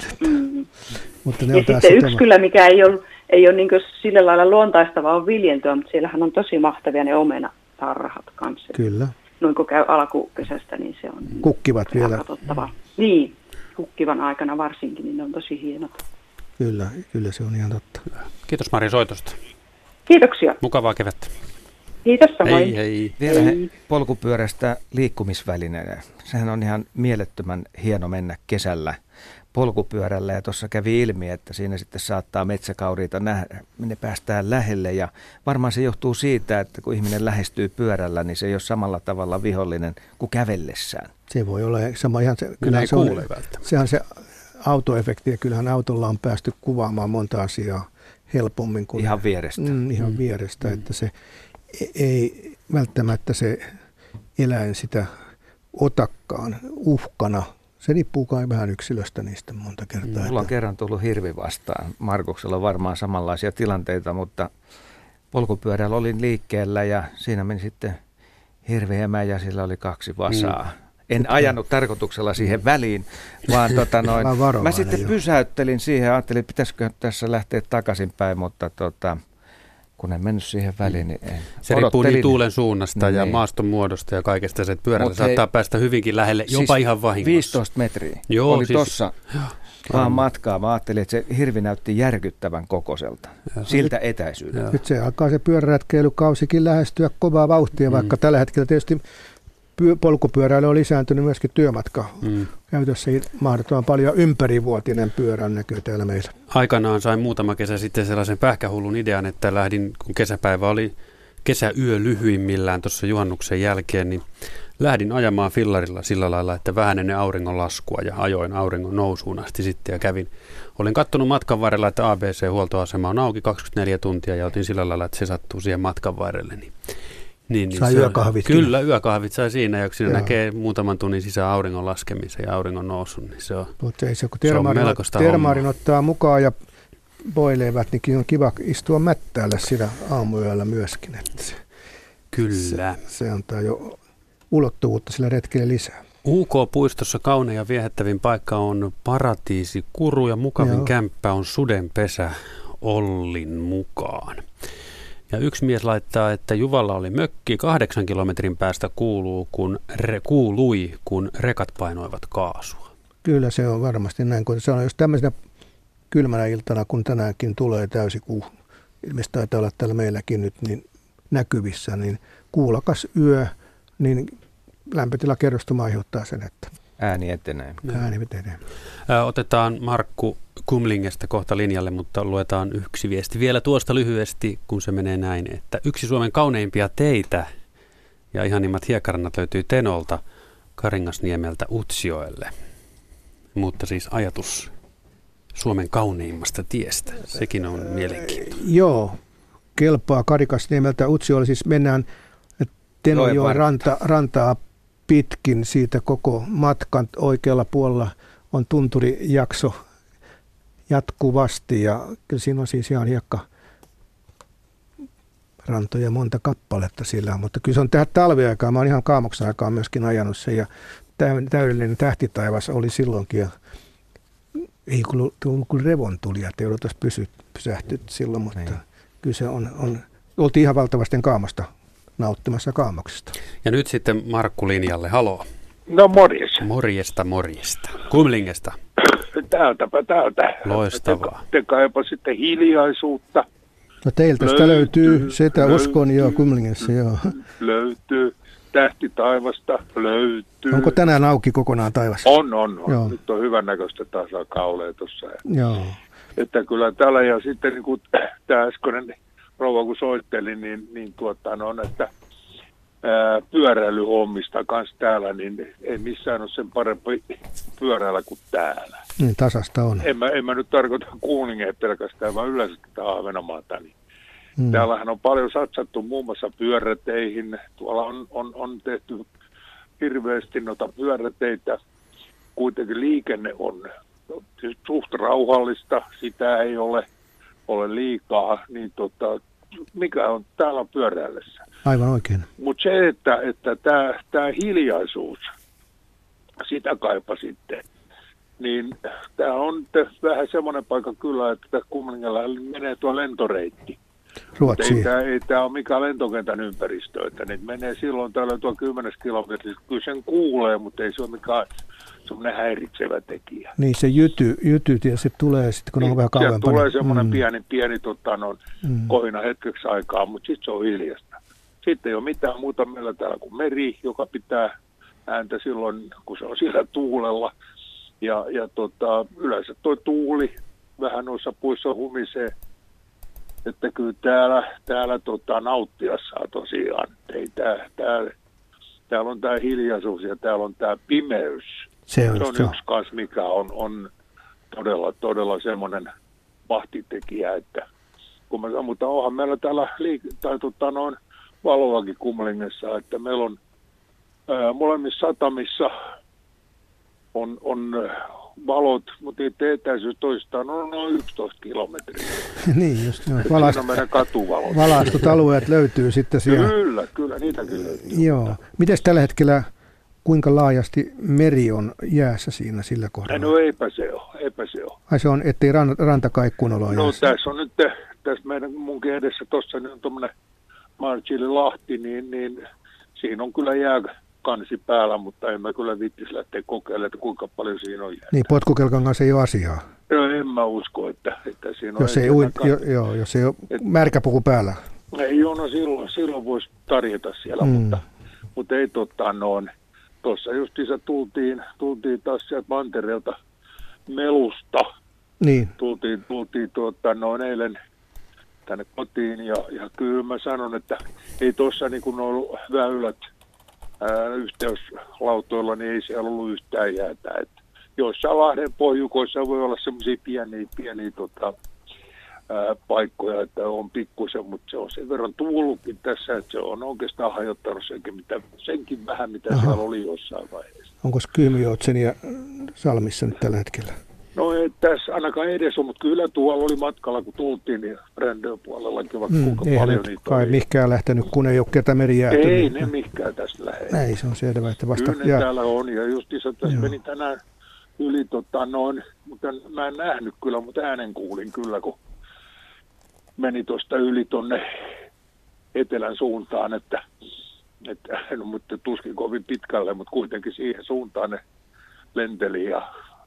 Mutta ne ja sitten yksi kyllä, mikä ei ole niin sillä lailla luontaista, vaan on viljentyä, mutta siellähän on tosi mahtavia ne omenatarhat kanssa. Kyllä. Noin kun käy alkukesästä, niin se on... Kukkivat vielä. Katsottava. Niin, kukkivan aikana varsinkin, niin ne on tosi hienot. Kyllä se on ihan totta. Kiitos Mari soitosta. Kiitoksia. Mukavaa kevättä. Kiitos samoin. Hei. Vielä polkupyörästä liikkumisvälineenä. Sehän on ihan mielettömän hieno mennä kesällä polkupyörällä ja tuossa kävi ilmi, että siinä sitten saattaa metsäkauriita nähdä, ne päästään lähelle ja varmaan se johtuu siitä, että kun ihminen lähestyy pyörällä, niin se ei ole samalla tavalla vihollinen kuin kävellessään. Se voi olla sama ihan se, kyllä se on, sehän se autoefekti ja kyllähän autolla on päästy kuvaamaan monta asiaa helpommin kuin ihan vierestä. Ihan vierestä, että se ei välttämättä se eläin sitä otakaan uhkana. Se riippuu kai vähän yksilöstä niistä monta kertaa. Mulla on kerran tullut hirvi vastaan. Markuksella on varmaan samanlaisia tilanteita, mutta polkupyörällä olin liikkeellä ja siinä meni sitten hirvi emä ja sillä oli 2 vasaa. En ajanut tarkoituksella siihen väliin, vaan mä sitten pysäyttelin siihen ja ajattelin, pitäisikö tässä lähteä takaisinpäin, mutta kun en mennyt siihen väliin, niin se riippuu niin tuulen suunnasta ja maaston muodosta ja kaikesta, että pyörällä saattaa päästä hyvinkin lähelle, jopa ihan vahingossa. 15 metriä oli tuossa vaan matkaa. Mä ajattelin, että se hirvi näytti järkyttävän kokoiselta siltä etäisyydeltä. Nyt se alkaa se pyörärätkeilykausikin lähestyä kovaa vauhtia, vaikka tällä hetkellä tietysti polkupyöräily on lisääntynyt myöskin työmatka. Käytössä mahdottoman paljon ympärivuotinen pyörän näkyy täällä meillä. Aikanaan sain muutama kesä sitten sellaisen pähkähullun idean, että lähdin, kun kesäpäivä oli kesäyö lyhyimmillään tuossa juhannuksen jälkeen, niin lähdin ajamaan fillarilla sillä lailla, että vähän ennen auringon laskua ja ajoin auringon nousuun asti sitten ja olin katsonut matkan varrella, että ABC-huoltoasema on auki 24 tuntia ja otin sillä lailla, että se sattuu siihen matkan varrelle. Niin, sai yökahvit. Kyllä, yökahvit sai siinä, ja kun siinä näkee muutaman tunnin sisään auringon laskemisen ja auringon nousun, niin se on melkoista termaarin ottaa mukaan ja boilevat, niin on kiva istua mättäällä siinä aamuyöllä myöskin. Että kyllä. Se antaa jo ulottuvuutta sillä retkelle lisää. UK-puistossa kaunein ja viehättävin paikka on Paratiisi Kuru ja mukavin kämppä on Sudenpesä Ollin mukaan. Ja yksi mies laittaa, että Juvalla oli mökki 8 kilometrin päästä kuului, kun rekat painoivat kaasua. Kyllä se on varmasti näin, kun se on, jos tämmöisenä kylmänä iltana, kun tänäänkin tulee täysikuu, ilmeisesti taitaa olla täällä meilläkin nyt niin näkyvissä, niin kuulakas yö, niin lämpötilakerrostuma aiheuttaa sen, että ääni etenee. Otetaan Markku Kumlingestä kohta linjalle, mutta luetaan yksi viesti vielä tuosta lyhyesti, kun se menee näin, että yksi Suomen kauneimpia teitä ja ihanimmat hiekkarannat löytyy Tenolta Karingasniemeltä Utsjoelle. Mutta siis ajatus Suomen kauneimmasta tiestä, sekin on mielenkiintoinen. Joo, kelpaa Karingasniemeltä Utsjoelle, siis mennään Tenojoen rantaa pitkin siitä koko matkan oikealla puolella on tunturijakso jatkuvasti ja kyllä siinä on siis ihan hiekkarantoja monta kappaletta sillä, mutta kyllä se on tähän talviaikaan, mä oon ihan kaamoksen aikaan myöskin ajanut sen ja täydellinen tähtitaivas oli silloinkin ja ei tullut kuin revontulia, että joudutaan pysähtyä silloin, mutta kyllä se on oltiin ihan valtavasti kaamasta nauttimassa kaamoksesta. Ja nyt sitten Markku linjalle, haloo. No morjes. Morjesta. Kumlingesta. Täältä. Loistavaa. Te kaipasitte hiljaisuutta. No teiltä sitä löytyy sitä uskon jo Kumlingessa, joo. Löytyy. Tähti taivasta löytyy. Onko tänään auki kokonaan taivas? On. Nyt on hyvän näköistä taas kaulee tuossa. Joo. Että kyllä täällä, ja sitten niin kuin tämä äskeinen rouva kun soitteli, niin että pyöräilyhommista kanssa täällä, niin ei missään ole sen parempi pyöräillä kuin täällä. Niin tasasta on. En mä nyt tarkoita Kuuningeä pelkästään, vaan yleensä tätä Ahvenanmaata. Niin. Täällähän on paljon satsattu muun muassa pyöräteihin. Tuolla on tehty hirveästi noita pyöräteitä. Kuitenkin liikenne on suht rauhallista, sitä ei ole liikaa, niin mikä on täällä pyöräillessä. Aivan oikein. Mutta se, että tämä hiljaisuus, sitä kaipasitte, niin tämä on vähän semmoinen paikka kyllä, että Kumlingalla menee tuo lentoreitti. Ruotsiin. Ei tämä ole mikään lentokentän ympäristö, että niitä menee silloin täällä tuo 10 kilometriä, kyllä sen kuulee, mutta ei se ole mikään semmoinen häiritsevä tekijä. Niin se jyty ja se tulee sitten, kun on vähän kauempana. Tulee semmoinen pieni kohina hetkeksi aikaa, mutta sitten se on hiljasta. Sitten ei ole mitään muuta meillä täällä kuin meri, joka pitää ääntä silloin, kun se on siellä tuulella. Ja yleensä tuo tuuli vähän noissa puissa humisee. Että kyllä täällä nauttia saa tosiaan. Täällä on tämä hiljaisuus ja täällä on tämä pimeys. Se on yksi kanssa, mikä on todella semmoinen vahtitekijä, että mutta onhan meillä täällä valoakin Kumlingessa, että meillä on molemmissa satamissa on valot, mutta etäisyys toistaan on noin 11 kilometriä. Niin, just joo. Siinä on meidän katuvalot. Valaistut alueet löytyy sitten siellä. Kyllä, niitäkin löytyy. Joo. Mites tällä hetkellä, kuinka laajasti meri on jäässä siinä sillä kohdalla? No eipä se ole. Ai se on, ettei rantakaikkuun ole jäässä? No tässä on nyt, tässä munkin edessä tuossa niin on tuommoinen Marchili-lahti, niin siinä on kyllä jääkansi päällä, mutta en mä kyllä viittisi lähteä kokeilemaan, että kuinka paljon siinä on jäätä. Niin potkukelkan kanssa ei ole asiaa? No en mä usko, että siinä on... Jos ei ole märkäpuku päällä? Ei no silloin voisi tarjota siellä, mutta ei tuossa justiinsa tultiin taas sieltä mantereelta Melusta. Niin. Tultiin eilen tänne kotiin ja kyllä mä sanon, että ei tuossa niin kun on ollut väylät yhteyslautoilla, niin ei siellä ollut yhtään jäätä. Että joissain Lahden pohjukoissa voi olla semmoisia pieniä paikkoja, että on pikkusen, mutta se on sen verran tuullutkin tässä, että se on oikeastaan hajottanut senkin vähän, mitä siellä oli jossain vaiheessa. Onko Kyymijoutsenia salmissa nyt tällä hetkellä? No ei tässä ainakaan edes ole, mutta kyllä tuolla oli matkalla, kun tultiin, niin Brändön puolellakin, vaikka kuinka paljon niitä kai oli. mihinkään lähtenyt, kun ei ole ketä meri jäätynyt. Ei ne mihinkään tästä lähde. Ei, se on selvä, että vasta... Kyllä ne täällä on, ja justiinsa tässä meni tänään yli, mutta mä en nähnyt kyllä, mutta äänen kuulin kyllä, kun meni tuosta yli tuonne etelän suuntaan, että no, mutta tuskin kovin pitkälle, mutta kuitenkin siihen suuntaan ne lenteli ja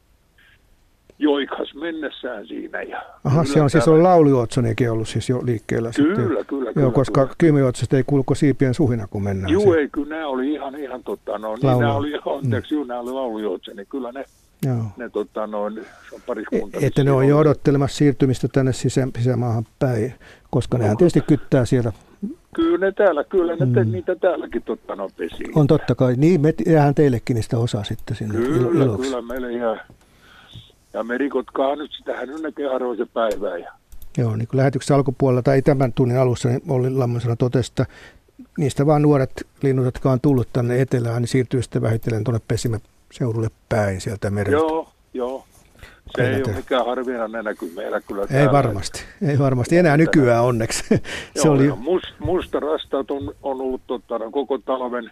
joikas mennessään siinä. Aha, se on siis Laulujuotsoniakin ollut siis jo liikkeellä. Kyllä. Joo, koska Kyymijoutsesta ei kuuluko siipien suhina, kun mennään. Joo, ei, kyllä nämä oli ihan nämä oli Laulujuotseni, kyllä ne. Joo. Se on pariskunta. Että ne on jo odottelemassa siirtymistä tänne sisämaahan päin, koska nehän tietysti kyttää siellä. Kyllä ne niitä täälläkin pesii. On totta kai, niin me jäähän teillekin niistä osaa sitten sinne iloksi. Kyllä meille jää. Ja merikotkaa nyt, sitähän nyt näkee harvoin se päivää. Joo, niin kuin lähetyksen alkupuolella tai tämän tunnin alussa niin Olli Lammensala totesi, että niistä vaan nuoret linnut, jotka on tullut tänne etelään, niin siirtyy sitten vähitellen tuonne pesimäseudulle päin sieltä mereltä. Joo. Se ei ole mikään harvinainen näky meillä kyllä täällä. Ei varmasti. Enää nykyään onneksi. Se oli... Musta rastaat on ollut koko talven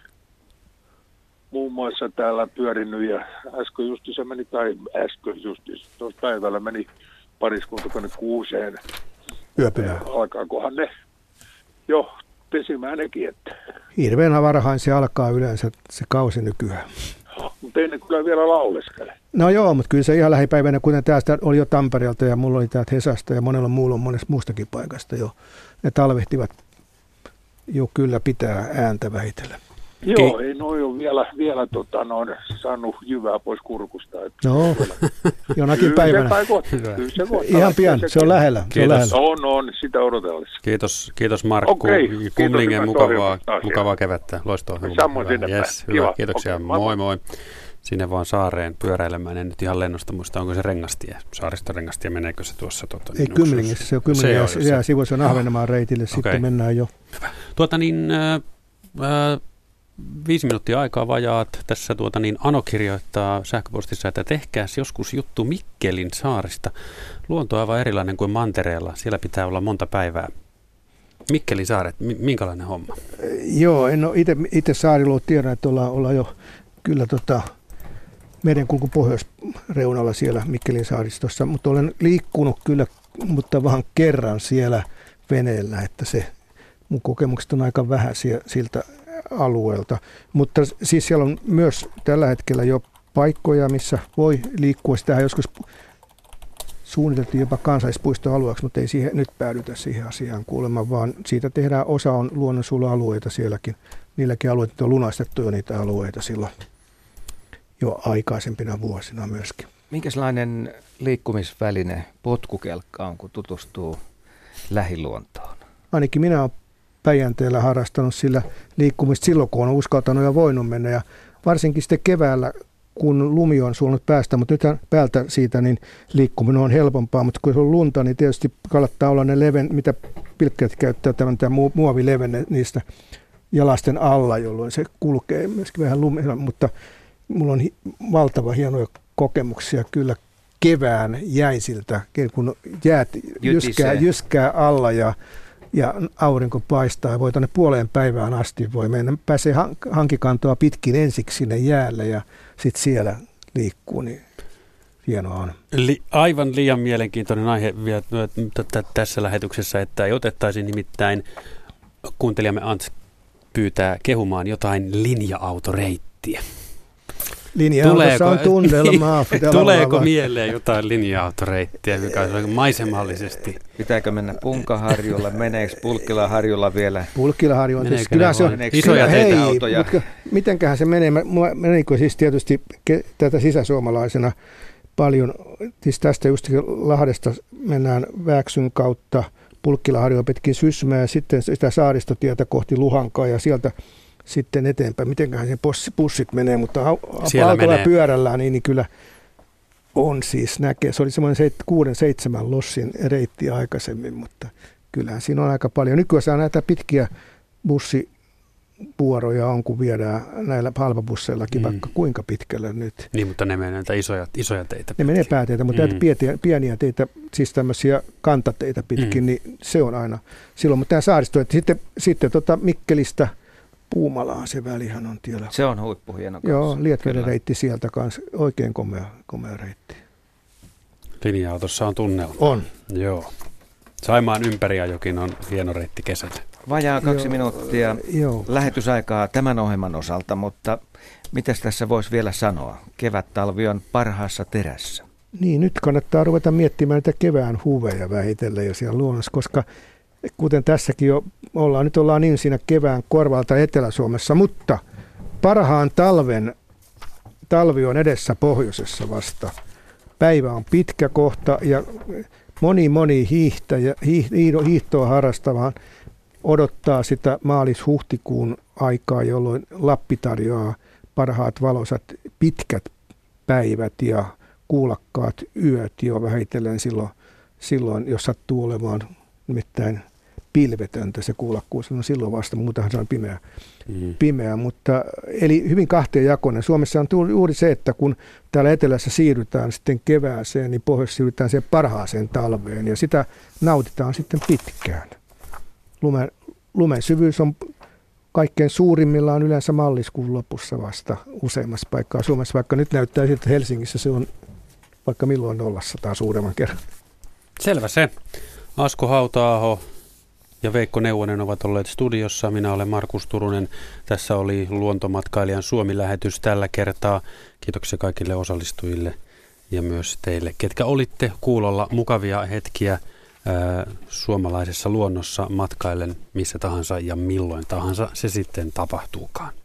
muun muassa täällä pyörinyt ja äsken tuossa päivällä meni pariskunta tuonne Kuuseen. Yöpymään. Alkaakohan ne jo pesimään nekin, että hirveän varhain se alkaa yleensä se kausi nykyään. Mutta ei ne kyllä vielä lauleskele. No joo, mutta kyllä se ihan lähipäivänä, kuten tästä oli jo Tampereelta ja mulla oli täältä Hesasta ja monella muulla on monesta muustakin paikasta jo. Ne talvehtivat jo kyllä pitää ääntä vähitellen. Joo, ei noi ole vielä saanut jyvää pois kurkusta. No, jonakin päivänä. Ihan pian, se on lähellä. On, sitä odotellessa. Kiitos Markku. Kumlingen, mukavaa kevättä. Loistoa. Samoin sinne päin. Hyvä, kiitoksia. Moi. Sinne vaan saareen pyöräilemään. En nyt ihan lennosta muista, onko se rengastie, saaristorengastie, meneekö se tuossa? Ei Kymlingessä, se on Kymlingen ja sivu, se on Ahvenanmaan reitille, sitten mennään jo. Hyvä. 5 minuuttia aikaa vajaat. Tässä Ano kirjoittaa sähköpostissa, että tehkääs joskus juttu Mikkelin saarista. Luonto on aivan erilainen kuin mantereella. Siellä pitää olla monta päivää. Mikkelin saaret, minkälainen homma? Joo, en ole itse saariluo tiedän, että ollaan jo kyllä merenkulku pohjoisreunalla siellä Mikkelin saaristossa, mutta olen liikkunut kyllä, mutta vähän kerran siellä veneellä, että se mun kokemukset on aika vähän siltä alueelta. Mutta siis siellä on myös tällä hetkellä jo paikkoja, missä voi liikkua. Sitähän joskus suunniteltiin jopa kansallispuistoalueeksi, mutta ei nyt päädytä siihen asiaan kuulemma, vaan siitä tehdään osa on luonnonsuojelualueita sielläkin. Niilläkin alueilla on lunastettu jo niitä alueita silloin jo aikaisempina vuosina myöskin. Minkälainen liikkumisväline potkukelkka on, kun tutustuu lähiluontoon? Ainakin minä olen Päijänteellä harrastanut sillä liikkumista silloin, kun on uskaltanut ja voinut mennä. Ja varsinkin sitten keväällä, kun lumi on suonut päästä, mutta nythän päältä siitä niin liikkuminen on helpompaa. Mutta kun se on lunta, niin tietysti kannattaa olla ne mitä pilkkäät käyttää, tämä muovilevenne niistä jalasten alla, jolloin se kulkee myöskin vähän lumella. Mutta mulla on valtava hienoja kokemuksia kyllä kevään jäisiltä, kun jäät jyskää alla ja aurinko paistaa ja voi tuonne puoleen päivään asti voi mennä. Pääsee hankikantoa pitkin ensiksi sinne jäälle ja sitten siellä liikkuu, niin hienoa on. Aivan liian mielenkiintoinen aihe vielä tässä lähetyksessä, että ei otettaisi nimittäin kuuntelijamme Ants pyytää kehumaan jotain linja-autoreittiä. Linja-autossa on tunnelmaa. Tuleeko mieleen jotain linja-autoreittiä, mikä on maisemallisesti? Pitääkö mennä Punkaharjulla? Meneekö Pulkkilaharjulla vielä? Pulkkilaharju on tietysti. Kyllä se on isoja teitä autoja. Mitenköhän se menee? Menikö siis tietysti tätä sisäsuomalaisena paljon, siis tästä just Lahdesta mennään Vääksyn kautta Pulkkilaharjua pitkin Sysmää ja sitten sitä saaristotietä kohti Luhankaa ja sieltä sitten eteenpäin. Mitenköhän sen pussit menee, mutta autolla pyörällä niin kyllä on siis näkee. Se oli semmoinen 6-7 lossin reitti aikaisemmin, mutta kyllähän siinä on aika paljon. Nykyään saa näitä pitkiä bussivuoroja on, kun viedään näillä halpabusseillakin vaikka kuinka pitkälle nyt. Niin, mutta ne menee näitä isoja teitä pitkin. Ne menee pääteitä, mutta näitä pieniä teitä, siis tämmöisiä kantateitä pitkin, niin se on aina silloin. Mutta tämä saaristo, että sitten Mikkelistä Puumalaan se välihän on tiellä. Se on huippuhieno kanssa. Joo, Lietveden reitti sieltä kanssa. Oikein komea reitti. Linja-autossa on tunnelma. On. Joo. Saimaan Ympäriäjokin on hieno reitti kesällä. Vajaa 2 minuuttia lähetysaikaa tämän ohjelman osalta, mutta mitäs tässä voisi vielä sanoa? Kevät-talvi on parhaassa terässä. Niin, nyt kannattaa ruveta miettimään näitä kevään huveja vähitellen jo siellä luonnossa, koska kuten tässäkin jo nyt ollaan niin siinä kevään korvalta Etelä-Suomessa, mutta parhaan talvi on edessä pohjoisessa vasta. Päivä on pitkä kohta ja moni hiihtoa harrastavaan odottaa sitä maalis-huhtikuun aikaa, jolloin Lappi tarjoaa parhaat valoisat pitkät päivät ja kuulakkaat yöt jo vähitellen silloin, jos sattuu olemaan nimittäin pilvetöntä se kuulakkuus, no silloin vasta, muutahan se on pimeä, mutta eli hyvin kahtiajakoinen. Suomessa on juuri se, että kun täällä etelässä siirrytään sitten kevääseen, niin pohjoisessa siirrytään siihen parhaaseen talveen ja sitä nautitaan sitten pitkään. Lumen syvyys on kaikkein suurimmillaan yleensä maaliskuun lopussa vasta useimmassa paikkaa Suomessa, vaikka nyt näyttää siltä, että Helsingissä se on vaikka milloin 0 suuremman kerran. Selvä se. Asko Hauta-aho ja Veikko Neuvonen ovat olleet studiossa. Minä olen Markus Turunen. Tässä oli Luontomatkailijan Suomi-lähetys tällä kertaa. Kiitoksia kaikille osallistujille ja myös teille, ketkä olitte kuulolla. Mukavia hetkiä suomalaisessa luonnossa matkaillen missä tahansa ja milloin tahansa se sitten tapahtuukaan.